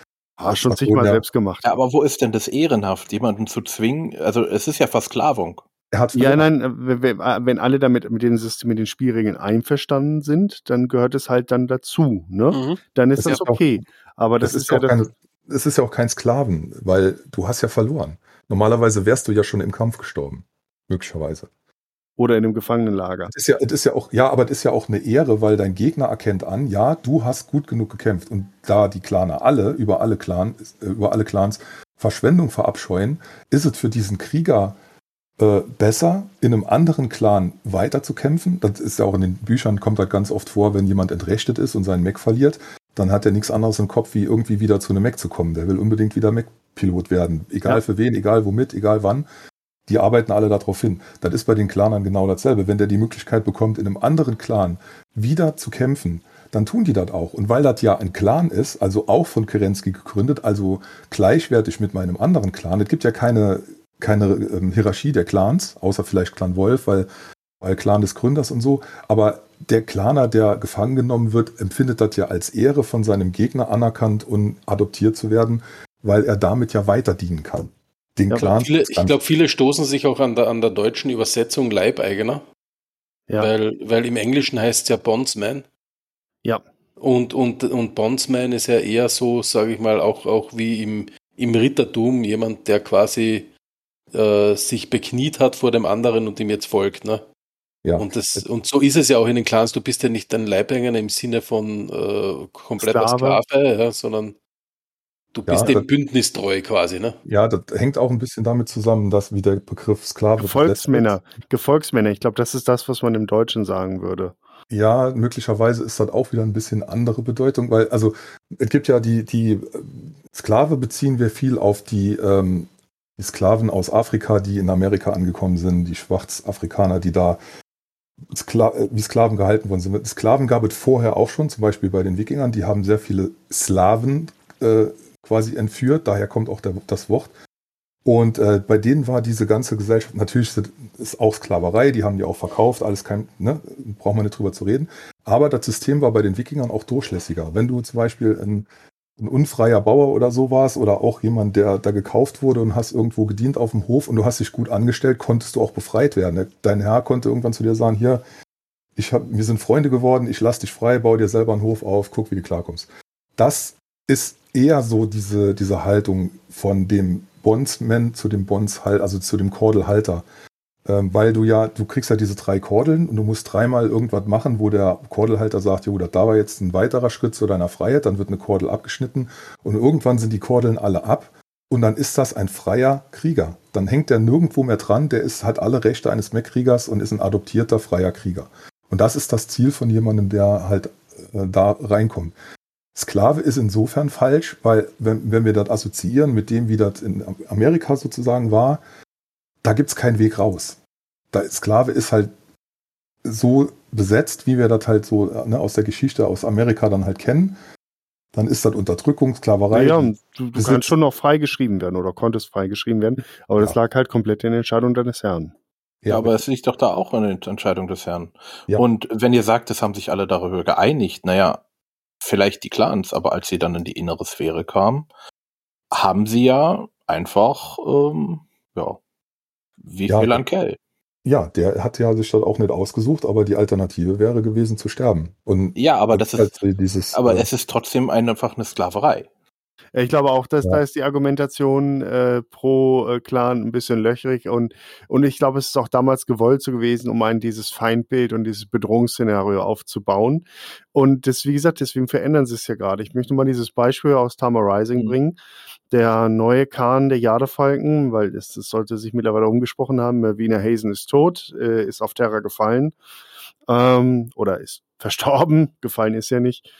Speaker 3: schon sich mal selbst gemacht.
Speaker 2: Ja, aber wo ist denn das ehrenhaft, jemanden zu zwingen? Also es ist ja Versklavung.
Speaker 6: er hat
Speaker 3: Ja,
Speaker 6: verloren.
Speaker 3: nein, wenn alle damit mit den Spielregeln einverstanden sind, dann gehört es halt dann dazu, ne?
Speaker 5: Mhm.
Speaker 3: Dann ist
Speaker 6: Das
Speaker 3: das
Speaker 6: ist auch-
Speaker 3: okay. Aber das ist ja das.
Speaker 6: Es ist ja auch kein Sklaven, weil du hast ja verloren. Normalerweise wärst du ja schon im Kampf gestorben. Möglicherweise.
Speaker 3: Oder in einem Gefangenenlager.
Speaker 6: Es ist ja auch, ja, aber es ist ja auch eine Ehre, weil dein Gegner erkennt an, ja, du hast gut genug gekämpft. Und da die Claner über alle Clans Verschwendung verabscheuen, ist es für diesen Krieger besser, in einem anderen Clan weiter zu kämpfen. Das ist ja auch in den Büchern, kommt halt ganz oft vor, wenn jemand entrechtet ist und seinen Mech verliert, dann hat er nichts anderes im Kopf, wie irgendwie wieder zu einem Mech zu kommen. Der will unbedingt wieder Mech-Pilot werden. Egal für wen, egal womit, egal wann. Die arbeiten alle darauf hin. Das ist bei den Clanern genau dasselbe. Wenn der die Möglichkeit bekommt, in einem anderen Clan wieder zu kämpfen, dann tun die das auch. Und weil das ja ein Clan ist, also auch von Kerensky gegründet, also gleichwertig mit meinem anderen Clan, es gibt ja keine Hierarchie der Clans, außer vielleicht Clan Wolf, weil Clan des Gründers und so. Aber der Claner, der gefangen genommen wird, empfindet das ja als Ehre, von seinem Gegner anerkannt und adoptiert zu werden, weil er damit ja weiter dienen kann. Den
Speaker 3: Ja,
Speaker 6: Clans.
Speaker 4: Ich glaube, viele stoßen sich auch an der deutschen Übersetzung Leibeigener,
Speaker 3: Ja.
Speaker 4: weil im Englischen heißt es ja Bondsman.
Speaker 3: Ja.
Speaker 4: Und Bondsman ist ja eher so, sage ich mal, auch wie im Rittertum jemand, der quasi sich bekniet hat vor dem anderen und ihm jetzt folgt, ne?
Speaker 6: Ja.
Speaker 4: Und so ist es ja auch in den Clans. Du bist ja nicht ein Leibeigener im Sinne von kompletter Sklave, ja, sondern du bist dem Bündnis treu quasi, ne?
Speaker 6: Ja, das hängt auch ein bisschen damit zusammen, dass wie der Begriff Sklave
Speaker 3: Gefolgsmänner. Ich glaube, das ist das, was man im Deutschen sagen würde.
Speaker 6: Ja, möglicherweise ist das auch wieder ein bisschen andere Bedeutung, weil, also, es gibt ja die Sklave beziehen wir viel auf die Sklaven aus Afrika, die in Amerika angekommen sind, die Schwarzafrikaner, die da wie Sklaven gehalten worden sind. Sklaven gab es vorher auch schon, zum Beispiel bei den Wikingern, die haben sehr viele Slaven quasi entführt, daher kommt auch das Wort. Und bei denen war diese ganze Gesellschaft, natürlich ist auch Sklaverei, die haben die auch verkauft, alles braucht man nicht drüber zu reden. Aber das System war bei den Wikingern auch durchlässiger. Wenn du zum Beispiel ein unfreier Bauer oder so warst oder auch jemand, der da gekauft wurde und hast irgendwo gedient auf dem Hof und du hast dich gut angestellt, konntest du auch befreit werden. Dein Herr konnte irgendwann zu dir sagen, hier, wir sind Freunde geworden, ich lass dich frei, bau dir selber einen Hof auf, guck, wie du klarkommst. Das ist eher so diese Haltung von dem Bondsman zu dem also zu dem Kordelhalter. Weil du kriegst ja diese 3 Kordeln und du musst 3-mal irgendwas machen, wo der Kordelhalter sagt, jo, da war jetzt ein weiterer Schritt zu deiner Freiheit, dann wird eine Kordel abgeschnitten und irgendwann sind die Kordeln alle ab und dann ist das ein freier Krieger. Dann hängt der nirgendwo mehr dran, hat alle Rechte eines Mech-Kriegers und ist ein adoptierter freier Krieger. Und das ist das Ziel von jemandem, der halt da reinkommt. Sklave ist insofern falsch, weil wenn wir das assoziieren mit dem, wie das in Amerika sozusagen war, da gibt es keinen Weg raus. Sklave ist halt so besetzt, wie wir das halt so aus der Geschichte aus Amerika dann halt kennen. Dann ist das Unterdrückung, Sklaverei.
Speaker 3: Ja, du kannst schon noch freigeschrieben werden oder konntest freigeschrieben werden, aber das lag halt komplett in der Entscheidung deines Herrn.
Speaker 2: Ja, aber es liegt doch da auch in der Entscheidung des Herrn.
Speaker 6: Ja.
Speaker 2: Und wenn ihr sagt, es haben sich alle darüber geeinigt, naja, vielleicht die Clans, aber als sie dann in die innere Sphäre kamen, haben sie ja einfach, wie viel an Kell.
Speaker 6: Ja, der hat ja sich das auch nicht ausgesucht, aber die Alternative wäre gewesen zu sterben. Und
Speaker 2: ja, aber
Speaker 6: es ist
Speaker 2: es ist trotzdem einfach eine Sklaverei.
Speaker 3: Ja, ich glaube auch, dass
Speaker 6: Ja.
Speaker 3: da ist die Argumentation pro Clan ein bisschen löchrig und ich glaube, es ist auch damals gewollt so gewesen, um dieses Feindbild und dieses Bedrohungsszenario aufzubauen. Und das, wie gesagt, deswegen verändern sie es ja gerade. Ich möchte mal dieses Beispiel aus Tama Rising bringen. Der neue Khan der Jadefalken, weil das sollte sich mittlerweile umgesprochen haben, Wiener Hazen ist tot, ist auf Terra gefallen oder ist verstorben, gefallen ist ja nicht.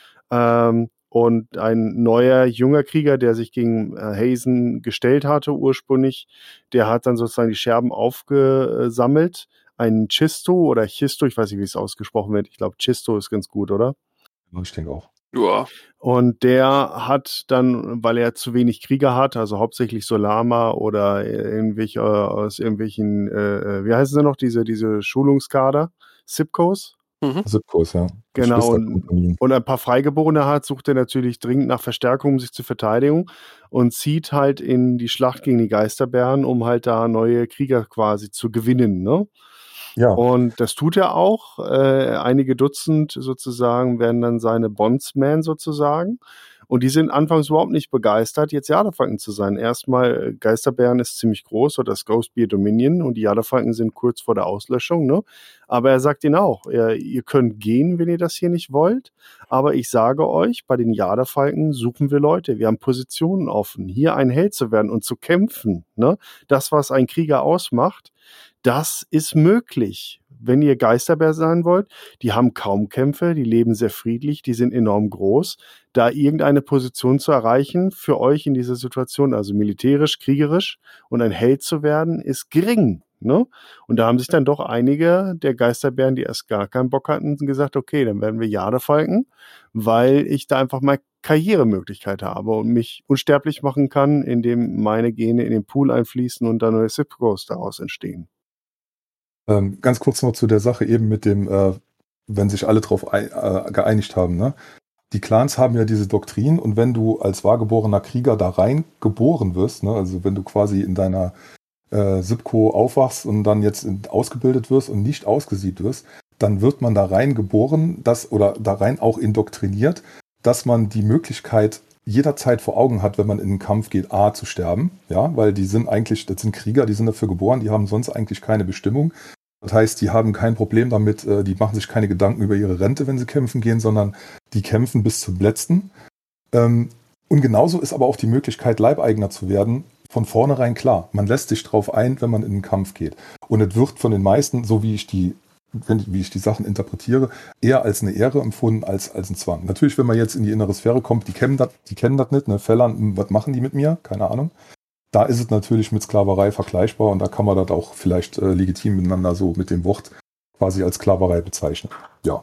Speaker 3: Und ein neuer, junger Krieger, der sich gegen Hazen gestellt hatte ursprünglich, der hat dann sozusagen die Scherben aufgesammelt. Ein Chisto oder Chisto, ich weiß nicht, wie es ausgesprochen wird. Ich glaube, Chisto ist ganz gut, oder?
Speaker 6: Ich denke auch.
Speaker 5: Ja.
Speaker 3: Und der hat dann, weil er zu wenig Krieger hat, also hauptsächlich Solama oder irgendwelche aus irgendwelchen, wie heißen sie noch, diese Schulungskader? Sipkos?
Speaker 6: Sipkos, ja.
Speaker 3: Genau, und ein paar Freigeborene hat, sucht er natürlich dringend nach Verstärkung, um sich zu verteidigen und zieht halt in die Schlacht gegen die Geisterbären, um halt da neue Krieger quasi zu gewinnen, ne?
Speaker 6: Ja.
Speaker 3: Und das tut er auch. Einige Dutzend sozusagen werden dann seine Bondsmen sozusagen. Und die sind anfangs überhaupt nicht begeistert, jetzt Jadefalken zu sein. Erstmal, Geisterbären ist ziemlich groß, oder das Ghostbeard Dominion, und die Jadefalken sind kurz vor der Auslöschung, ne? Aber er sagt ihnen auch, ihr könnt gehen, wenn ihr das hier nicht wollt. Aber ich sage euch, bei den Jadefalken suchen wir Leute. Wir haben Positionen offen, hier ein Held zu werden und zu kämpfen, ne? Das, was ein Krieger ausmacht, das ist möglich. Wenn ihr Geisterbär sein wollt, die haben kaum Kämpfe, die leben sehr friedlich, die sind enorm groß. Da irgendeine Position zu erreichen für euch in dieser Situation, also militärisch, kriegerisch und ein Held zu werden, ist gering, ne? Und da haben sich dann doch einige der Geisterbären, die erst gar keinen Bock hatten, gesagt, okay, dann werden wir Jadefalken, weil ich da einfach mal Karrieremöglichkeit habe und mich unsterblich machen kann, indem meine Gene in den Pool einfließen und dann neue Sipkos daraus entstehen.
Speaker 6: Ganz kurz noch zu der Sache eben mit dem, wenn sich alle darauf geeinigt haben, ne? Die Clans haben ja diese Doktrin, und wenn du als wahrgeborener Krieger da rein geboren wirst, ne, also wenn du quasi in deiner Sipko aufwachst und dann jetzt ausgebildet wirst und nicht ausgesiebt wirst, dann wird man da rein geboren, oder da rein auch indoktriniert, dass man die Möglichkeit jederzeit vor Augen hat, wenn man in den Kampf geht, zu sterben, ja, weil das sind Krieger, die sind dafür geboren, die haben sonst eigentlich keine Bestimmung. Das heißt, die haben kein Problem damit, die machen sich keine Gedanken über ihre Rente, wenn sie kämpfen gehen, sondern die kämpfen bis zum Letzten. Und genauso ist aber auch die Möglichkeit, Leibeigener zu werden, von vornherein klar. Man lässt sich drauf ein, wenn man in den Kampf geht. Und es wird von den meisten, so wie ich die Sachen interpretiere, eher als eine Ehre empfunden als ein Zwang. Natürlich, wenn man jetzt in die innere Sphäre kommt, die kennen das nicht, ne? Fellern, was machen die mit mir? Keine Ahnung. Da ist es natürlich mit Sklaverei vergleichbar, und da kann man das auch vielleicht legitim miteinander so mit dem Wort quasi als Sklaverei bezeichnen. Ja.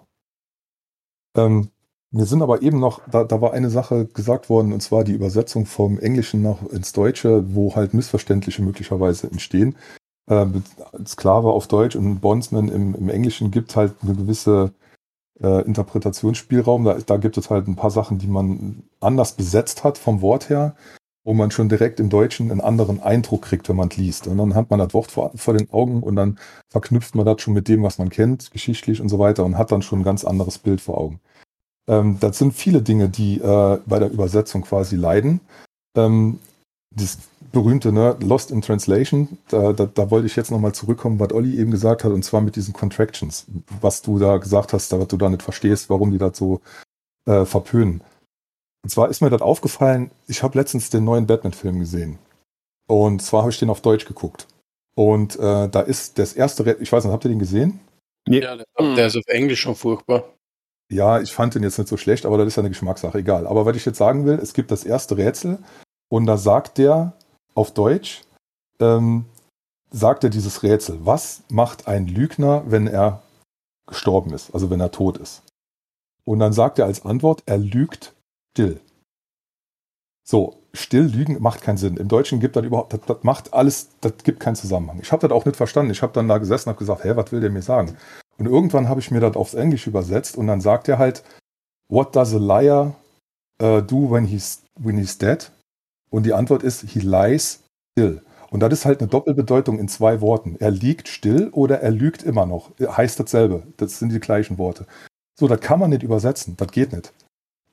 Speaker 6: Mir sind aber eben noch, da war eine Sache gesagt worden, und zwar die Übersetzung vom Englischen noch ins Deutsche, wo halt Missverständliche möglicherweise entstehen. Sklave auf Deutsch und Bondsman im Englischen gibt halt eine gewisse Interpretationsspielraum. Da gibt es halt ein paar Sachen, die man anders besetzt hat vom Wort her, wo man schon direkt im Deutschen einen anderen Eindruck kriegt, wenn man es liest. Und dann hat man das Wort vor den Augen, und dann verknüpft man das schon mit dem, was man kennt, geschichtlich und so weiter, und hat dann schon ein ganz anderes Bild vor Augen. Das sind viele Dinge, die bei der Übersetzung quasi leiden. Das berühmte, ne, Lost in Translation, da wollte ich jetzt nochmal zurückkommen, was Olli eben gesagt hat, und zwar mit diesen Contractions, was du da gesagt hast, was du da nicht verstehst, warum die das so verpönen. Und zwar ist mir das aufgefallen, ich habe letztens den neuen Batman-Film gesehen. Und zwar habe ich den auf Deutsch geguckt. Und da ist das erste ich weiß nicht, habt ihr den gesehen?
Speaker 4: Ja, der ist auf Englisch schon furchtbar.
Speaker 6: Ja, ich fand den jetzt nicht so schlecht, aber das ist ja eine Geschmackssache, egal. Aber was ich jetzt sagen will, es gibt das erste Rätsel, und da sagt der auf Deutsch, sagt er dieses Rätsel: Was macht ein Lügner, wenn er gestorben ist, also wenn er tot ist? Und dann sagt er als Antwort, er lügt still. So, still lügen macht keinen Sinn. Im Deutschen gibt das überhaupt, das macht alles, das gibt keinen Zusammenhang. Ich habe das auch nicht verstanden. Ich habe dann da gesessen und habe gesagt, was will der mir sagen? Und irgendwann habe ich mir das aufs Englisch übersetzt, und dann sagt er halt, what does a liar do when he's dead? Und die Antwort ist, he lies still. Und das ist halt eine Doppelbedeutung in 2 Worten. Er liegt still oder er lügt immer noch. Heißt dasselbe. Das sind die gleichen Worte. So, das kann man nicht übersetzen. Das geht nicht.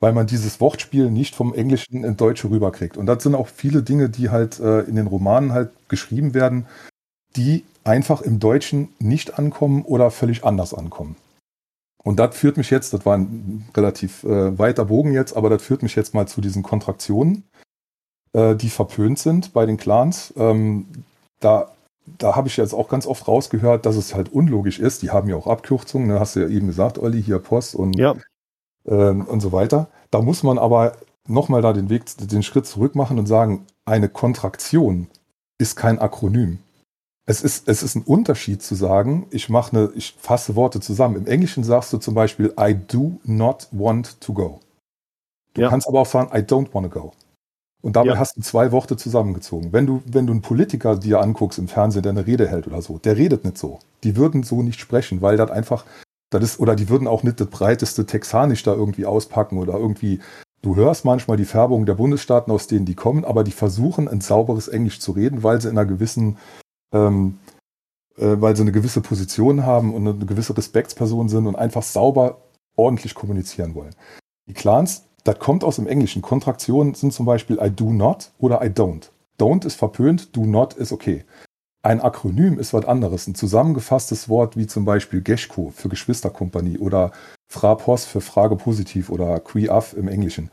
Speaker 6: weil man dieses Wortspiel nicht vom Englischen ins Deutsche rüberkriegt. Und das sind auch viele Dinge, die halt in den Romanen halt geschrieben werden, die einfach im Deutschen nicht ankommen oder völlig anders ankommen. Und das führt mich jetzt, das war ein relativ weiter Bogen jetzt, aber das führt mich jetzt mal zu diesen Kontraktionen, die verpönt sind bei den Clans. Da habe ich jetzt auch ganz oft rausgehört, dass es halt unlogisch ist. Die haben ja auch Abkürzungen, ne? Hast du ja eben gesagt, Olli, hier POS und so weiter. Da muss man aber nochmal da den Schritt zurück machen und sagen, eine Kontraktion ist kein Akronym. Es ist ein Unterschied zu sagen, ich fasse Worte zusammen. Im Englischen sagst du zum Beispiel, I do not want to go. Du kannst aber auch sagen, I don't want to go. Und dabei hast du 2 Worte zusammengezogen. Wenn du einen Politiker dir anguckst im Fernsehen, der eine Rede hält oder so, der redet nicht so. Die würden so nicht sprechen, weil das einfach, oder die würden auch nicht das breiteste Texanisch da irgendwie auspacken oder irgendwie, du hörst manchmal die Färbung der Bundesstaaten, aus denen die kommen, aber die versuchen, ein sauberes Englisch zu reden, weil sie in einer gewissen weil sie eine gewisse Position haben und eine gewisse Respektsperson sind und einfach sauber, ordentlich kommunizieren wollen. Die Clans, das kommt aus dem Englischen. Kontraktionen sind zum Beispiel I do not oder I don't. Don't ist verpönt, do not ist okay. Ein Akronym ist was anderes. Ein zusammengefasstes Wort wie zum Beispiel Geschko für Geschwisterkompanie oder Frapos für Frage positiv oder Qui-Af im Englischen.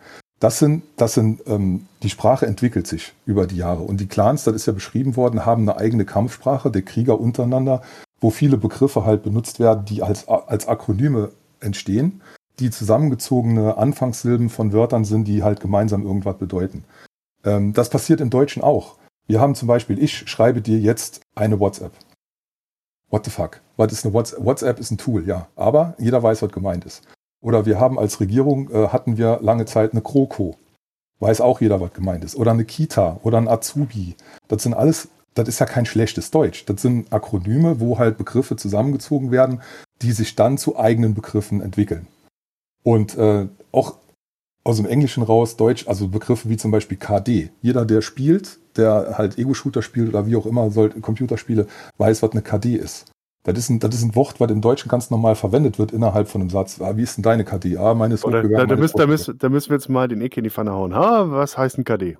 Speaker 6: Die Sprache entwickelt sich über die Jahre. Und die Clans, das ist ja beschrieben worden, haben eine eigene Kampfsprache, der Krieger untereinander, wo viele Begriffe halt benutzt werden, die als Akronyme entstehen, die zusammengezogene Anfangssilben von Wörtern sind, die halt gemeinsam irgendwas bedeuten. Das passiert im Deutschen auch. Wir haben zum Beispiel, ich schreibe dir jetzt eine WhatsApp. What the fuck? Was ist eine WhatsApp? WhatsApp ist ein Tool, ja. Aber jeder weiß, was gemeint ist. Oder wir haben als Regierung, hatten wir lange Zeit eine GroKo. Weiß auch jeder, was gemeint ist. Oder eine Kita oder ein Azubi. Das sind alles, das ist ja kein schlechtes Deutsch. Das sind Akronyme, wo halt Begriffe zusammengezogen werden, die sich dann zu eigenen Begriffen entwickeln. Und auch aus dem Englischen raus Deutsch, also Begriffe wie zum Beispiel KD. Jeder, der spielt, der halt Ego-Shooter spielt oder wie auch immer, Computerspiele, weiß, was eine KD ist. Das ist ein Wort, was im Deutschen ganz normal verwendet wird innerhalb von einem Satz. Wie ist denn deine KD? Meine ist hochgegangen.
Speaker 3: Da müssen wir jetzt mal den Ecke in die Pfanne hauen. Was heißt ein KD?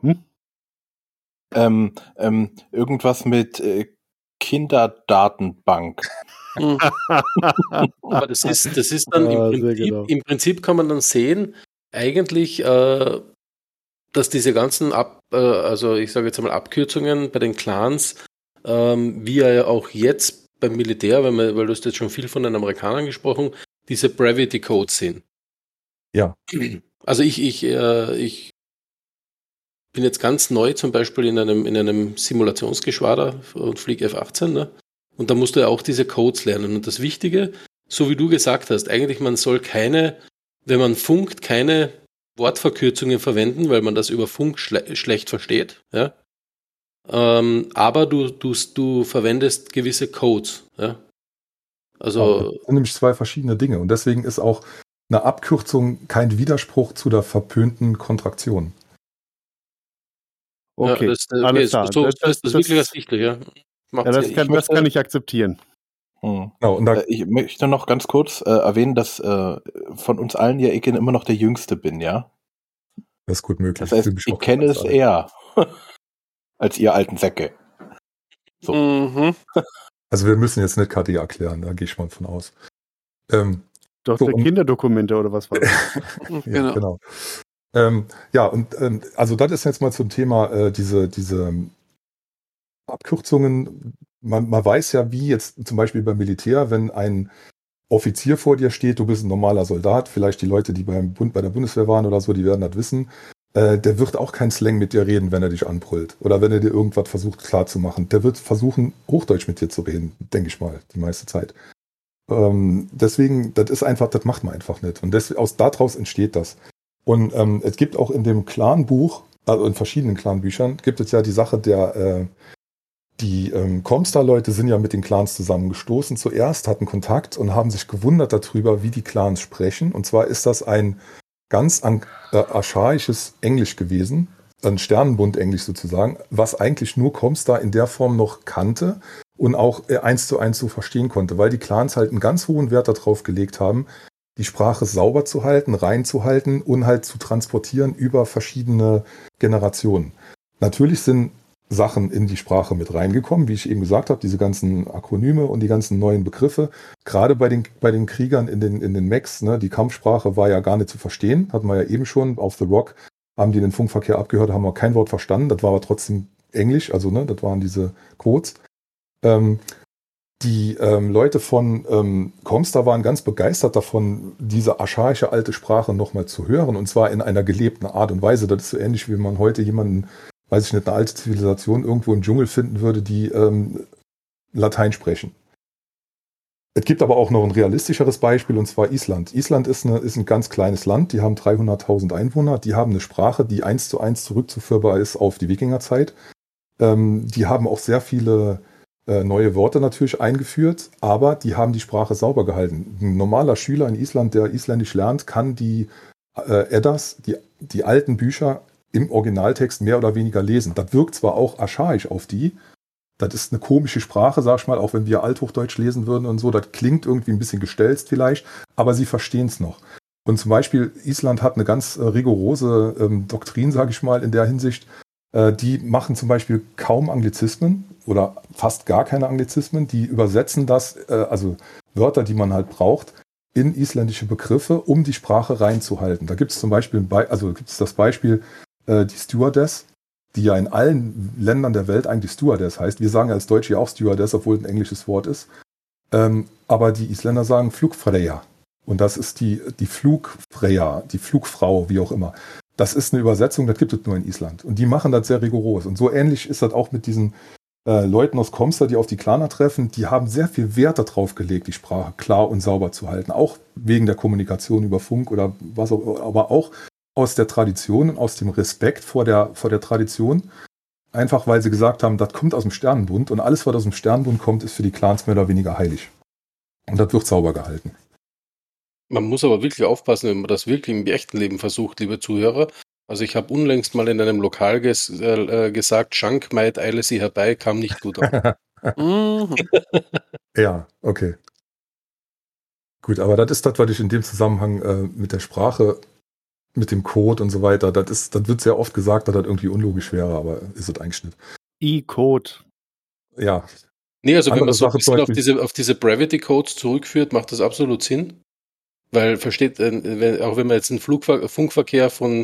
Speaker 2: Irgendwas mit Kinderdatenbank.
Speaker 4: Aber das ist dann im Prinzip kann man dann sehen, eigentlich, dass diese ganzen also ich sage jetzt einmal Abkürzungen bei den Clans, wie ja auch jetzt beim Militär, weil du hast jetzt schon viel von den Amerikanern gesprochen, diese Brevity Codes sind.
Speaker 6: Ja.
Speaker 4: Also ich bin jetzt ganz neu zum Beispiel in einem Simulationsgeschwader und fliege F-18, ne? Und da musst du ja auch diese Codes lernen. Und das Wichtige, so wie du gesagt hast, eigentlich man soll wenn man funkt, keine Wortverkürzungen verwenden, weil man das über Funk schlecht versteht, ja. Aber du verwendest gewisse Codes, ja. Also
Speaker 6: das sind nämlich 2 verschiedene Dinge und deswegen ist auch eine Abkürzung kein Widerspruch zu der verpönten Kontraktion.
Speaker 3: Okay,
Speaker 4: alles klar. Das ist wirklich das Wichtige, ja.
Speaker 3: Das kann ich akzeptieren.
Speaker 6: Genau, und
Speaker 2: ich möchte noch ganz kurz erwähnen, dass von uns allen ja ich immer noch der Jüngste bin, ja?
Speaker 6: Das ist gut möglich.
Speaker 2: Das heißt, ich kenne es eher als ihr alten Säcke. So.
Speaker 5: Mhm.
Speaker 6: Also wir müssen jetzt nicht KD erklären, da gehe ich mal von aus.
Speaker 3: Doch, der Kinderdokumente oder was war das?
Speaker 6: Ja, genau. Also das ist jetzt mal zum Thema diese Abkürzungen. Man weiß ja, wie jetzt zum Beispiel beim Militär, wenn ein Offizier vor dir steht, du bist ein normaler Soldat, vielleicht die Leute, die bei der Bundeswehr waren oder so, die werden das wissen, der wird auch kein Slang mit dir reden, wenn er dich anbrüllt. Oder wenn er dir irgendwas versucht klarzumachen. Der wird versuchen, Hochdeutsch mit dir zu reden, denke ich mal, die meiste Zeit. Deswegen, das ist einfach, das macht man einfach nicht. Und daraus entsteht das. Und es gibt auch in dem Clan-Buch, also in verschiedenen Clan-Büchern, gibt es ja die Sache die Comstar-Leute sind ja mit den Clans zusammengestoßen zuerst, hatten Kontakt und haben sich gewundert darüber, wie die Clans sprechen. Und zwar ist das ein ganz archaisches Englisch gewesen, ein Sternenbund-Englisch sozusagen, was eigentlich nur Comstar in der Form noch kannte und auch 1:1 so verstehen konnte, weil die Clans halt einen ganz hohen Wert darauf gelegt haben, die Sprache sauber zu halten, rein zu halten und halt zu transportieren über verschiedene Generationen. Natürlich sind Sachen in die Sprache mit reingekommen, wie ich eben gesagt habe, diese ganzen Akronyme und die ganzen neuen Begriffe. Gerade bei den Kriegern in den Mechs, ne, die Kampfsprache war ja gar nicht zu verstehen, hatten wir ja eben schon. Auf The Rock haben die den Funkverkehr abgehört, haben wir kein Wort verstanden. Das war aber trotzdem Englisch, also ne, das waren diese Codes. Die Leute von Comstar waren ganz begeistert davon, diese archaische alte Sprache nochmal zu hören, und zwar in einer gelebten Art und Weise. Das ist so ähnlich, wie man heute jemanden, weiß ich nicht, eine alte Zivilisation irgendwo im Dschungel finden würde, die Latein sprechen. Es gibt aber auch noch ein realistischeres Beispiel, und zwar Island. Island ist ein ganz kleines Land, die haben 300.000 Einwohner, die haben eine Sprache, die 1:1 zurückzuführbar ist auf die Wikingerzeit. Die haben auch sehr viele neue Worte natürlich eingeführt, aber die haben die Sprache sauber gehalten. Ein normaler Schüler in Island, der Isländisch lernt, kann die Eddas, die alten Bücher im Originaltext mehr oder weniger lesen. Das wirkt zwar auch archaisch auf die, das ist eine komische Sprache, sag ich mal, auch wenn wir Althochdeutsch lesen würden und so, das klingt irgendwie ein bisschen gestelzt vielleicht, aber sie verstehen es noch. Und zum Beispiel Island hat eine ganz rigorose Doktrin, sage ich mal, in der Hinsicht. Die machen zum Beispiel kaum Anglizismen oder fast gar keine Anglizismen. Die übersetzen das, also Wörter, die man halt braucht, in isländische Begriffe, um die Sprache reinzuhalten. Da gibt es zum Beispiel das Beispiel die Stewardess, die ja in allen Ländern der Welt eigentlich Stewardess heißt. Wir sagen ja als Deutsche ja auch Stewardess, obwohl es ein englisches Wort ist. Aber die Isländer sagen Flugfreyja. Und das ist die Flugfreyja, die Flugfrau, wie auch immer. Das ist eine Übersetzung, das gibt es nur in Island. Und die machen das sehr rigoros. Und so ähnlich ist das auch mit diesen Leuten aus Comstar, die auf die Klaner treffen. Die haben sehr viel Wert darauf gelegt, die Sprache klar und sauber zu halten. Auch wegen der Kommunikation über Funk oder was auch, aber auch aus der Tradition und aus dem Respekt vor der Tradition. Einfach, weil sie gesagt haben, das kommt aus dem Sternenbund. Und alles, was aus dem Sternenbund kommt, ist für die Clans mehr oder weniger heilig. Und das wird sauber gehalten.
Speaker 4: Man muss aber wirklich aufpassen, wenn man das wirklich im echten Leben versucht, liebe Zuhörer. Also ich habe unlängst mal in einem Lokal gesagt, Schankmaid, eile sie herbei, kam nicht gut an.
Speaker 6: Ja, okay. Gut, aber das ist das, was ich in dem Zusammenhang mit der Sprache, mit dem Code und so weiter, das wird sehr oft gesagt, dass das irgendwie unlogisch wäre, aber ist es eigentlich nicht.
Speaker 3: E-Code.
Speaker 6: Ja.
Speaker 4: Nee, also wenn man so ein
Speaker 6: Sache
Speaker 4: bisschen auf diese Brevity Codes zurückführt, macht das absolut Sinn. Weil versteht, auch wenn man jetzt einen Funkverkehr auch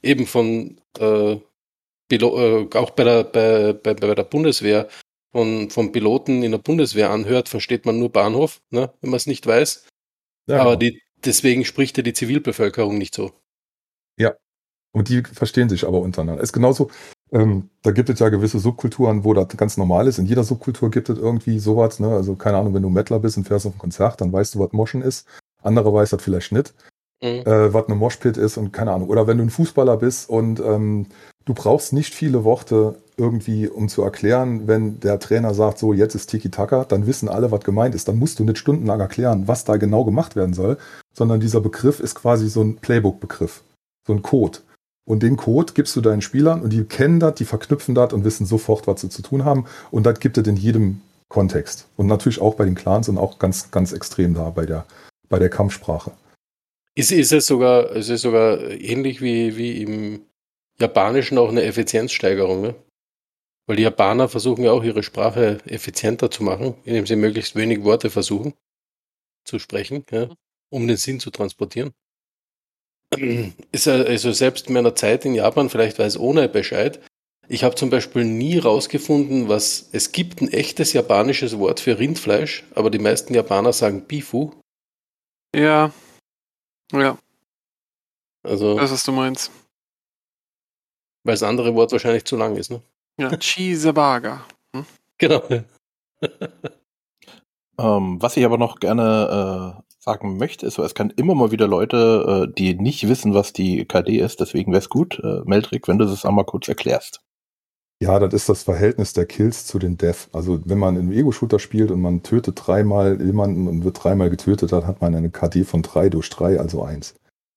Speaker 4: bei der Bundeswehr von Piloten in der Bundeswehr anhört, versteht man nur Bahnhof, ne, wenn man es nicht weiß. Ja, aber genau. Deswegen spricht ja die Zivilbevölkerung nicht so.
Speaker 6: Ja, und die verstehen sich aber untereinander. Ist genauso, da gibt es ja gewisse Subkulturen, wo das ganz normal ist. In jeder Subkultur gibt es irgendwie sowas, ne? Also keine Ahnung, wenn du Mettler bist und fährst auf ein Konzert, dann weißt du, was Moschen ist. Andere weiß das vielleicht nicht, was eine Moshpit ist und keine Ahnung. Oder wenn du ein Fußballer bist und du brauchst nicht viele Worte irgendwie, um zu erklären, wenn der Trainer sagt, so jetzt ist Tiki-Taka, dann wissen alle, was gemeint ist. Dann musst du nicht stundenlang erklären, was da genau gemacht werden soll, sondern dieser Begriff ist quasi so ein Playbook-Begriff, so ein Code. Und den Code gibst du deinen Spielern und die kennen das, die verknüpfen das und wissen sofort, was sie zu tun haben. Und das gibt es in jedem Kontext. Und natürlich auch bei den Clans und auch ganz, ganz extrem da bei der Kampfsprache.
Speaker 4: Ist es sogar ähnlich wie im Japanischen auch eine Effizienzsteigerung, ne? Weil die Japaner versuchen ja auch ihre Sprache effizienter zu machen, indem sie möglichst wenig Worte versuchen zu sprechen, ja, um den Sinn zu transportieren. Ist also selbst in meiner Zeit in Japan, vielleicht weiß ohne Bescheid, ich habe zum Beispiel nie rausgefunden, es gibt ein echtes japanisches Wort für Rindfleisch, aber die meisten Japaner sagen Bifu.
Speaker 5: Ja.
Speaker 4: Also,
Speaker 5: das, was du meinst.
Speaker 4: Weil das andere Wort wahrscheinlich zu lang ist, ne?
Speaker 5: Ja, Cheeseburger.
Speaker 4: Genau.
Speaker 2: Was ich aber noch gerne sagen möchte, ist, es kann immer mal wieder Leute, die nicht wissen, was die KD ist, deswegen wäre es gut, Meldrik, wenn du das einmal kurz erklärst.
Speaker 6: Ja, das ist das Verhältnis der Kills zu den Death. Also wenn man einen Ego-Shooter spielt und man tötet 3-mal jemanden und wird 3-mal getötet, dann hat man eine KD von 3/3, also 1.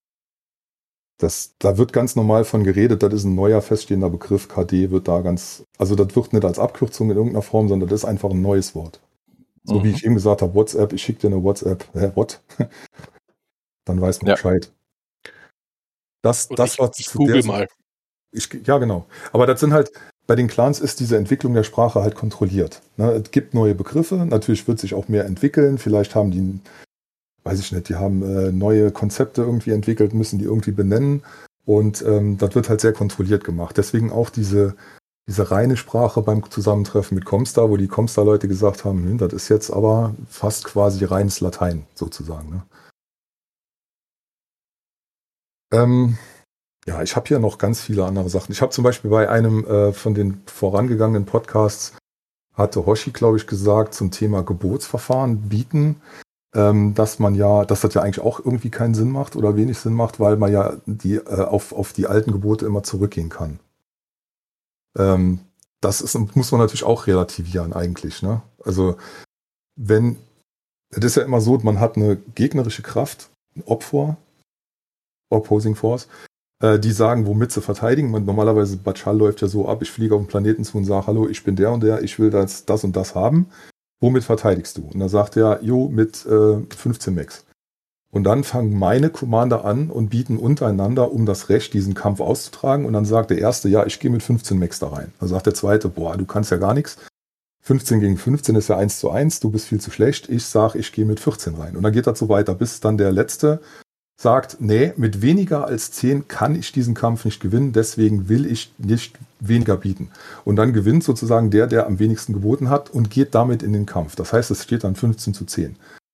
Speaker 6: Da wird ganz normal von geredet, das ist ein neuer feststehender Begriff, KD wird da also das wird nicht als Abkürzung in irgendeiner Form, sondern das ist einfach ein neues Wort. So wie ich eben gesagt habe, WhatsApp, ich schicke dir eine WhatsApp, what? Dann weiß man
Speaker 2: Ja.
Speaker 6: Bescheid. Das
Speaker 4: Und
Speaker 6: war
Speaker 4: ich
Speaker 6: zu
Speaker 4: google
Speaker 6: der
Speaker 4: mal.
Speaker 6: Ja, genau. Aber das sind halt, bei den Clans ist diese Entwicklung der Sprache halt kontrolliert. Ne? Es gibt neue Begriffe, natürlich wird sich auch mehr entwickeln. Vielleicht haben die, weiß ich nicht, die haben neue Konzepte irgendwie entwickelt, müssen die irgendwie benennen. Und das wird halt sehr kontrolliert gemacht. Deswegen auch diese reine Sprache beim Zusammentreffen mit Comstar, wo die Comstar-Leute gesagt haben, das ist jetzt aber fast quasi reines Latein sozusagen. Ne? Ja, ich habe hier noch ganz viele andere Sachen. Ich habe zum Beispiel bei einem von den vorangegangenen Podcasts, hatte Hoshi, glaube ich, gesagt, zum Thema Gebotsverfahren bieten, dass das ja eigentlich auch irgendwie keinen Sinn macht oder wenig Sinn macht, weil man ja auf die alten Gebote immer zurückgehen kann. Muss man natürlich auch relativieren eigentlich. Ne? Also es ist ja immer so, man hat eine gegnerische Kraft, ein Opfer, Opposing Force, die sagen, womit sie verteidigen. Normalerweise, Bachal läuft ja so ab, ich fliege auf den Planeten zu und sage, hallo, ich bin der und der, ich will das und das haben. Womit verteidigst du? Und dann sagt er, mit 15 Mechs. Und dann fangen meine Commander an und bieten untereinander um das Recht, diesen Kampf auszutragen. Und dann sagt der Erste, ja, ich gehe mit 15 Mechs da rein. Dann sagt der Zweite, boah, du kannst ja gar nichts. 15 gegen 15 ist ja 1:1, du bist viel zu schlecht. Ich sage, ich gehe mit 14 rein. Und dann geht das so weiter, bis dann der Letzte sagt, nee, mit weniger als 10 kann ich diesen Kampf nicht gewinnen, deswegen will ich nicht weniger bieten. Und dann gewinnt sozusagen der am wenigsten geboten hat und geht damit in den Kampf. Das heißt, es steht dann 15:10.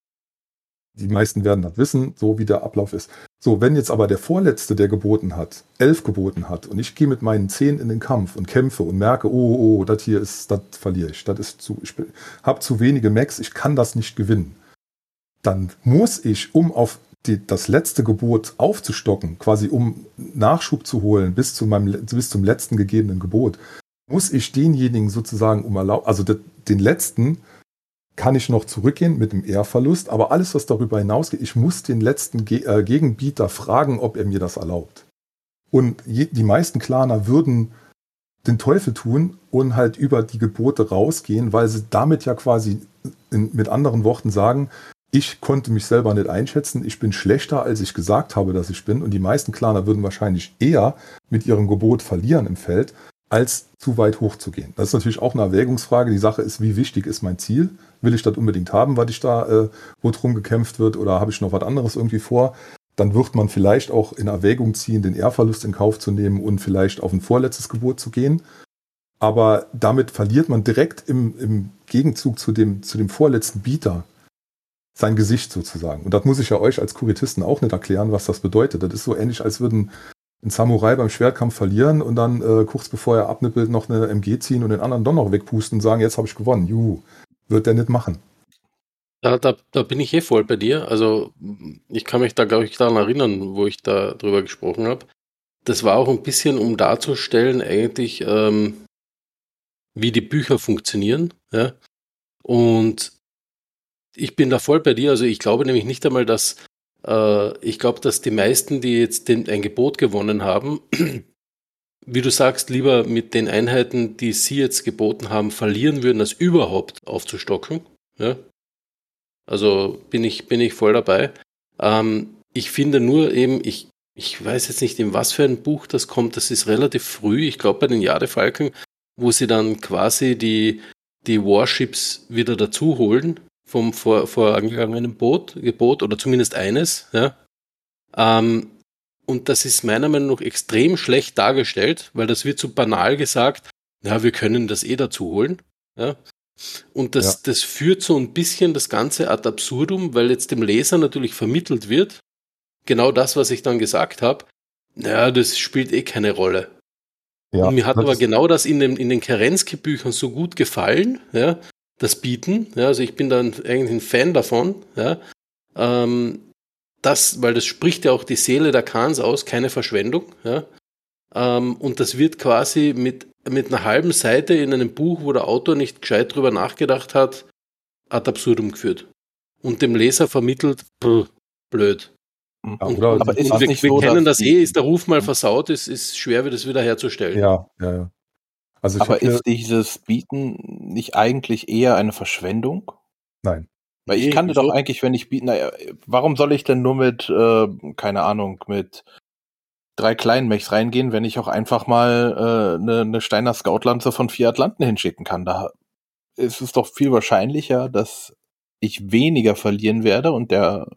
Speaker 6: Die meisten werden das wissen, so wie der Ablauf ist. So, wenn jetzt aber der Vorletzte, der geboten hat, 11 geboten hat und ich gehe mit meinen 10 in den Kampf und kämpfe und merke, das verliere ich. Ich habe zu wenige Mechs, ich kann das nicht gewinnen. Dann muss ich, um auf das letzte Gebot aufzustocken, quasi um Nachschub zu holen bis zum letzten gegebenen Gebot, muss ich denjenigen sozusagen den letzten kann ich noch zurückgehen mit dem Ehrverlust, aber alles, was darüber hinausgeht, ich muss den letzten Gegenbieter fragen, ob er mir das erlaubt. Und die meisten Claner würden den Teufel tun und halt über die Gebote rausgehen, weil sie damit ja quasi mit anderen Worten sagen, ich konnte mich selber nicht einschätzen, ich bin schlechter, als ich gesagt habe, dass ich bin. Und die meisten Claner würden wahrscheinlich eher mit ihrem Gebot verlieren im Feld, als zu weit hoch zu gehen. Das ist natürlich auch eine Erwägungsfrage. Die Sache ist, wie wichtig ist mein Ziel? Will ich das unbedingt haben, was ich da, wo drum gekämpft wird, oder habe ich noch was anderes irgendwie vor? Dann wird man vielleicht auch in Erwägung ziehen, den Ehrverlust in Kauf zu nehmen und vielleicht auf ein vorletztes Gebot zu gehen. Aber damit verliert man direkt im Gegenzug zu dem vorletzten Bieter sein Gesicht sozusagen. Und das muss ich ja euch als Kuritisten auch nicht erklären, was das bedeutet. Das ist so ähnlich, als würden ein Samurai beim Schwertkampf verlieren und dann kurz bevor er abnippelt noch eine MG ziehen und den anderen doch noch wegpusten und sagen, jetzt habe ich gewonnen. Juhu, wird der nicht machen.
Speaker 4: Da bin ich voll bei dir. Also ich kann mich da, glaube ich, daran erinnern, wo ich da drüber gesprochen habe. Das war auch ein bisschen, um darzustellen eigentlich, wie die Bücher funktionieren. Ja? Und ich bin da voll bei dir. Also ich glaube nämlich nicht einmal, dass die meisten, die jetzt ein Gebot gewonnen haben, wie du sagst, lieber mit den Einheiten, die sie jetzt geboten haben, verlieren würden, als überhaupt aufzustocken. Ja? Also bin ich voll dabei. Ich finde nur eben, ich weiß jetzt nicht, in was für ein Buch das kommt, das ist relativ früh, ich glaube bei den Jadefalken, wo sie dann quasi die Warships wieder dazu holen vom vorangegangenen Gebot oder zumindest eines. Ja. Und das ist meiner Meinung nach extrem schlecht dargestellt, weil das wird so banal gesagt, ja, wir können das dazu holen. Ja. Und das führt so ein bisschen das Ganze ad absurdum, weil jetzt dem Leser natürlich vermittelt wird, genau das, was ich dann gesagt habe, naja, das spielt keine Rolle. Ja, und mir hat aber genau das in den Kerensky-Büchern so gut gefallen, ja, das Bieten, ja, also ich bin dann eigentlich ein Fan davon, ja, weil das spricht ja auch die Seele der Khans aus, keine Verschwendung, ja, und das wird quasi mit einer halben Seite in einem Buch, wo der Autor nicht gescheit drüber nachgedacht hat, ad absurdum geführt. Und dem Leser vermittelt, blöd.
Speaker 2: Ja, aber ist
Speaker 4: wir kennen das ist der Ruf mal versaut, es ist schwer, das wieder herzustellen.
Speaker 6: Ja. Also
Speaker 2: aber ist dieses Bieten nicht eigentlich eher eine Verschwendung?
Speaker 6: Nein.
Speaker 2: Weil ich
Speaker 4: Nee,
Speaker 2: kann doch
Speaker 4: wieso?
Speaker 2: eigentlich, wenn ich naja, warum soll ich denn nur mit, keine Ahnung, mit 3 kleinen Mechs reingehen, wenn ich auch einfach mal eine Steiner Scoutlanze von 4 Atlanten hinschicken kann? Da ist es doch viel wahrscheinlicher, dass ich weniger verlieren werde und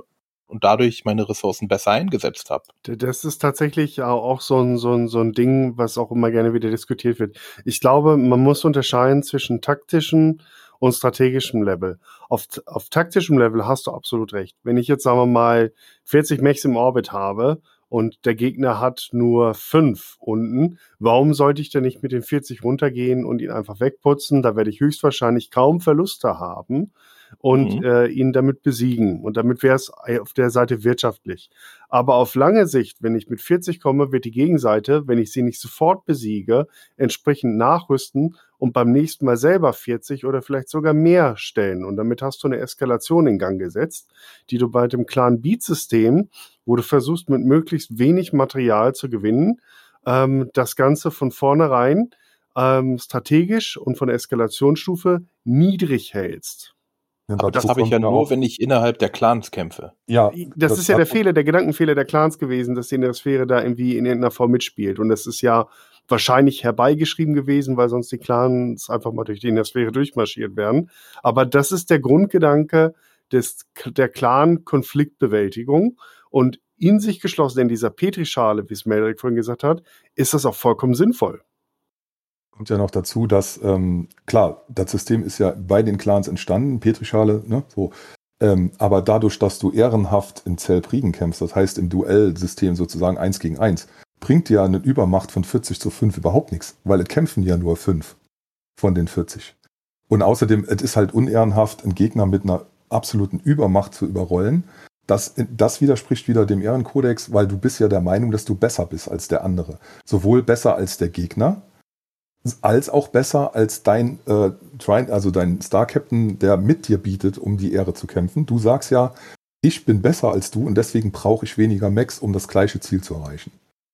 Speaker 2: dadurch meine Ressourcen besser eingesetzt habe.
Speaker 3: Das ist tatsächlich auch so ein Ding, was auch immer gerne wieder diskutiert wird. Ich glaube, man muss unterscheiden zwischen taktischem und strategischem Level. Auf taktischem Level hast du absolut recht. Wenn ich jetzt, sagen wir mal, 40 Mechs im Orbit habe und der Gegner hat nur 5 unten, warum sollte ich denn nicht mit den 40 runtergehen und ihn einfach wegputzen? Da werde ich höchstwahrscheinlich kaum Verluste haben und ihn damit besiegen. Und damit wäre es auf der Seite wirtschaftlich. Aber auf lange Sicht, wenn ich mit 40 komme, wird die Gegenseite, wenn ich sie nicht sofort besiege, entsprechend nachrüsten und beim nächsten Mal selber 40 oder vielleicht sogar mehr stellen. Und damit hast du eine Eskalation in Gang gesetzt, die du bei dem Clan-Beat-System, wo du versuchst, mit möglichst wenig Material zu gewinnen, das Ganze von vornherein strategisch und von der Eskalationsstufe niedrig hältst.
Speaker 2: Aber das habe ich ja nur, wenn ich innerhalb der Clans kämpfe.
Speaker 6: Ja,
Speaker 3: das ist ja der Gedankenfehler der Clans gewesen, dass die Innersphäre da irgendwie in irgendeiner Form mitspielt. Und das ist ja wahrscheinlich herbeigeschrieben gewesen, weil sonst die Clans einfach mal durch die Innersphäre durchmarschiert werden. Aber das ist der Grundgedanke der Clan-Konfliktbewältigung. Und in sich geschlossen in dieser Petrischale, wie es Meldrick vorhin gesagt hat, ist das auch vollkommen sinnvoll.
Speaker 6: Kommt ja noch dazu, dass, klar, das System ist ja bei den Clans entstanden, Petrischale, ne, so. Aber dadurch, dass du ehrenhaft in Zellpriegen kämpfst, das heißt im Duellsystem sozusagen 1 gegen 1, bringt dir eine Übermacht von 40:5 überhaupt nichts, weil es kämpfen ja nur 5 von den 40. Und außerdem, es ist halt unehrenhaft, einen Gegner mit einer absoluten Übermacht zu überrollen. Das widerspricht wieder dem Ehrenkodex, weil du bist ja der Meinung, dass du besser bist als der andere. Sowohl besser als der Gegner, als auch besser als dein Star Captain, der mit dir bietet, um die Ehre zu kämpfen. Du sagst ja, ich bin besser als du und deswegen brauche ich weniger Mechs, um das gleiche Ziel zu erreichen.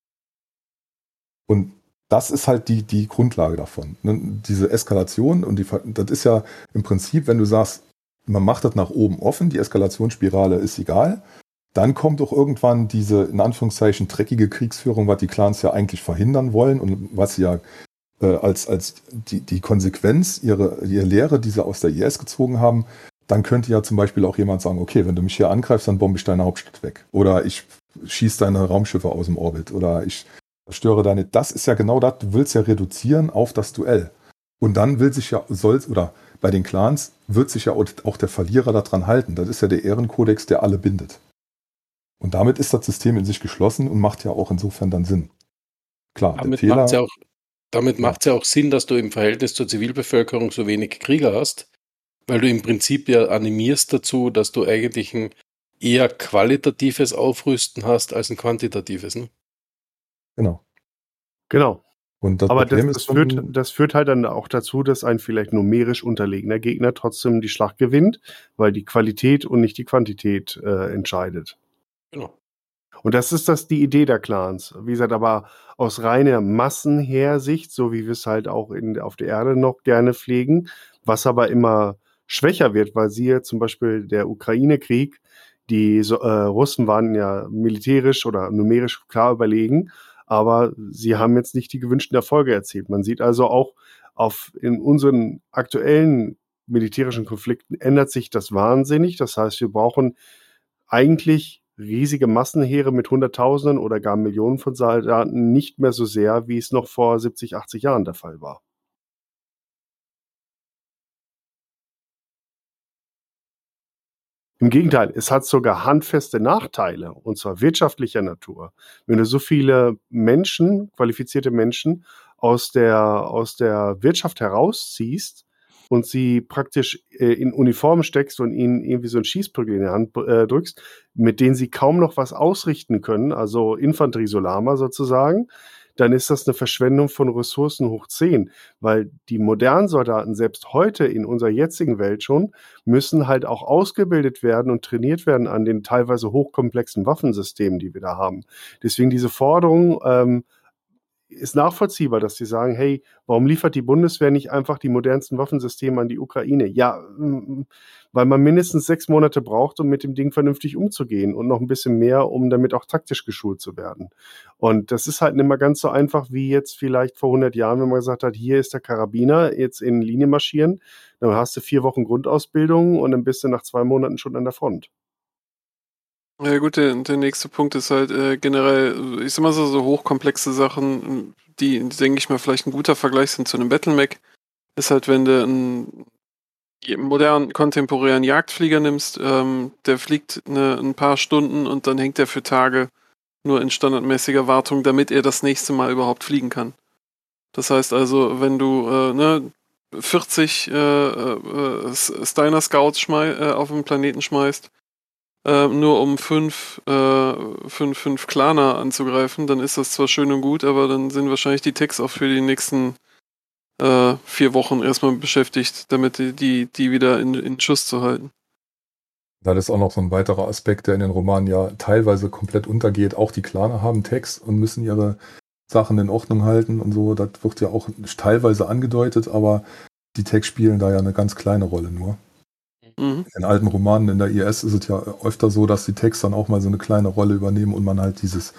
Speaker 6: Und das ist halt die Grundlage davon. Ne? Diese Eskalation und das ist ja im Prinzip, wenn du sagst, man macht das nach oben offen, die Eskalationsspirale ist egal, dann kommt auch irgendwann diese, in Anführungszeichen, dreckige Kriegsführung, was die Clans ja eigentlich verhindern wollen und was sie ja als die Konsequenz ihrer Lehre, die sie aus der IS gezogen haben, dann könnte ja zum Beispiel auch jemand sagen, okay, wenn du mich hier angreifst, dann bombe ich deine Hauptstadt weg. Oder ich schieße deine Raumschiffe aus dem Orbit. Oder ich zerstöre deine... Das ist ja genau das, du willst ja reduzieren auf das Duell. Und dann bei den Clans wird sich ja auch der Verlierer daran halten. Das ist ja der Ehrenkodex, der alle bindet. Und damit ist das System in sich geschlossen und macht ja auch insofern dann Sinn. Klar,
Speaker 4: Damit macht es ja auch Sinn, dass du im Verhältnis zur Zivilbevölkerung so wenig Krieger hast, weil du im Prinzip ja animierst dazu, dass du eigentlich ein eher qualitatives Aufrüsten hast als ein quantitatives. Ne?
Speaker 6: Genau. Und das
Speaker 3: Aber
Speaker 6: Problem
Speaker 3: das führt halt dann auch dazu, dass ein vielleicht numerisch unterlegener Gegner trotzdem die Schlacht gewinnt, weil die Qualität und nicht die Quantität entscheidet.
Speaker 4: Genau.
Speaker 3: Und das ist die Idee der Clans. Wie gesagt, aber aus reiner Massenhersicht, so wie wir es halt auch auf der Erde noch gerne pflegen, was aber immer schwächer wird, weil siehe zum Beispiel der Ukraine-Krieg, die Russen waren ja militärisch oder numerisch klar überlegen, aber sie haben jetzt nicht die gewünschten Erfolge erzielt. Man sieht also auch in unseren aktuellen militärischen Konflikten ändert sich das wahnsinnig. Das heißt, wir brauchen eigentlich riesige Massenheere mit Hunderttausenden oder gar Millionen von Soldaten nicht mehr so sehr, wie es noch vor 70, 80 Jahren der Fall war. Im Gegenteil, es hat sogar handfeste Nachteile, und zwar wirtschaftlicher Natur. Wenn du so viele Menschen, qualifizierte Menschen aus der Wirtschaft herausziehst und sie praktisch in Uniform steckst und ihnen irgendwie so ein Schießprügel in die Hand drückst, mit denen sie kaum noch was ausrichten können, also Infanteriesolama sozusagen, dann ist das eine Verschwendung von Ressourcen hoch 10, weil die modernen Soldaten selbst heute in unserer jetzigen Welt schon müssen halt auch ausgebildet werden und trainiert werden an den teilweise hochkomplexen Waffensystemen, die wir da haben. Deswegen diese Forderung, ist nachvollziehbar, dass die sagen, hey, warum liefert die Bundeswehr nicht einfach die modernsten Waffensysteme an die Ukraine? Ja, weil man mindestens 6 Monate braucht, um mit dem Ding vernünftig umzugehen und noch ein bisschen mehr, um damit auch taktisch geschult zu werden. Und das ist halt nicht mehr ganz so einfach wie jetzt vielleicht vor 100 Jahren, wenn man gesagt hat, hier ist der Karabiner, jetzt in Linie marschieren, dann hast du 4 Wochen Grundausbildung und dann bist du nach 2 Monaten schon an der Front.
Speaker 5: Ja gut, der nächste Punkt ist halt generell, ich sag mal so hochkomplexe Sachen, die, denke ich mal, vielleicht ein guter Vergleich sind zu einem Battlemech, ist halt, wenn du einen modernen, kontemporären Jagdflieger nimmst, der fliegt ein paar Stunden und dann hängt er für Tage nur in standardmäßiger Wartung, damit er das nächste Mal überhaupt fliegen kann. Das heißt also, wenn du 40 Steiner Scouts auf den Planeten schmeißt, nur um 5 Klaner anzugreifen, dann ist das zwar schön und gut, aber dann sind wahrscheinlich die Techs auch für die nächsten 4 Wochen erstmal beschäftigt, damit die wieder in Schuss zu halten.
Speaker 6: Das ist auch noch so ein weiterer Aspekt, der in den Romanen ja teilweise komplett untergeht. Auch die Klaner haben Techs und müssen ihre Sachen in Ordnung halten und so. Das wird ja auch teilweise angedeutet, aber die Techs spielen da ja eine ganz kleine Rolle nur. Mhm. In alten Romanen in der IS ist es ja öfter so, dass die Techs dann auch mal so eine kleine Rolle übernehmen und man halt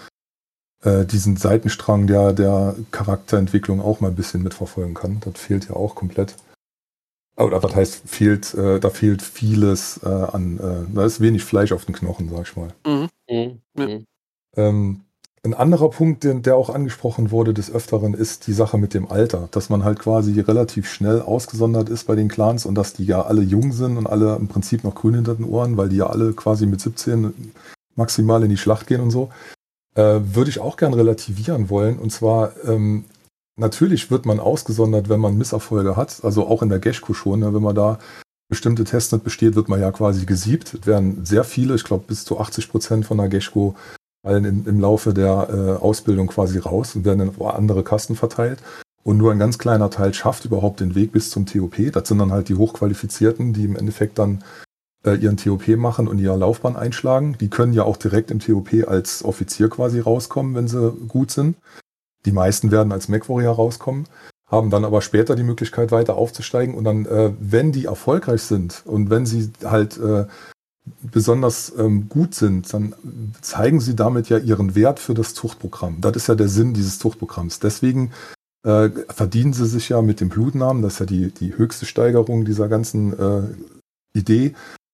Speaker 6: diesen Seitenstrang der Charakterentwicklung auch mal ein bisschen mitverfolgen kann. Das fehlt ja auch komplett. Oder was heißt, da fehlt vieles da ist wenig Fleisch auf den Knochen, sag ich mal.
Speaker 5: Mhm. Ja.
Speaker 6: Ein anderer Punkt, der auch angesprochen wurde des Öfteren, ist die Sache mit dem Alter. Dass man halt quasi relativ schnell ausgesondert ist bei den Clans und dass die ja alle jung sind und alle im Prinzip noch grün hinter den Ohren, weil die ja alle quasi mit 17 maximal in die Schlacht gehen und so. Würde ich auch gern relativieren wollen. Und zwar, natürlich wird man ausgesondert, wenn man Misserfolge hat. Also auch in der Geschko schon. Ne? Wenn man da bestimmte Tests nicht besteht, wird man ja quasi gesiebt. Es werden sehr viele, ich glaube bis zu 80% von der Geschko fallen im Laufe der Ausbildung quasi raus und werden dann auf andere Kasten verteilt. Und nur ein ganz kleiner Teil schafft überhaupt den Weg bis zum TOP. Das sind dann halt die Hochqualifizierten, die im Endeffekt dann ihren TOP machen und ihre Laufbahn einschlagen. Die können ja auch direkt im TOP als Offizier quasi rauskommen, wenn sie gut sind. Die meisten werden als MechWarrior rauskommen, haben dann aber später die Möglichkeit weiter aufzusteigen. Und dann, wenn die erfolgreich sind und wenn sie halt besonders gut sind, dann zeigen sie damit ja ihren Wert für das Zuchtprogramm. Das ist ja der Sinn dieses Zuchtprogramms. Deswegen verdienen sie sich ja mit dem Blutnamen, das ist ja die höchste Steigerung dieser ganzen Idee,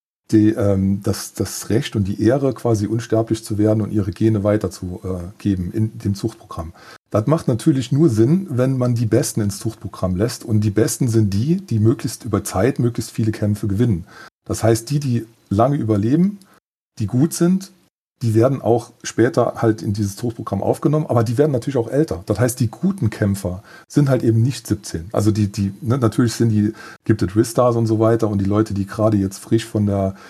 Speaker 6: das Recht und die Ehre, quasi unsterblich zu werden und ihre Gene weiterzugeben in dem Zuchtprogramm. Das macht natürlich nur Sinn, wenn man die Besten ins Zuchtprogramm lässt. Und die Besten sind die möglichst über Zeit möglichst viele Kämpfe gewinnen. Das heißt, die lange überleben, die gut sind, die werden auch später halt in dieses Zuchtprogramm aufgenommen, aber die werden natürlich auch älter. Das heißt, die guten Kämpfer sind halt eben nicht 17. Also natürlich gibt es Ristars und so weiter und die Leute, die gerade jetzt frisch vom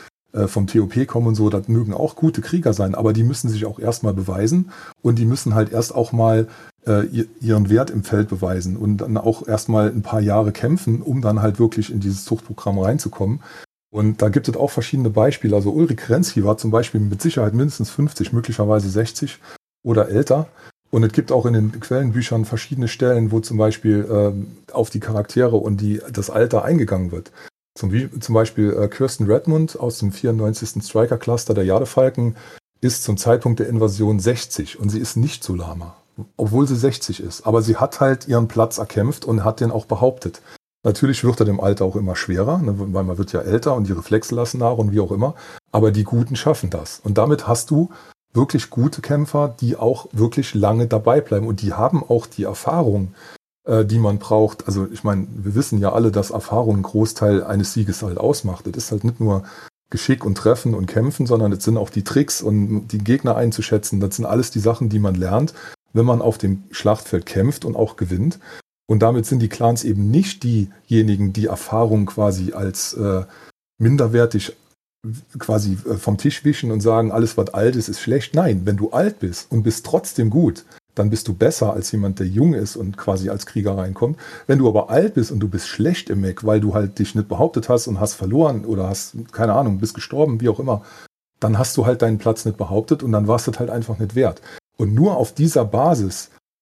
Speaker 6: TOP kommen und so, das mögen auch gute Krieger sein, aber die müssen sich auch erstmal beweisen und die müssen halt erst auch mal ihren Wert im Feld beweisen und dann auch erstmal ein paar Jahre kämpfen, um dann halt wirklich in dieses Zuchtprogramm reinzukommen. Und da gibt es auch verschiedene Beispiele. Also Ulrich Kerensky war zum Beispiel mit Sicherheit mindestens 50, möglicherweise 60 oder älter. Und es gibt auch in den Quellenbüchern verschiedene Stellen, wo zum Beispiel auf die Charaktere und das Alter eingegangen wird. Zum Beispiel Kirsten Redmond aus dem 94. Striker-Cluster der Jadefalken ist zum Zeitpunkt der Invasion 60 und sie ist nicht Sulama, obwohl sie 60 ist. Aber sie hat halt ihren Platz erkämpft und hat den auch behauptet. Natürlich wird er im Alter auch immer schwerer, ne, weil man wird ja älter und die Reflexe lassen nach und wie auch immer. Aber die Guten schaffen das. Und damit hast du wirklich gute Kämpfer, die auch wirklich lange dabei bleiben. Und die haben auch die Erfahrung, die man braucht. Also ich meine, wir wissen ja alle, dass Erfahrung einen Großteil eines Sieges halt ausmacht. Das ist halt nicht nur Geschick und Treffen und Kämpfen, sondern es sind auch die Tricks und die Gegner einzuschätzen. Das sind alles die Sachen, die man lernt, wenn man auf dem Schlachtfeld kämpft und auch gewinnt. Und damit sind die Clans eben nicht diejenigen, die Erfahrung quasi als minderwertig quasi vom Tisch wischen und sagen, alles was alt ist, ist schlecht. Nein, wenn du alt bist und bist trotzdem gut, dann bist du besser als jemand, der jung ist und quasi als Krieger reinkommt. Wenn du aber alt bist und du bist schlecht im Mech, weil du halt dich nicht behauptet hast und hast verloren oder hast, keine Ahnung, bist gestorben, wie auch immer, dann hast du halt deinen Platz nicht behauptet und dann warst du halt einfach nicht wert. Und nur auf dieser Basis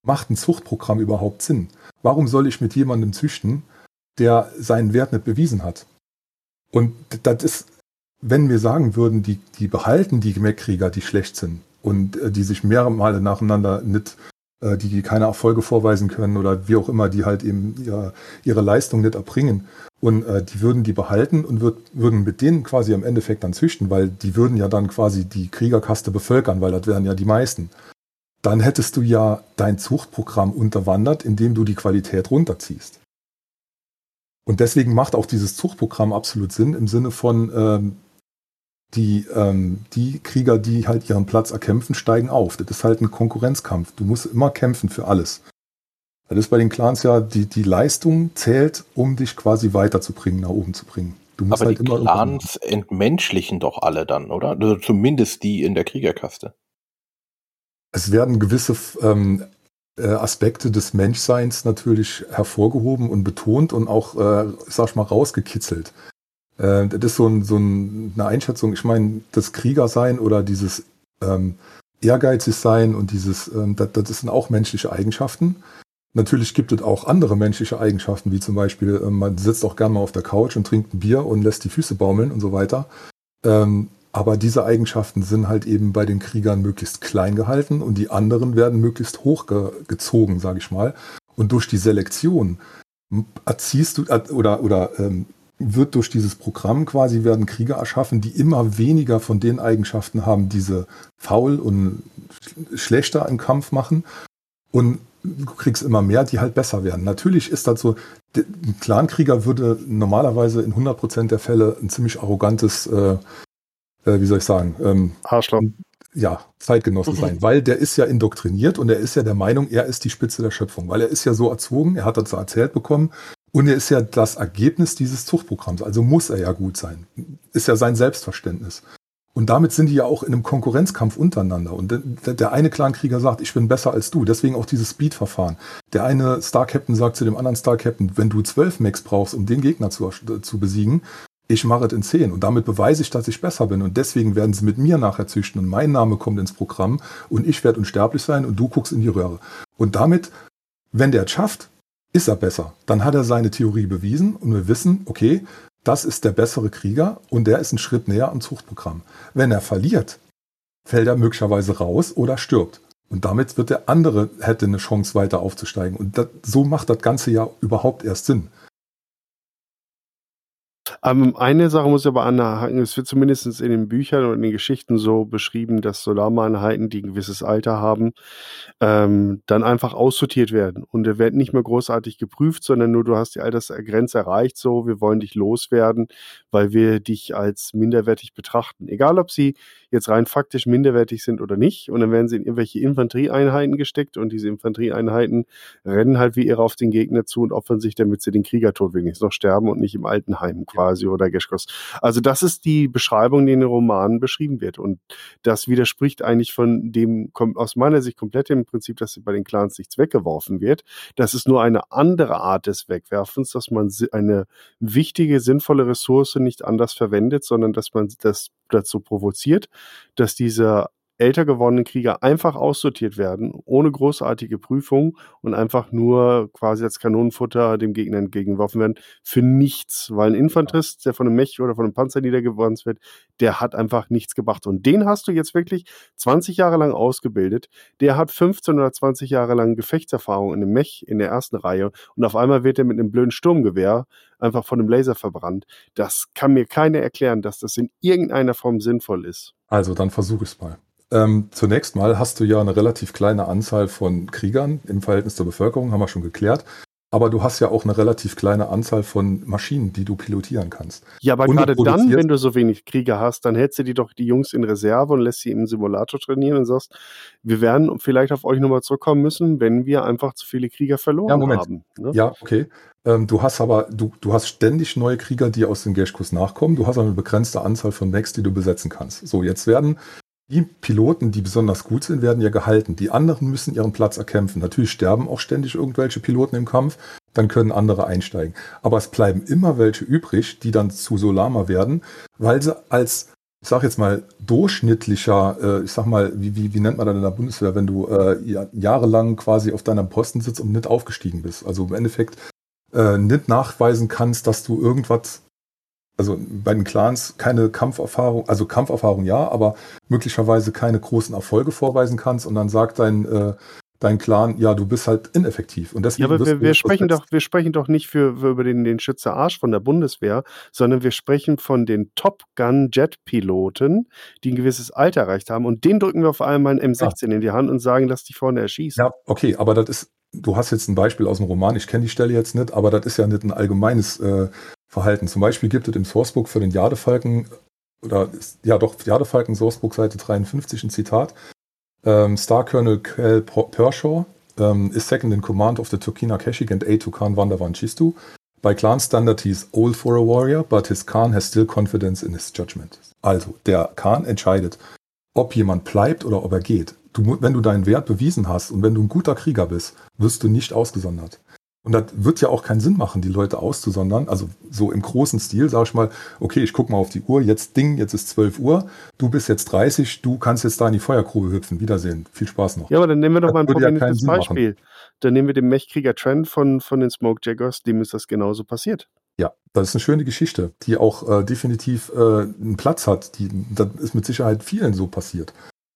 Speaker 6: macht ein Zuchtprogramm überhaupt Sinn? Warum soll ich mit jemandem züchten, der seinen Wert nicht bewiesen hat? Und das ist, wenn wir sagen würden, die behalten die Mech-Krieger, die schlecht sind und die sich mehrere Male nacheinander nicht, die keine Erfolge vorweisen können oder wie auch immer, die halt eben ihre Leistung nicht erbringen. Und die würden die behalten und würden mit denen quasi im Endeffekt dann züchten, weil die würden ja dann quasi die Kriegerkaste bevölkern, weil das wären ja die meisten. Dann hättest du ja dein Zuchtprogramm unterwandert, indem du die Qualität runterziehst. Und deswegen macht auch dieses Zuchtprogramm absolut Sinn im Sinne von die Krieger, die halt ihren Platz erkämpfen, steigen auf. Das ist halt ein Konkurrenzkampf. Du musst immer kämpfen für alles. Das ist bei den Clans ja, die Leistung zählt, um dich quasi weiterzubringen, nach oben zu bringen. Du musst
Speaker 2: Aber
Speaker 6: halt
Speaker 2: die
Speaker 6: immer
Speaker 2: Clans entmenschlichen doch alle dann, oder? Also zumindest die in der Kriegerkaste.
Speaker 6: Es werden gewisse Aspekte des Menschseins natürlich hervorgehoben und betont und auch, sag ich mal, rausgekitzelt. Das ist so eine Einschätzung, ich meine, das Kriegersein oder dieses ehrgeizig sein und dieses, das sind auch menschliche Eigenschaften. Natürlich gibt es auch andere menschliche Eigenschaften, wie zum Beispiel, man sitzt auch gerne mal auf der Couch und trinkt ein Bier und lässt die Füße baumeln und so weiter. Aber diese Eigenschaften sind halt eben bei den Kriegern möglichst klein gehalten und die anderen werden möglichst hochgezogen, sage ich mal. Und durch die Selektion erziehst du wird durch dieses Programm quasi werden Krieger erschaffen, die immer weniger von den Eigenschaften haben, diese faul und schlechter im Kampf machen. Und du kriegst immer mehr, die halt besser werden. Natürlich ist das so, ein Clankrieger würde normalerweise in 100% der Fälle ein ziemlich arrogantes, wie soll ich sagen,
Speaker 3: Arschloch.
Speaker 6: Ja, Zeitgenosse sein, weil der ist ja indoktriniert und er ist ja der Meinung, er ist die Spitze der Schöpfung, weil er ist ja so erzogen, er hat das so erzählt bekommen und er ist ja das Ergebnis dieses Zuchtprogramms, also muss er ja gut sein. Ist ja sein Selbstverständnis. Und damit sind die ja auch in einem Konkurrenzkampf untereinander. Und der eine Clankrieger sagt, ich bin besser als du. Deswegen auch dieses Speed-Verfahren. Der eine Star-Captain sagt zu dem anderen Star-Captain, wenn du 12 Mechs brauchst, um den Gegner zu besiegen, ich mache es in 10. Und damit beweise ich, dass ich besser bin. Und deswegen werden sie mit mir nachher züchten. Und mein Name kommt ins Programm. Und ich werde unsterblich sein. Und du guckst in die Röhre. Und damit, wenn der es schafft, ist er besser. Dann hat er seine Theorie bewiesen. Und wir wissen, okay, das ist der bessere Krieger und der ist einen Schritt näher am Zuchtprogramm. Wenn er verliert, fällt er möglicherweise raus oder stirbt. Und damit wird der andere hätte eine Chance, weiter aufzusteigen. Und so macht das Ganze ja überhaupt erst Sinn.
Speaker 3: Eine Sache muss ich aber anhaken, es wird zumindest in den Büchern und in den Geschichten so beschrieben, dass Solarma-Einheiten, die ein gewisses Alter haben, dann einfach aussortiert werden. Und der wird nicht mehr großartig geprüft, sondern nur du hast die Altersgrenze erreicht, so, wir wollen dich loswerden, weil wir dich als minderwertig betrachten. Egal, ob sie jetzt rein faktisch minderwertig sind oder nicht. Und dann werden sie in irgendwelche Infanterieeinheiten gesteckt und diese Infanterieeinheiten rennen halt wie irre auf den Gegner zu und opfern sich, damit sie den Kriegertod wenigstens noch sterben und nicht im Altenheim quasi oder Geschkos. Also das ist die Beschreibung, die in den Romanen beschrieben wird. Und das widerspricht eigentlich von dem, aus meiner Sicht komplett im Prinzip, dass bei den Clans nichts weggeworfen wird. Das ist nur eine andere Art des Wegwerfens, dass man eine wichtige, sinnvolle Ressource nicht anders verwendet, sondern dass man das dazu provoziert, dass diese älter gewordenen Krieger einfach aussortiert werden, ohne großartige Prüfung und einfach nur quasi als Kanonenfutter dem Gegner entgegengeworfen werden, für nichts. Weil ein Infanterist, der von einem Mech oder von einem Panzer niedergebrannt wird, der hat einfach nichts gebracht. Und den hast du jetzt wirklich 20 Jahre lang ausgebildet. Der hat 15 oder 20 Jahre lang Gefechtserfahrung in einem Mech in der ersten Reihe und auf einmal wird er mit einem blöden Sturmgewehr einfach von einem Laser verbrannt. Das kann mir keiner erklären, dass das in irgendeiner Form sinnvoll ist.
Speaker 6: Also, dann versuche ich es mal. Zunächst mal hast du ja eine relativ kleine Anzahl von Kriegern im Verhältnis zur Bevölkerung, haben wir schon geklärt. Aber du hast ja auch eine relativ kleine Anzahl von Maschinen, die du pilotieren kannst.
Speaker 3: Ja, aber gerade dann, wenn du so wenig Krieger hast, dann hältst du die doch die Jungs in Reserve und lässt sie im Simulator trainieren und sagst, wir werden vielleicht auf euch nochmal zurückkommen müssen, wenn wir einfach zu viele Krieger verloren haben. Ne?
Speaker 6: Ja, okay. Du hast aber, du hast ständig neue Krieger, die aus den Geschkos nachkommen. Du hast aber eine begrenzte Anzahl von Mechs, die du besetzen kannst. So, jetzt werden die Piloten, die besonders gut sind, werden ja gehalten. Die anderen müssen ihren Platz erkämpfen. Natürlich sterben auch ständig irgendwelche Piloten im Kampf, dann können andere einsteigen. Aber es bleiben immer welche übrig, die dann zu Solarma werden, weil sie als ich sag jetzt mal, durchschnittlicher, ich sag mal, wie nennt man das in der Bundeswehr, wenn du jahrelang quasi auf deinem Posten sitzt und nicht aufgestiegen bist. Also im Endeffekt nicht nachweisen kannst, dass du irgendwas, also bei den Clans keine Kampferfahrung, also Kampferfahrung ja, aber möglicherweise keine großen Erfolge vorweisen kannst und dann sagt dein Clan, ja, du bist halt ineffektiv. Und deswegen
Speaker 3: Ja, aber wir sprechen doch nicht über den Schütze Arsch von der Bundeswehr, sondern wir sprechen von den Top Gun Jet-Piloten, die ein gewisses Alter erreicht haben. Und den drücken wir auf einmal einen M16 in die Hand und sagen, lass dich vorne erschießen.
Speaker 6: Ja, okay, aber das ist, du hast jetzt ein Beispiel aus dem Roman, ich kenne die Stelle jetzt nicht, aber das ist ja nicht ein allgemeines Verhalten. Zum Beispiel gibt es im Sourcebook für den Jadefalken, Jadefalken Sourcebook Seite 53 ein Zitat. Star Colonel Cal Pershaw is second in command of the Turkina Keshik and aide to Khan Vandavan Chistu. By clan standard he is old for a warrior, but his Khan has still confidence in his judgment. Also, der Khan entscheidet, ob jemand bleibt oder ob er geht. Wenn du deinen Wert bewiesen hast und wenn du ein guter Krieger bist, wirst du nicht ausgesondert. Und das wird ja auch keinen Sinn machen, die Leute auszusondern. Also so im großen Stil, sag ich mal, okay, ich gucke mal auf die Uhr, jetzt ist 12 Uhr, du bist jetzt 30, du kannst jetzt da in die Feuergrube hüpfen. Wiedersehen, viel Spaß noch.
Speaker 3: Ja, aber dann nehmen wir doch mal ein prominentes
Speaker 6: Beispiel.
Speaker 3: Dann nehmen wir den Mechkrieger Trent von den Smoke Jaggers, dem ist das genauso passiert.
Speaker 6: Ja, das ist eine schöne Geschichte, die auch definitiv einen Platz hat. Das ist mit Sicherheit vielen so passiert.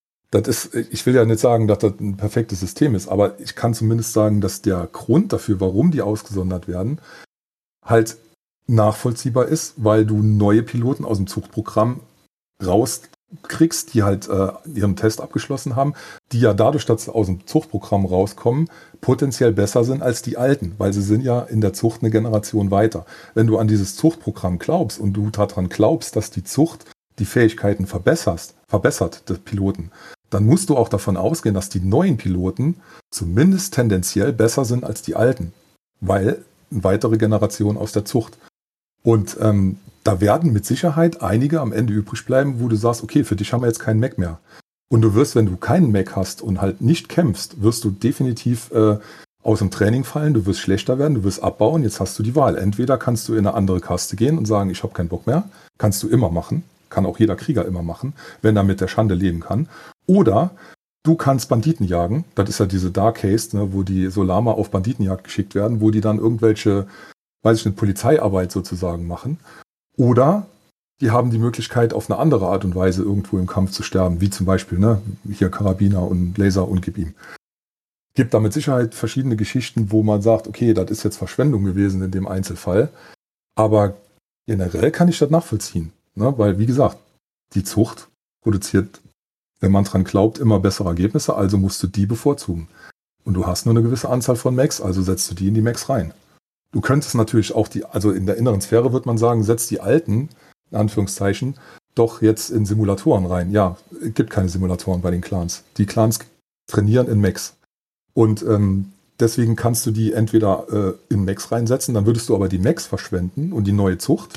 Speaker 6: Ich will ja nicht sagen, dass das ein perfektes System ist, aber ich kann zumindest sagen, dass der Grund dafür, warum die ausgesondert werden, halt nachvollziehbar ist, weil du neue Piloten aus dem Zuchtprogramm rauskriegst, die halt ihren Test abgeschlossen haben, die ja dadurch, dass sie aus dem Zuchtprogramm rauskommen, potenziell besser sind als die Alten, weil sie sind ja in der Zucht eine Generation weiter. Wenn du an dieses Zuchtprogramm glaubst und du daran glaubst, dass die Zucht die Fähigkeiten verbessert des Piloten, dann musst du auch davon ausgehen, dass die neuen Piloten zumindest tendenziell besser sind als die alten, weil eine weitere Generation aus der Zucht. Und da werden mit Sicherheit einige am Ende übrig bleiben, wo du sagst, okay, für dich haben wir jetzt keinen Mech mehr. Und du wirst, wenn du keinen Mech hast und halt nicht kämpfst, wirst du definitiv aus dem Training fallen, du wirst schlechter werden, du wirst abbauen, jetzt hast du die Wahl. Entweder kannst du in eine andere Kaste gehen und sagen, ich habe keinen Bock mehr, kannst du immer machen, kann auch jeder Krieger immer machen, wenn er mit der Schande leben kann. Oder du kannst Banditen jagen. Das ist ja diese Dark Haste, ne, wo die Solama auf Banditenjagd geschickt werden, wo die dann irgendwelche, weiß ich nicht, Polizeiarbeit sozusagen machen. Oder die haben die Möglichkeit, auf eine andere Art und Weise irgendwo im Kampf zu sterben, wie zum Beispiel hier Karabiner und Laser und gib ihm. Gibt da mit Sicherheit verschiedene Geschichten, wo man sagt, okay, das ist jetzt Verschwendung gewesen in dem Einzelfall. Aber generell kann ich das nachvollziehen. Ne? Weil, wie gesagt, die Zucht produziert, wenn man dran glaubt, immer bessere Ergebnisse, also musst du die bevorzugen. Und du hast nur eine gewisse Anzahl von Mechs, also setzt du die in die Mechs rein. Du könntest natürlich auch also in der inneren Sphäre würde man sagen, setzt die alten, in Anführungszeichen, doch jetzt in Simulatoren rein. Ja, es gibt keine Simulatoren bei den Clans. Die Clans trainieren in Mechs. Und deswegen kannst du die entweder in Mechs reinsetzen, dann würdest du aber die Mechs verschwenden und die neue Zucht.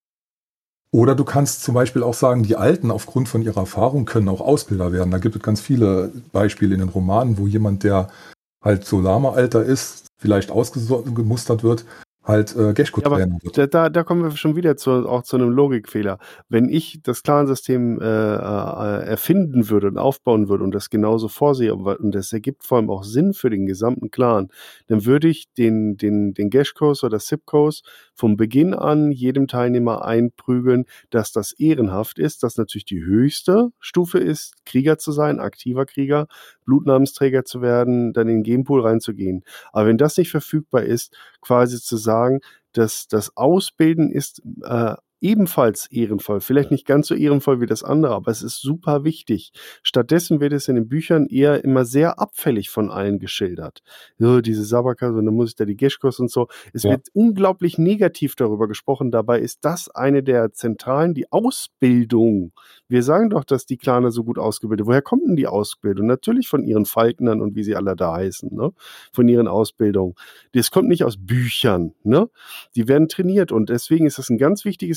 Speaker 6: Oder du kannst zum Beispiel auch sagen, die Alten aufgrund von ihrer Erfahrung können auch Ausbilder werden. Da gibt es ganz viele Beispiele in den Romanen, wo jemand, der halt so Lama-Alter ist, vielleicht ausgemustert wird, halt Geshko-Trainer wird.
Speaker 3: Da kommen wir schon wieder auch zu einem Logikfehler. Wenn ich das Clansystem erfinden würde und aufbauen würde und das genauso vorsehe und das ergibt vor allem auch Sinn für den gesamten Clan, dann würde ich den Geshkos oder Sipkos vom Beginn an jedem Teilnehmer einprügeln, dass das ehrenhaft ist, dass natürlich die höchste Stufe ist, Krieger zu sein, aktiver Krieger, Blutnamensträger zu werden, dann in den Gamepool reinzugehen. Aber wenn das nicht verfügbar ist, quasi zu sagen, dass das Ausbilden ist ebenfalls ehrenvoll, vielleicht nicht ganz so ehrenvoll wie das andere, aber es ist super wichtig. Stattdessen wird es in den Büchern eher immer sehr abfällig von allen geschildert. So, diese Sabakas und dann muss ich da die Geshkos und so. Es wird unglaublich negativ darüber gesprochen. Dabei ist das eine der zentralen, die Ausbildung. Wir sagen doch, dass die Claner so gut ausgebildet. Woher kommt denn die Ausbildung? Natürlich von ihren Falknern und wie sie alle da heißen, ne? Von ihren Ausbildungen. Das kommt nicht aus Büchern, ne? Die werden trainiert und deswegen ist das ein ganz wichtiges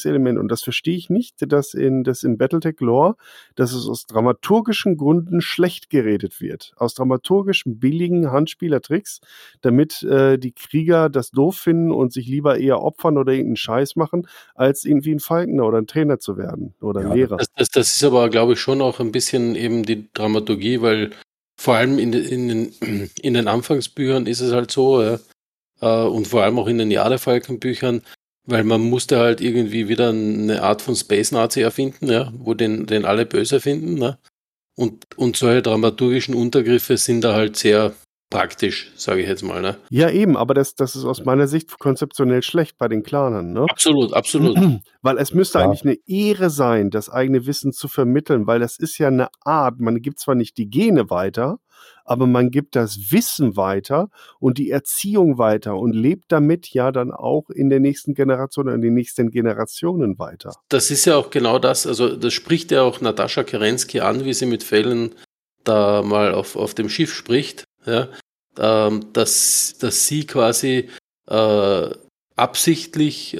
Speaker 3: Element, und das verstehe ich nicht, dass im Battletech-Lore, dass es aus dramaturgischen Gründen schlecht geredet wird. Aus dramaturgischen, billigen Handspielertricks, damit die Krieger das doof finden und sich lieber eher opfern oder irgendeinen Scheiß machen, als irgendwie ein Falkner oder ein Trainer zu werden oder ein Lehrer.
Speaker 4: Das ist aber, glaube ich, schon auch ein bisschen eben die Dramaturgie, weil vor allem in den Anfangsbüchern ist es halt so, ja, und vor allem auch in den Jade-Falken-Büchern, weil man musste halt irgendwie wieder eine Art von Space-Nazi erfinden, ja, wo den alle böse finden, ne? Und solche dramaturgischen Untergriffe sind da halt sehr praktisch, sage ich jetzt mal, ne?
Speaker 3: Ja, eben, aber das ist aus meiner Sicht konzeptionell schlecht bei den Clanern, ne?
Speaker 4: Absolut.
Speaker 3: Weil es müsste eigentlich eine Ehre sein, das eigene Wissen zu vermitteln, weil das ist ja eine Art, man gibt zwar nicht die Gene weiter, aber man gibt das Wissen weiter und die Erziehung weiter und lebt damit ja dann auch in der nächsten Generation und in den nächsten Generationen weiter.
Speaker 4: Das ist ja auch genau das, also das spricht ja auch Natascha Kerensky an, wie sie mit Fällen da mal auf dem Schiff spricht, ja, dass sie quasi absichtlich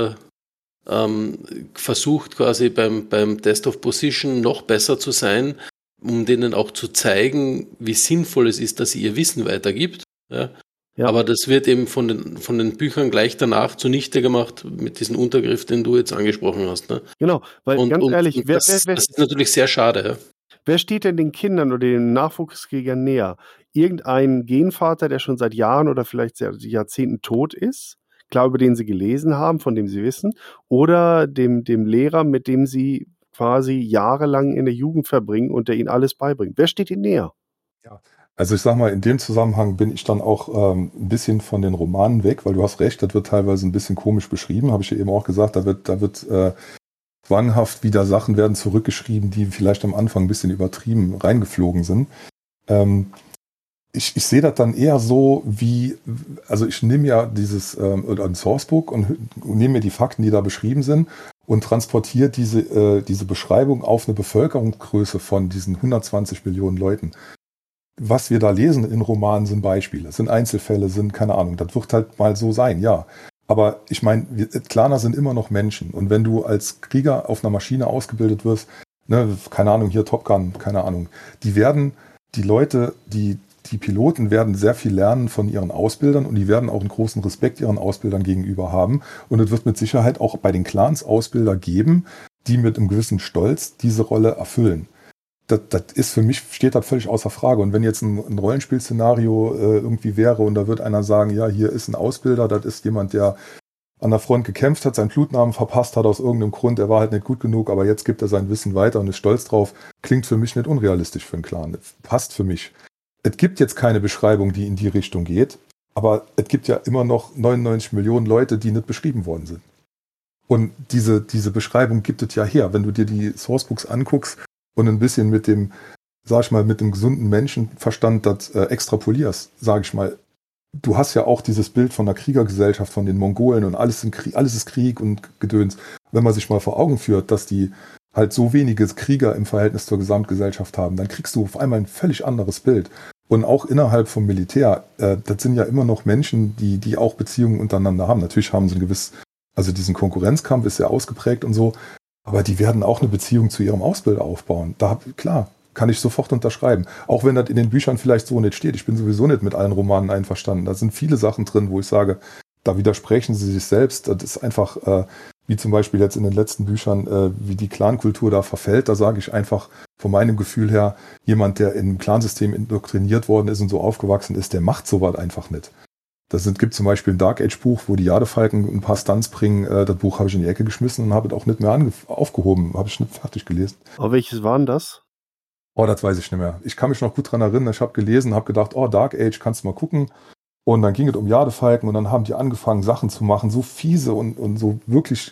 Speaker 4: versucht quasi beim Test of Position noch besser zu sein, um denen auch zu zeigen, wie sinnvoll es ist, dass sie ihr Wissen weitergibt. Ja. Ja. Aber das wird eben von den Büchern gleich danach zunichte gemacht mit diesem Untergriff, den du jetzt angesprochen hast. Ne?
Speaker 3: Genau, weil ganz ehrlich,
Speaker 4: das ist natürlich sehr schade. Ja.
Speaker 3: Wer steht denn den Kindern oder den Nachwuchskriegern näher? Irgendein Genvater, der schon seit Jahren oder vielleicht seit Jahrzehnten tot ist, klar, über den sie gelesen haben, von dem sie wissen, oder dem Lehrer, mit dem sie quasi jahrelang in der Jugend verbringen und der ihnen alles beibringt. Wer steht ihnen näher?
Speaker 6: Ja, also ich sag mal, in dem Zusammenhang bin ich dann auch ein bisschen von den Romanen weg, weil du hast recht, das wird teilweise ein bisschen komisch beschrieben, habe ich ja eben auch gesagt, da wird zwanghaft wieder Sachen werden zurückgeschrieben, die vielleicht am Anfang ein bisschen übertrieben reingeflogen sind. Ich sehe das dann eher so wie, also ich nehme ja oder ein Sourcebook und nehme mir die Fakten, die da beschrieben sind, und transportiere diese Beschreibung auf eine Bevölkerungsgröße von diesen 120 Millionen Leuten. Was wir da lesen in Romanen sind Beispiele, sind Einzelfälle, sind keine Ahnung, das wird halt mal so sein, ja. Aber ich meine, Claner sind immer noch Menschen, und wenn du als Krieger auf einer Maschine ausgebildet wirst, ne, keine Ahnung, hier Top Gun, keine Ahnung, die Piloten werden sehr viel lernen von ihren Ausbildern, und die werden auch einen großen Respekt ihren Ausbildern gegenüber haben. Und es wird mit Sicherheit auch bei den Clans Ausbilder geben, die mit einem gewissen Stolz diese Rolle erfüllen. Das ist für mich, steht das völlig außer Frage. Und wenn jetzt ein Rollenspielszenario irgendwie wäre und da wird einer sagen, ja, hier ist ein Ausbilder, das ist jemand, der an der Front gekämpft hat, seinen Blutnamen verpasst hat aus irgendeinem Grund, er war halt nicht gut genug, aber jetzt gibt er sein Wissen weiter und ist stolz drauf, klingt für mich nicht unrealistisch für einen Clan. Das passt für mich. Es gibt jetzt keine Beschreibung, die in die Richtung geht, aber es gibt ja immer noch 99 Millionen Leute, die nicht beschrieben worden sind. Und diese Beschreibung gibt es ja her. Wenn du dir die Sourcebooks anguckst und ein bisschen mit dem gesunden Menschenverstand das extrapolierst, sage ich mal, du hast ja auch dieses Bild von der Kriegergesellschaft, von den Mongolen und alles ist Krieg und Gedöns. Wenn man sich mal vor Augen führt, dass die halt so wenige Krieger im Verhältnis zur Gesamtgesellschaft haben, dann kriegst du auf einmal ein völlig anderes Bild. Und auch innerhalb vom Militär, das sind ja immer noch Menschen, die auch Beziehungen untereinander haben. Natürlich haben sie also diesen Konkurrenzkampf ist sehr ausgeprägt und so, aber die werden auch eine Beziehung zu ihrem Ausbilder aufbauen. Klar, kann ich sofort unterschreiben. Auch wenn das in den Büchern vielleicht so nicht steht. Ich bin sowieso nicht mit allen Romanen einverstanden. Da sind viele Sachen drin, wo ich sage, da widersprechen sie sich selbst. Das ist einfach, wie zum Beispiel jetzt in den letzten Büchern, wie die Clankultur da verfällt. Da sage ich einfach von meinem Gefühl her, jemand, der im Clansystem indoktriniert worden ist und so aufgewachsen ist, der macht sowas einfach nicht. Gibt zum Beispiel ein Dark Age Buch, wo die Jadefalken ein paar Stunts bringen. Das Buch habe ich in die Ecke geschmissen und habe es auch nicht mehr aufgehoben. Habe ich nicht fertig gelesen.
Speaker 3: Aber welches waren das?
Speaker 6: Oh, das weiß ich nicht mehr. Ich kann mich noch gut dran erinnern. Ich habe gelesen, habe gedacht, oh, Dark Age, kannst du mal gucken. Und dann ging es um Jadefalken und dann haben die angefangen, Sachen zu machen, so fiese und so wirklich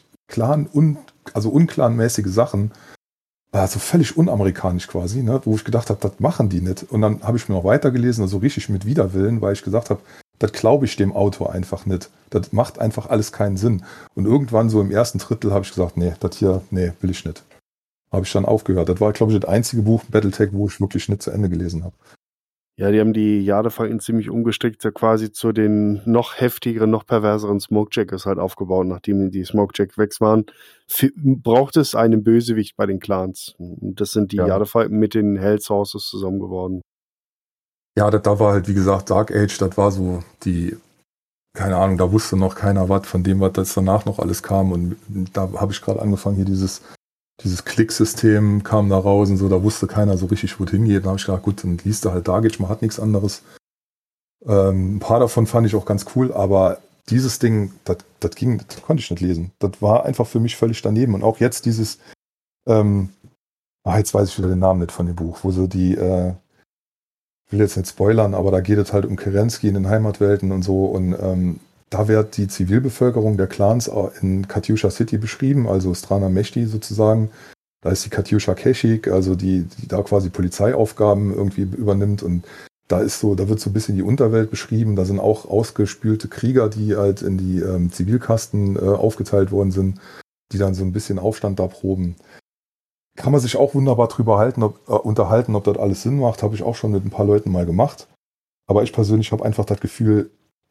Speaker 6: unclanmäßige Sachen. Also völlig unamerikanisch quasi, ne? Wo ich gedacht habe, das machen die nicht. Und dann habe ich mir noch weitergelesen, also richtig mit Widerwillen, weil ich gesagt habe, das glaube ich dem Autor einfach nicht. Das macht einfach alles keinen Sinn. Und irgendwann so im ersten Drittel habe ich gesagt, nee, will ich nicht. Habe ich dann aufgehört. Das war, glaube ich, das einzige Buch Battletech, wo ich wirklich nicht zu Ende gelesen habe.
Speaker 3: Ja, die haben die Jadefalken ziemlich umgestrickt, ja quasi zu den noch heftigeren, noch perverseren Smokejackers halt aufgebaut. Nachdem die Smokejack weg waren, braucht es einen Bösewicht bei den Clans. Und das sind die
Speaker 6: Ja.
Speaker 3: Jadefalken mit den Hellsources zusammen geworden.
Speaker 6: Ja, da war halt, wie gesagt, Dark Age, das war so die, keine Ahnung, da wusste noch keiner was von dem, was das danach noch alles kam. Und da habe ich gerade angefangen, hier dieses Klicksystem kam da raus und so, da wusste keiner so richtig, wo es hingeht. Da habe ich gedacht, gut, dann liest du halt Dark Age, man hat nichts anderes. Ein paar davon fand ich auch ganz cool, aber dieses Ding, das konnte ich nicht lesen. Das war einfach für mich völlig daneben. Und auch jetzt dieses, jetzt weiß ich wieder den Namen nicht von dem Buch, wo so die, will jetzt nicht spoilern, aber da geht es halt um Kerensky in den Heimatwelten und so. Und da wird die Zivilbevölkerung der Clans in Katyusha City beschrieben, also Strana Meshti sozusagen. Da ist die Katyusha Keshik, also die da quasi Polizeiaufgaben irgendwie übernimmt. Und da wird so ein bisschen die Unterwelt beschrieben. Da sind auch ausgespülte Krieger, die halt in die Zivilkasten aufgeteilt worden sind, die dann so ein bisschen Aufstand da proben. Kann man sich auch wunderbar drüber unterhalten, ob das alles Sinn macht. Habe ich auch schon mit ein paar Leuten mal gemacht. Aber ich persönlich habe einfach das Gefühl,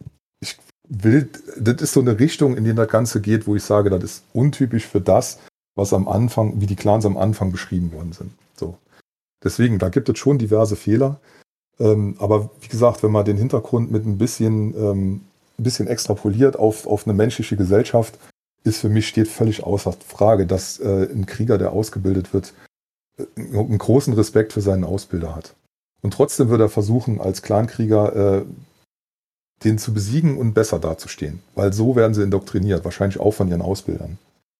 Speaker 6: das ist so eine Richtung, in die das Ganze geht, wo ich sage, das ist untypisch für das, was am Anfang, wie die Clans am Anfang beschrieben worden sind. So. Deswegen, da gibt es schon diverse Fehler. Aber wie gesagt, wenn man den Hintergrund mit ein bisschen extrapoliert auf eine menschliche Gesellschaft, steht völlig außer Frage, dass ein Krieger, der ausgebildet wird, einen großen Respekt für seinen Ausbilder hat. Und trotzdem wird er versuchen, als Clankrieger den zu besiegen und besser dazustehen. Weil so werden sie indoktriniert, wahrscheinlich auch von ihren Ausbildern.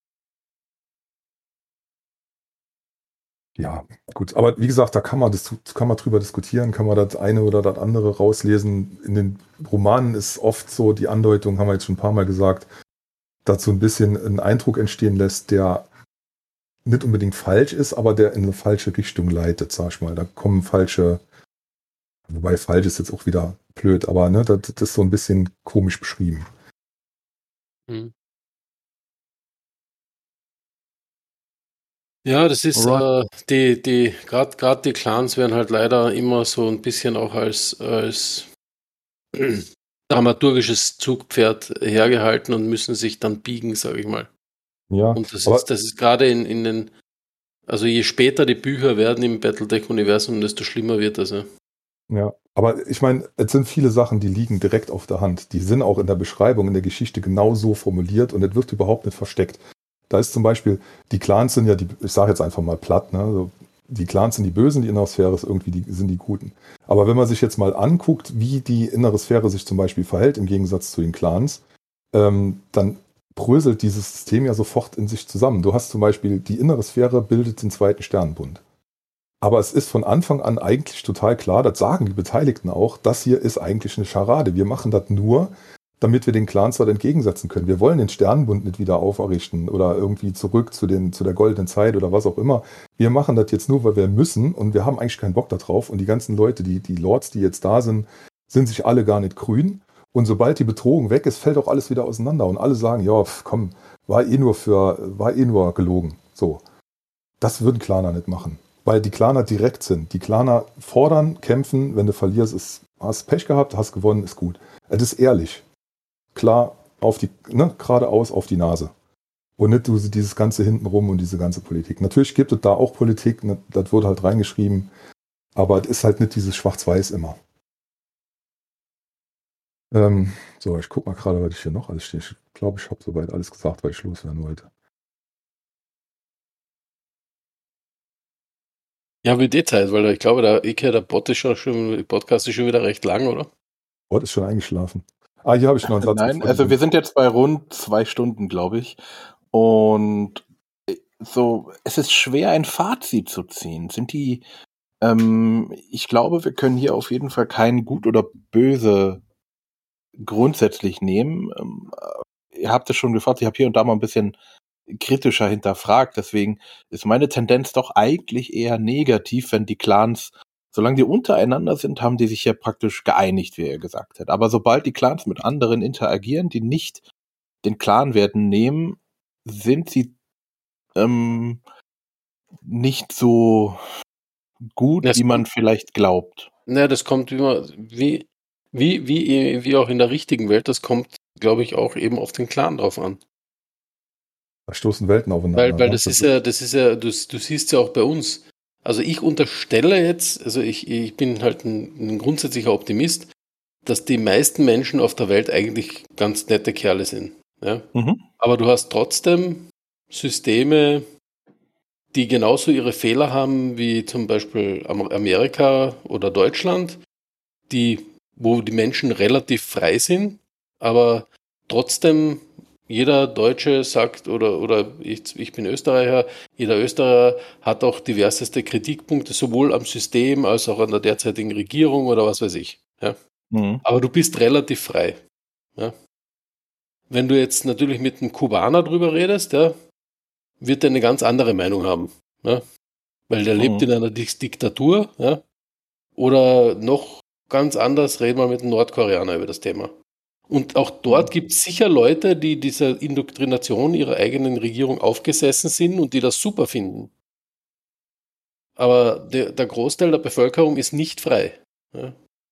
Speaker 6: Ja, gut. Aber wie gesagt, da kann man drüber diskutieren, kann man das eine oder das andere rauslesen. In den Romanen ist oft so die Andeutung, haben wir jetzt schon ein paar Mal gesagt, dass so ein bisschen ein Eindruck entstehen lässt, der nicht unbedingt falsch ist, aber der in eine falsche Richtung leitet, sag ich mal. Da kommen wobei falsch ist jetzt auch wieder blöd, aber ne, das ist so ein bisschen komisch beschrieben.
Speaker 4: Mhm. Ja, das ist gerade die Clans werden halt leider immer so ein bisschen auch als dramaturgisches Zugpferd hergehalten und müssen sich dann biegen, sage ich mal.
Speaker 6: Ja,
Speaker 4: und das ist gerade in den, also je später die Bücher werden im Battletech-Universum, desto schlimmer wird das.
Speaker 6: Ja, aber ich meine, es sind viele Sachen, die liegen direkt auf der Hand. Die sind auch in der Beschreibung, in der Geschichte genau so formuliert und es wird überhaupt nicht versteckt. Da ist zum Beispiel, die Clans sind ja ich sage jetzt einfach mal platt, ne? Also die Clans sind die Bösen, die innere Sphäre sind die Guten. Aber wenn man sich jetzt mal anguckt, wie die innere Sphäre sich zum Beispiel verhält im Gegensatz zu den Clans, dann bröselt dieses System ja sofort in sich zusammen. Du hast zum Beispiel, die innere Sphäre bildet den zweiten Sternenbund. Aber es ist von Anfang an eigentlich total klar, das sagen die Beteiligten auch, das hier ist eigentlich eine Scharade. Wir machen das nur, damit wir den Clans was entgegensetzen können. Wir wollen den Sternenbund nicht wieder auferrichten oder irgendwie zurück zu der goldenen Zeit oder was auch immer. Wir machen das jetzt nur, weil wir müssen und wir haben eigentlich keinen Bock darauf. Und die ganzen Leute, die Lords, die jetzt da sind, sind sich alle gar nicht grün. Und sobald die Bedrohung weg ist, fällt auch alles wieder auseinander. Und alle sagen, ja, komm, war eh nur gelogen. So. Das würden Claner nicht machen. Weil die Claner direkt sind. Die Claner fordern, kämpfen, wenn du verlierst, hast Pech gehabt, hast gewonnen, ist gut. Es ist ehrlich. Klar, geradeaus auf die Nase. Und nicht dieses ganze hintenrum und diese ganze Politik. Natürlich gibt es da auch Politik, das wurde halt reingeschrieben, aber es ist halt nicht dieses Schwarz-Weiß immer. So, ich guck mal gerade, was ich hier noch alles stehe. Ich glaube, ich habe soweit alles gesagt, weil ich loswerden wollte.
Speaker 4: Ja, wie die Zeit, weil ich glaube, der Podcast ist schon wieder recht lang, oder?
Speaker 6: Bot ist schon eingeschlafen. Hier habe ich noch einen Satz.
Speaker 2: Nein, also wir sind jetzt bei rund 2 Stunden, glaube ich. Und so, es ist schwer, ein Fazit zu ziehen. Ich glaube, wir können hier auf jeden Fall kein Gut oder Böse grundsätzlich nehmen. Ihr habt es schon gefragt, ich habe hier und da mal ein bisschen kritischer hinterfragt. Deswegen ist meine Tendenz doch eigentlich eher negativ, wenn die Clans, solange die untereinander sind, haben die sich ja praktisch geeinigt, wie ihr gesagt habt. Aber sobald die Clans mit anderen interagieren, die nicht den Clanwerten nehmen, sind sie nicht so gut, wie man vielleicht glaubt.
Speaker 4: Naja, das kommt immer, wie auch in der richtigen Welt, das kommt, glaube ich, auch eben auf den Clan drauf an.
Speaker 6: Da stoßen Welten aufeinander.
Speaker 4: Weil
Speaker 6: Ne?
Speaker 4: das ist ja, du siehst ja auch bei uns. Also ich unterstelle jetzt, also ich bin halt ein grundsätzlicher Optimist, dass die meisten Menschen auf der Welt eigentlich ganz nette Kerle sind. Ja?
Speaker 2: Mhm.
Speaker 4: Aber du hast trotzdem Systeme, die genauso ihre Fehler haben wie zum Beispiel Amerika oder Deutschland, wo die Menschen relativ frei sind, aber trotzdem jeder Deutsche sagt, oder ich bin Österreicher, jeder Österreicher hat auch diverseste Kritikpunkte, sowohl am System als auch an der derzeitigen Regierung oder was weiß ich. Ja?
Speaker 2: Mhm.
Speaker 4: Aber du bist relativ frei. Ja? Wenn du jetzt natürlich mit einem Kubaner drüber redest, ja, wird er eine ganz andere Meinung haben. Ja? Weil der lebt in einer Diktatur, ja? Oder noch ganz anders, reden wir mit einem Nordkoreaner über das Thema. Und auch dort gibt es sicher Leute, die dieser Indoktrination ihrer eigenen Regierung aufgesessen sind und die das super finden. Aber der Großteil der Bevölkerung ist nicht frei. Ja?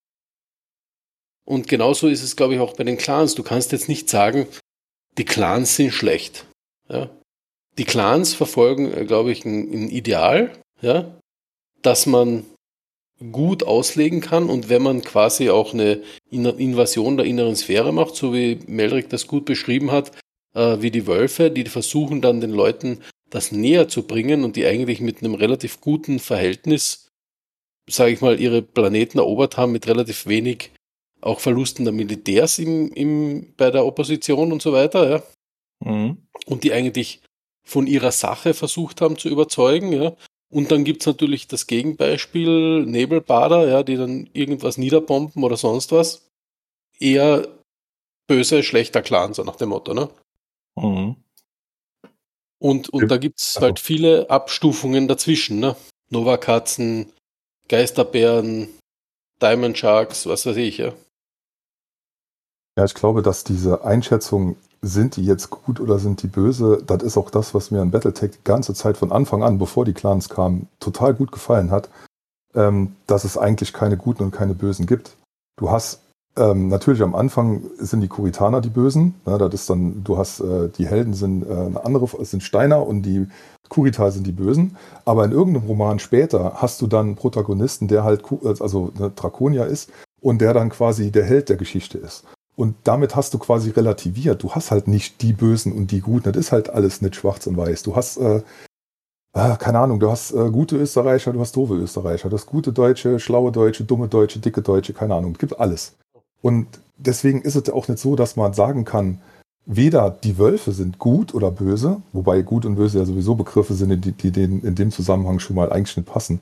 Speaker 4: Und genauso ist es, glaube ich, auch bei den Clans. Du kannst jetzt nicht sagen, die Clans sind schlecht. Ja? Die Clans verfolgen, glaube ich, ein Ideal, ja? Das man gut auslegen kann, und wenn man quasi auch eine Invasion der inneren Sphäre macht, so wie Meldrick das gut beschrieben hat, wie die Wölfe, die versuchen dann den Leuten das näher zu bringen und die eigentlich mit einem relativ guten Verhältnis, sage ich mal, ihre Planeten erobert haben mit relativ wenig auch Verlusten der Militärs bei der Opposition und so weiter, ja.
Speaker 2: Mhm.
Speaker 4: Und die eigentlich von ihrer Sache versucht haben zu überzeugen, ja. Und dann gibt's natürlich das Gegenbeispiel, Nebelbader, ja, die dann irgendwas niederbomben oder sonst was. Eher böse, schlechter Clan, so nach dem Motto, ne?
Speaker 2: Mhm.
Speaker 4: Und da gibt's halt viele Abstufungen dazwischen, ne? Nova-Katzen, Geisterbären, Diamond Sharks, was weiß ich, ja.
Speaker 6: Ja, ich glaube, dass diese Einschätzung, sind die jetzt gut oder sind die böse, das ist auch das, was mir an Battletech die ganze Zeit von Anfang an, bevor die Clans kamen, total gut gefallen hat, dass es eigentlich keine guten und keine bösen gibt. Du hast natürlich am Anfang sind die Kuritaner die Bösen, ne, das ist dann, du hast die Helden sind eine andere, sind Steiner und die Kurital sind die Bösen, aber in irgendeinem Roman später hast du dann einen Protagonisten, der halt also eine Drakonier ist und der dann quasi der Held der Geschichte ist. Und damit hast du quasi relativiert. Du hast halt nicht die Bösen und die Guten. Das ist halt alles nicht schwarz und weiß. Du hast, keine Ahnung, du hast gute Österreicher, du hast doofe Österreicher. Du hast gute Deutsche, schlaue Deutsche, dumme Deutsche, dicke Deutsche, keine Ahnung. Es gibt alles. Und deswegen ist es auch nicht so, dass man sagen kann, weder die Wölfe sind gut oder böse, wobei gut und böse ja sowieso Begriffe sind, die denen in dem Zusammenhang schon mal eigentlich nicht passen.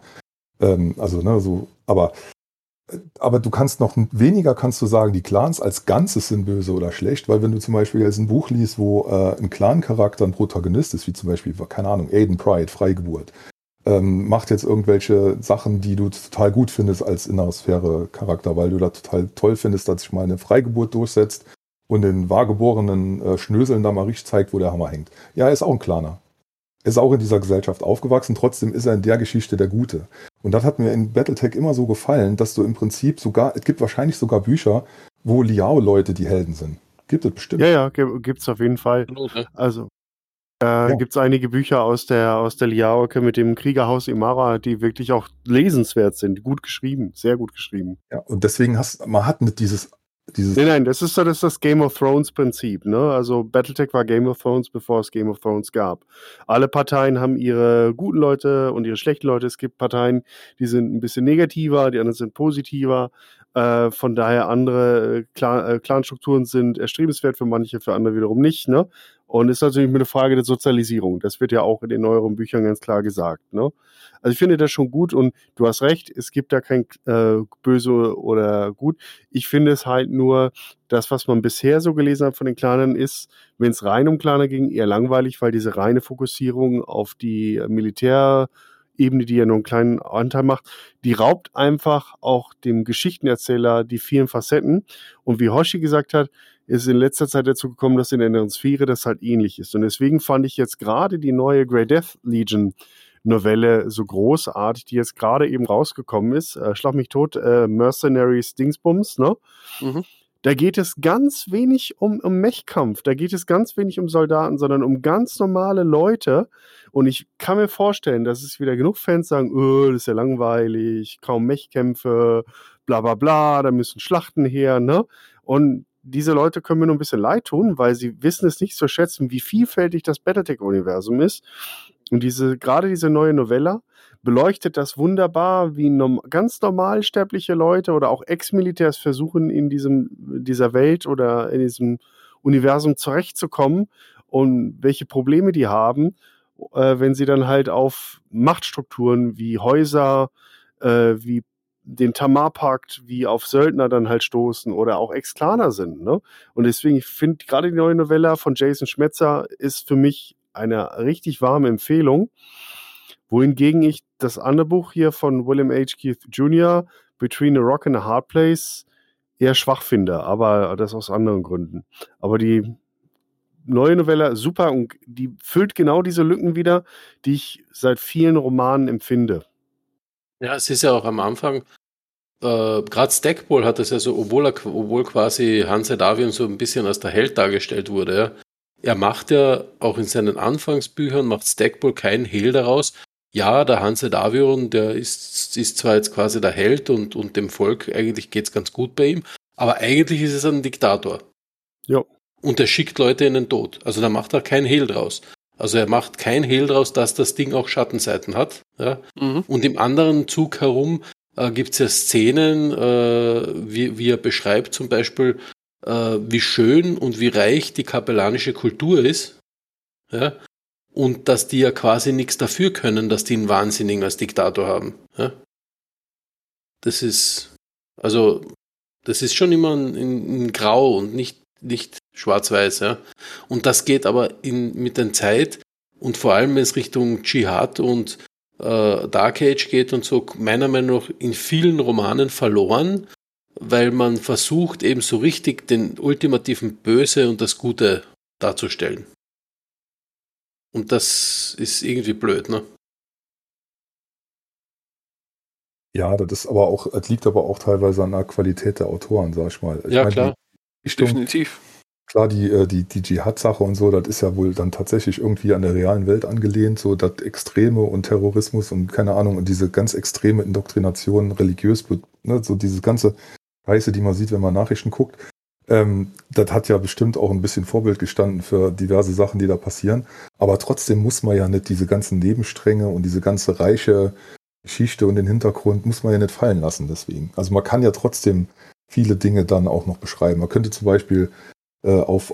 Speaker 6: Aber du kannst noch weniger kannst du sagen, die Clans als Ganzes sind böse oder schlecht, weil wenn du zum Beispiel jetzt ein Buch liest, wo ein Clan-Charakter ein Protagonist ist, wie zum Beispiel, keine Ahnung, Aiden Pride, Freigeburt, macht jetzt irgendwelche Sachen, die du total gut findest als Innersphäre-Charakter, weil du da total toll findest, dass sich mal eine Freigeburt durchsetzt und den wahrgeborenen Schnöseln da mal richtig zeigt, wo der Hammer hängt. Ja, er ist auch ein Claner. Er ist auch in dieser Gesellschaft aufgewachsen, trotzdem ist er in der Geschichte der Gute. Und das hat mir in Battletech immer so gefallen, dass du im Prinzip sogar, es gibt wahrscheinlich sogar Bücher, wo Liao-Leute die Helden sind. Gibt es bestimmt.
Speaker 3: Ja, gibt's auf jeden Fall. Also, gibt's einige Bücher aus der Liao-Ecke mit dem Kriegerhaus Imara, die wirklich auch lesenswert sind. Gut geschrieben, sehr gut geschrieben.
Speaker 6: Ja, und deswegen man hat nicht dieses
Speaker 3: Nein, das ist das Game of Thrones Prinzip, ne? Also Battletech war Game of Thrones, bevor es Game of Thrones gab. Alle Parteien haben ihre guten Leute und ihre schlechten Leute. Es gibt Parteien, die sind ein bisschen negativer, die anderen sind positiver. Von daher andere Clanstrukturen sind erstrebenswert für manche, für andere wiederum nicht, ne? Und ist natürlich eine Frage der Sozialisierung. Das wird ja auch in den neueren Büchern ganz klar gesagt, ne? Also ich finde das schon gut und du hast recht, es gibt da kein böse oder gut. Ich finde es halt nur, das, was man bisher so gelesen hat von den Clanern, ist, wenn es rein um Claner ging, eher langweilig, weil diese reine Fokussierung auf die Militärebene, die ja nur einen kleinen Anteil macht, die raubt einfach auch dem Geschichtenerzähler die vielen Facetten. Und wie Hoshi gesagt hat, ist in letzter Zeit dazu gekommen, dass in der inneren Sphäre das halt ähnlich ist. Und deswegen fand ich jetzt gerade die neue Grey Death Legion Novelle so großartig, die jetzt gerade eben rausgekommen ist. Schlag mich tot, Mercenaries Dingsbums, ne?
Speaker 5: Mhm.
Speaker 3: Da geht es ganz wenig um Mechkampf, da geht es ganz wenig um Soldaten, sondern um ganz normale Leute. Und ich kann mir vorstellen, dass es wieder genug Fans sagen, das ist ja langweilig, kaum Mechkämpfe, bla bla bla, da müssen Schlachten her, ne? Und diese Leute können mir nur ein bisschen leid tun, weil sie wissen es nicht zu schätzen, wie vielfältig das Battletech-Universum ist. Und gerade diese neue Novella beleuchtet das wunderbar, wie ganz normalsterbliche Leute oder auch Ex-Militärs versuchen, in dieser Welt oder in diesem Universum zurechtzukommen und welche Probleme die haben, wenn sie dann halt auf Machtstrukturen wie Häuser, wie den Tamar-Pakt, wie auf Söldner dann halt stoßen oder auch Ex-Klaner sind. Ne? Und deswegen, ich finde, gerade die neue Novella von Jason Schmetzer ist für mich eine richtig warme Empfehlung. Wohingegen ich das andere Buch hier von William H. Keith Jr., Between a Rock and a Hard Place, eher schwach finde, aber das aus anderen Gründen. Aber die neue Novelle super und die füllt genau diese Lücken wieder, die ich seit vielen Romanen empfinde.
Speaker 4: Ja, es ist ja auch am Anfang, gerade Stackpole hat es ja so, obwohl quasi Hansa Davion so ein bisschen als der Held dargestellt wurde, ja. Er macht ja auch in seinen Anfangsbüchern, macht Stackpole keinen Hehl daraus. Ja, der Hansa Davion, der ist zwar jetzt quasi der Held und dem Volk eigentlich geht's ganz gut bei ihm, aber eigentlich ist es ein Diktator.
Speaker 3: Ja.
Speaker 4: Und er schickt Leute in den Tod. Also da macht er kein Hehl draus. Also er macht kein Hehl draus, dass das Ding auch Schattenseiten hat. Ja?
Speaker 5: Mhm.
Speaker 4: Und im anderen Zug herum gibt es ja Szenen, wie er beschreibt zum Beispiel, wie schön und wie reich die kapellanische Kultur ist. Ja? Und dass die ja quasi nichts dafür können, dass die einen Wahnsinnigen als Diktator haben. Ja? Das ist schon immer in Grau und nicht schwarz-weiß. Ja? Und das geht aber mit der Zeit und vor allem, wenn es Richtung Dschihad und Dark Age geht und so, meiner Meinung nach in vielen Romanen verloren, weil man versucht, eben so richtig den ultimativen Böse und das Gute darzustellen. Und das ist irgendwie blöd, ne?
Speaker 6: Ja, das liegt aber auch teilweise an der Qualität der Autoren, sag ich mal.
Speaker 4: Ja, klar.
Speaker 5: Definitiv.
Speaker 6: Klar, die Dschihad-Sache und so, das ist ja wohl dann tatsächlich irgendwie an der realen Welt angelehnt, so das Extreme und Terrorismus und keine Ahnung und diese ganz extreme Indoktrination religiös, ne, so diese ganze Scheiße, die man sieht, wenn man Nachrichten guckt, das hat ja bestimmt auch ein bisschen Vorbild gestanden für diverse Sachen, die da passieren, aber trotzdem muss man ja nicht diese ganzen Nebenstränge und diese ganze reiche Geschichte und den Hintergrund muss man ja nicht fallen lassen deswegen. Also man kann ja trotzdem viele Dinge dann auch noch beschreiben. Man könnte zum Beispiel auf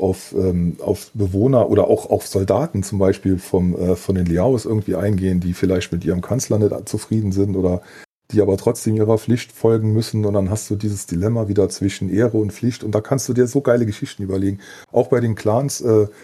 Speaker 6: Bewohner oder auch auf Soldaten zum Beispiel von den Liaos irgendwie eingehen, die vielleicht mit ihrem Kanzler nicht zufrieden sind oder die aber trotzdem ihrer Pflicht folgen müssen und dann hast du dieses Dilemma wieder zwischen Ehre und Pflicht und da kannst du dir so geile Geschichten überlegen. Auch bei den Clans,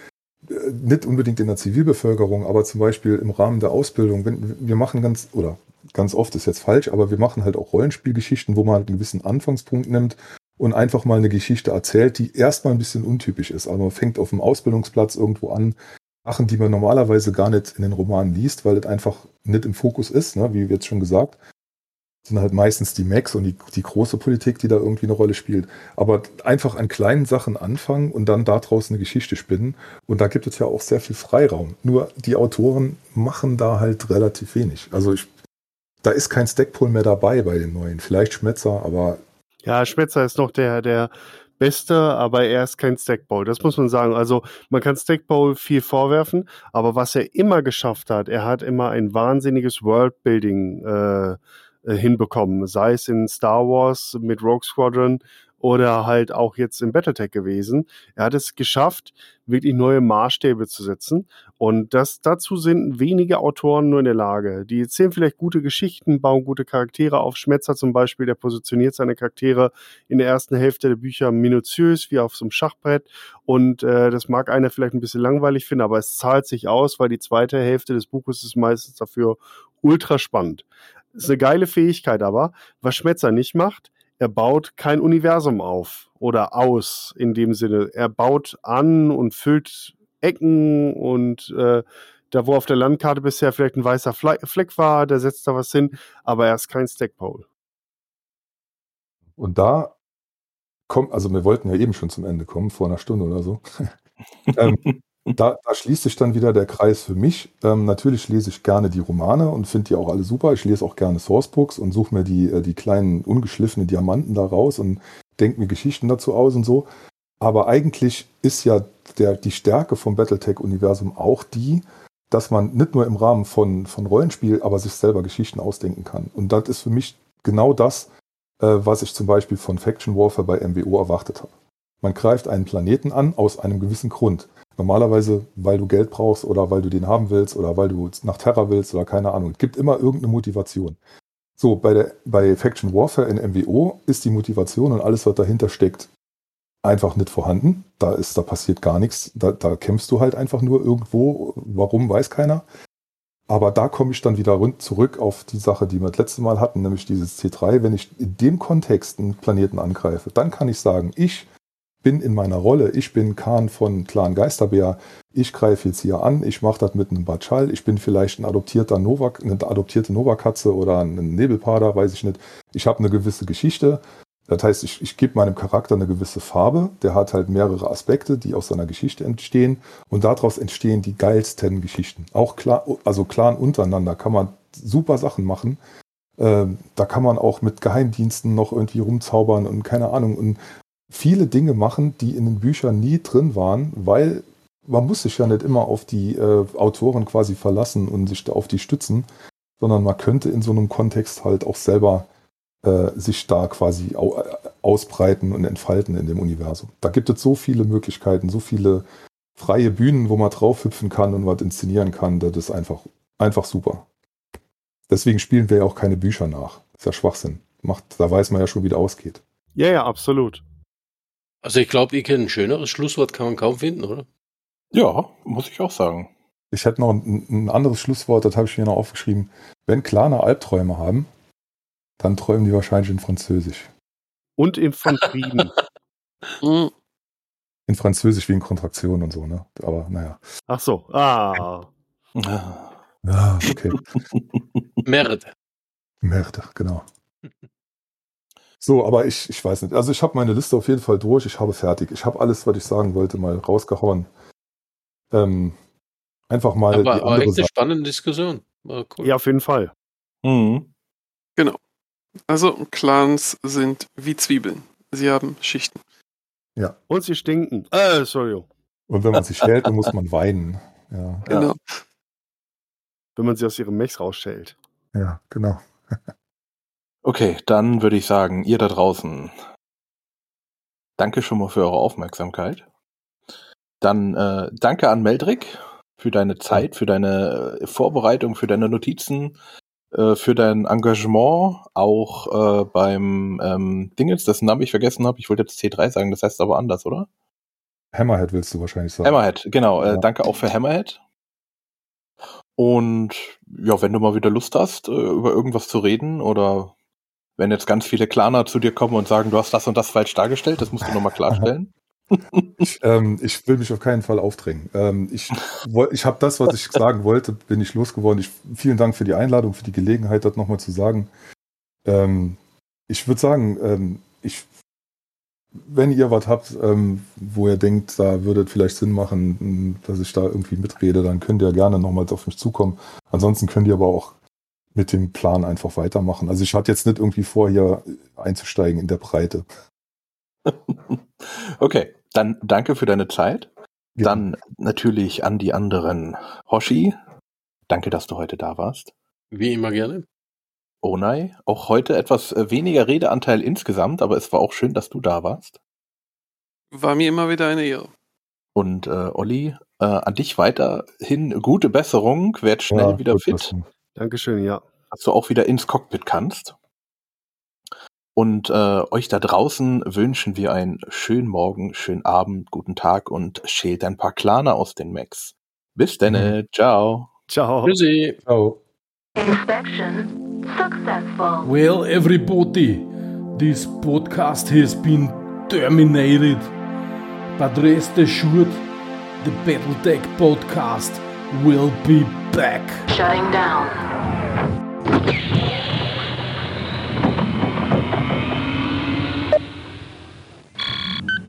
Speaker 6: nicht unbedingt in der Zivilbevölkerung, aber zum Beispiel im Rahmen der Ausbildung, wir machen ganz oft ist jetzt falsch, aber wir machen halt auch Rollenspielgeschichten, wo man halt einen gewissen Anfangspunkt nimmt und einfach mal eine Geschichte erzählt, die erstmal ein bisschen untypisch ist. Also man fängt auf dem Ausbildungsplatz irgendwo an, Sachen, die man normalerweise gar nicht in den Romanen liest, weil das einfach nicht im Fokus ist, ne, wie jetzt schon gesagt. Das sind halt meistens die Mechs und die große Politik, die da irgendwie eine Rolle spielt. Aber einfach an kleinen Sachen anfangen und dann daraus eine Geschichte spinnen. Und da gibt es ja auch sehr viel Freiraum. Nur die Autoren machen da halt relativ wenig. Also da ist kein Stackpole mehr dabei bei den neuen. Vielleicht Schmetzer, aber...
Speaker 3: Ja, Schmetzer ist noch der Beste, aber er ist kein Stackpole. Das muss man sagen. Also man kann Stackpole viel vorwerfen, aber was er immer geschafft hat, er hat immer ein wahnsinniges Worldbuilding hinbekommen. Sei es in Star Wars mit Rogue Squadron oder halt auch jetzt in Battletech gewesen. Er hat es geschafft, wirklich neue Maßstäbe zu setzen. Und dazu sind wenige Autoren nur in der Lage. Die erzählen vielleicht gute Geschichten, bauen gute Charaktere auf. Schmetzer zum Beispiel, der positioniert seine Charaktere in der ersten Hälfte der Bücher minutiös, wie auf so einem Schachbrett. Und das mag einer vielleicht ein bisschen langweilig finden, aber es zahlt sich aus, weil die zweite Hälfte des Buches ist meistens dafür ultra spannend. Ist eine geile Fähigkeit aber, was Schmetzer nicht macht, er baut kein Universum auf oder aus in dem Sinne. Er baut an und füllt Ecken und Da, wo auf der Landkarte bisher vielleicht ein weißer Fleck war, der setzt da was hin, aber er ist kein Stackpole.
Speaker 6: Und da kommt, also wir wollten ja eben schon zum Ende kommen, vor einer Stunde oder so. Da schließt sich dann wieder der Kreis für mich. Natürlich lese ich gerne die Romane und finde die auch alle super. Ich lese auch gerne Sourcebooks und suche mir die kleinen ungeschliffenen Diamanten da raus und denke mir Geschichten dazu aus und so. Aber eigentlich ist ja die Stärke vom Battletech-Universum auch die, dass man nicht nur im Rahmen von Rollenspiel, aber sich selber Geschichten ausdenken kann. Und das ist für mich genau das, was ich zum Beispiel von Faction Warfare bei MWO erwartet habe. Man greift einen Planeten an aus einem gewissen Grund. Normalerweise, weil du Geld brauchst oder weil du den haben willst oder weil du nach Terra willst oder keine Ahnung. Es gibt immer irgendeine Motivation. So, bei Faction Warfare in MWO ist die Motivation und alles, was dahinter steckt, einfach nicht vorhanden. Da passiert gar nichts. Da kämpfst du halt einfach nur irgendwo. Warum, weiß keiner. Aber da komme ich dann wieder zurück auf die Sache, die wir das letzte Mal hatten, nämlich dieses C3. Wenn ich in dem Kontext einen Planeten angreife, dann kann ich sagen, ich bin in meiner Rolle, ich bin Khan von Clan Geisterbär, ich greife jetzt hier an, ich mache das mit einem Batschal, ich bin vielleicht eine adoptierte Nova-Katze oder ein Nebelpader, weiß ich nicht. Ich habe eine gewisse Geschichte, das heißt, ich gebe meinem Charakter eine gewisse Farbe, der hat halt mehrere Aspekte, die aus seiner Geschichte entstehen und daraus entstehen die geilsten Geschichten. Auch Clan untereinander kann man super Sachen machen, da kann man auch mit Geheimdiensten noch irgendwie rumzaubern und keine Ahnung und viele Dinge machen, die in den Büchern nie drin waren, weil man muss sich ja nicht immer auf die Autoren quasi verlassen und sich da auf die stützen, sondern man könnte in so einem Kontext halt auch selber sich da quasi ausbreiten und entfalten in dem Universum. Da gibt es so viele Möglichkeiten, so viele freie Bühnen, wo man draufhüpfen kann und was inszenieren kann. Das ist einfach super. Deswegen spielen wir ja auch keine Bücher nach. Das ist ja Schwachsinn. Da weiß man ja schon, wie das ausgeht.
Speaker 3: Ja, absolut.
Speaker 4: Also ich glaube, ein schöneres Schlusswort kann man kaum finden, oder?
Speaker 2: Ja, muss ich auch sagen.
Speaker 6: Ich hätte noch ein anderes Schlusswort, das habe ich mir noch aufgeschrieben. Wenn Klaner Albträume haben, dann träumen die wahrscheinlich in Französisch.
Speaker 3: Und von Frieden.
Speaker 6: In Französisch wegen Kontraktion und so, ne? Aber naja.
Speaker 3: Ach so. Ah.
Speaker 6: Ja, okay. Merde, genau. So, aber ich weiß nicht. Also ich habe meine Liste auf jeden Fall durch. Ich habe fertig. Ich habe alles, was ich sagen wollte, mal rausgehauen. Einfach mal
Speaker 4: Aber
Speaker 6: die andere
Speaker 4: echt eine
Speaker 6: Seite.
Speaker 4: spannende Diskussion. War cool.
Speaker 3: Ja, auf jeden Fall.
Speaker 2: Mhm.
Speaker 5: Genau. Also Clans sind wie Zwiebeln. Sie haben Schichten.
Speaker 6: Ja.
Speaker 3: Und sie stinken. Entschuldigung.
Speaker 6: Und wenn man sich schält, dann muss man weinen. Ja,
Speaker 5: Genau.
Speaker 3: Wenn man sie aus ihrem Mech rausschält.
Speaker 6: ja, genau.
Speaker 2: Okay, dann würde ich sagen, ihr da draußen, danke schon mal für eure Aufmerksamkeit. Dann danke an Meldrick für deine Zeit, für deine Vorbereitung, für deine Notizen, für dein Engagement, auch beim Dingens, dessen Namen ich vergessen habe. Ich wollte jetzt C3 sagen, das heißt aber anders, oder?
Speaker 6: Hammerhead willst du wahrscheinlich sagen.
Speaker 2: Hammerhead, genau.
Speaker 6: Ja.
Speaker 2: Danke auch für Hammerhead. Und ja, wenn du mal wieder Lust hast, über irgendwas zu reden oder wenn jetzt ganz viele Claner zu dir kommen und sagen, du hast das und das falsch dargestellt, das musst du nochmal klarstellen.
Speaker 6: Ich will mich auf keinen Fall aufdrängen. Ich habe das, was ich sagen wollte, bin ich losgeworden. Vielen Dank für die Einladung, für die Gelegenheit, das nochmal zu sagen. Ich würde sagen, wenn ihr was habt, wo ihr denkt, da würde es vielleicht Sinn machen, dass ich da irgendwie mitrede, dann könnt ihr gerne nochmals auf mich zukommen. Ansonsten könnt ihr aber auch mit dem Plan einfach weitermachen. Also ich hatte jetzt nicht irgendwie vor, hier einzusteigen in der Breite.
Speaker 2: Okay, dann danke für deine Zeit.
Speaker 6: Ja.
Speaker 2: Dann natürlich an die anderen. Hoshi, danke, dass du heute da warst.
Speaker 4: Wie immer gerne.
Speaker 2: Onai, auch heute etwas weniger Redeanteil insgesamt, aber es war auch schön, dass du da warst.
Speaker 5: War mir immer wieder eine Ehre.
Speaker 2: Und Olli, an dich weiterhin gute Besserung, werd schnell wieder
Speaker 6: gut,
Speaker 2: fit,
Speaker 3: Dankeschön, ja.
Speaker 2: dass du auch wieder ins Cockpit kannst. Und euch da draußen wünschen wir einen schönen Morgen, schönen Abend, guten Tag und schält ein paar Claner aus den Mechs. Bis dann, ciao.
Speaker 3: Ciao.
Speaker 4: Tschüssi.
Speaker 6: Ciao.
Speaker 7: Inspection successful.
Speaker 8: Well, everybody, this podcast has been terminated. But rest assured, the Battletech podcast will be back.
Speaker 7: Shutting down.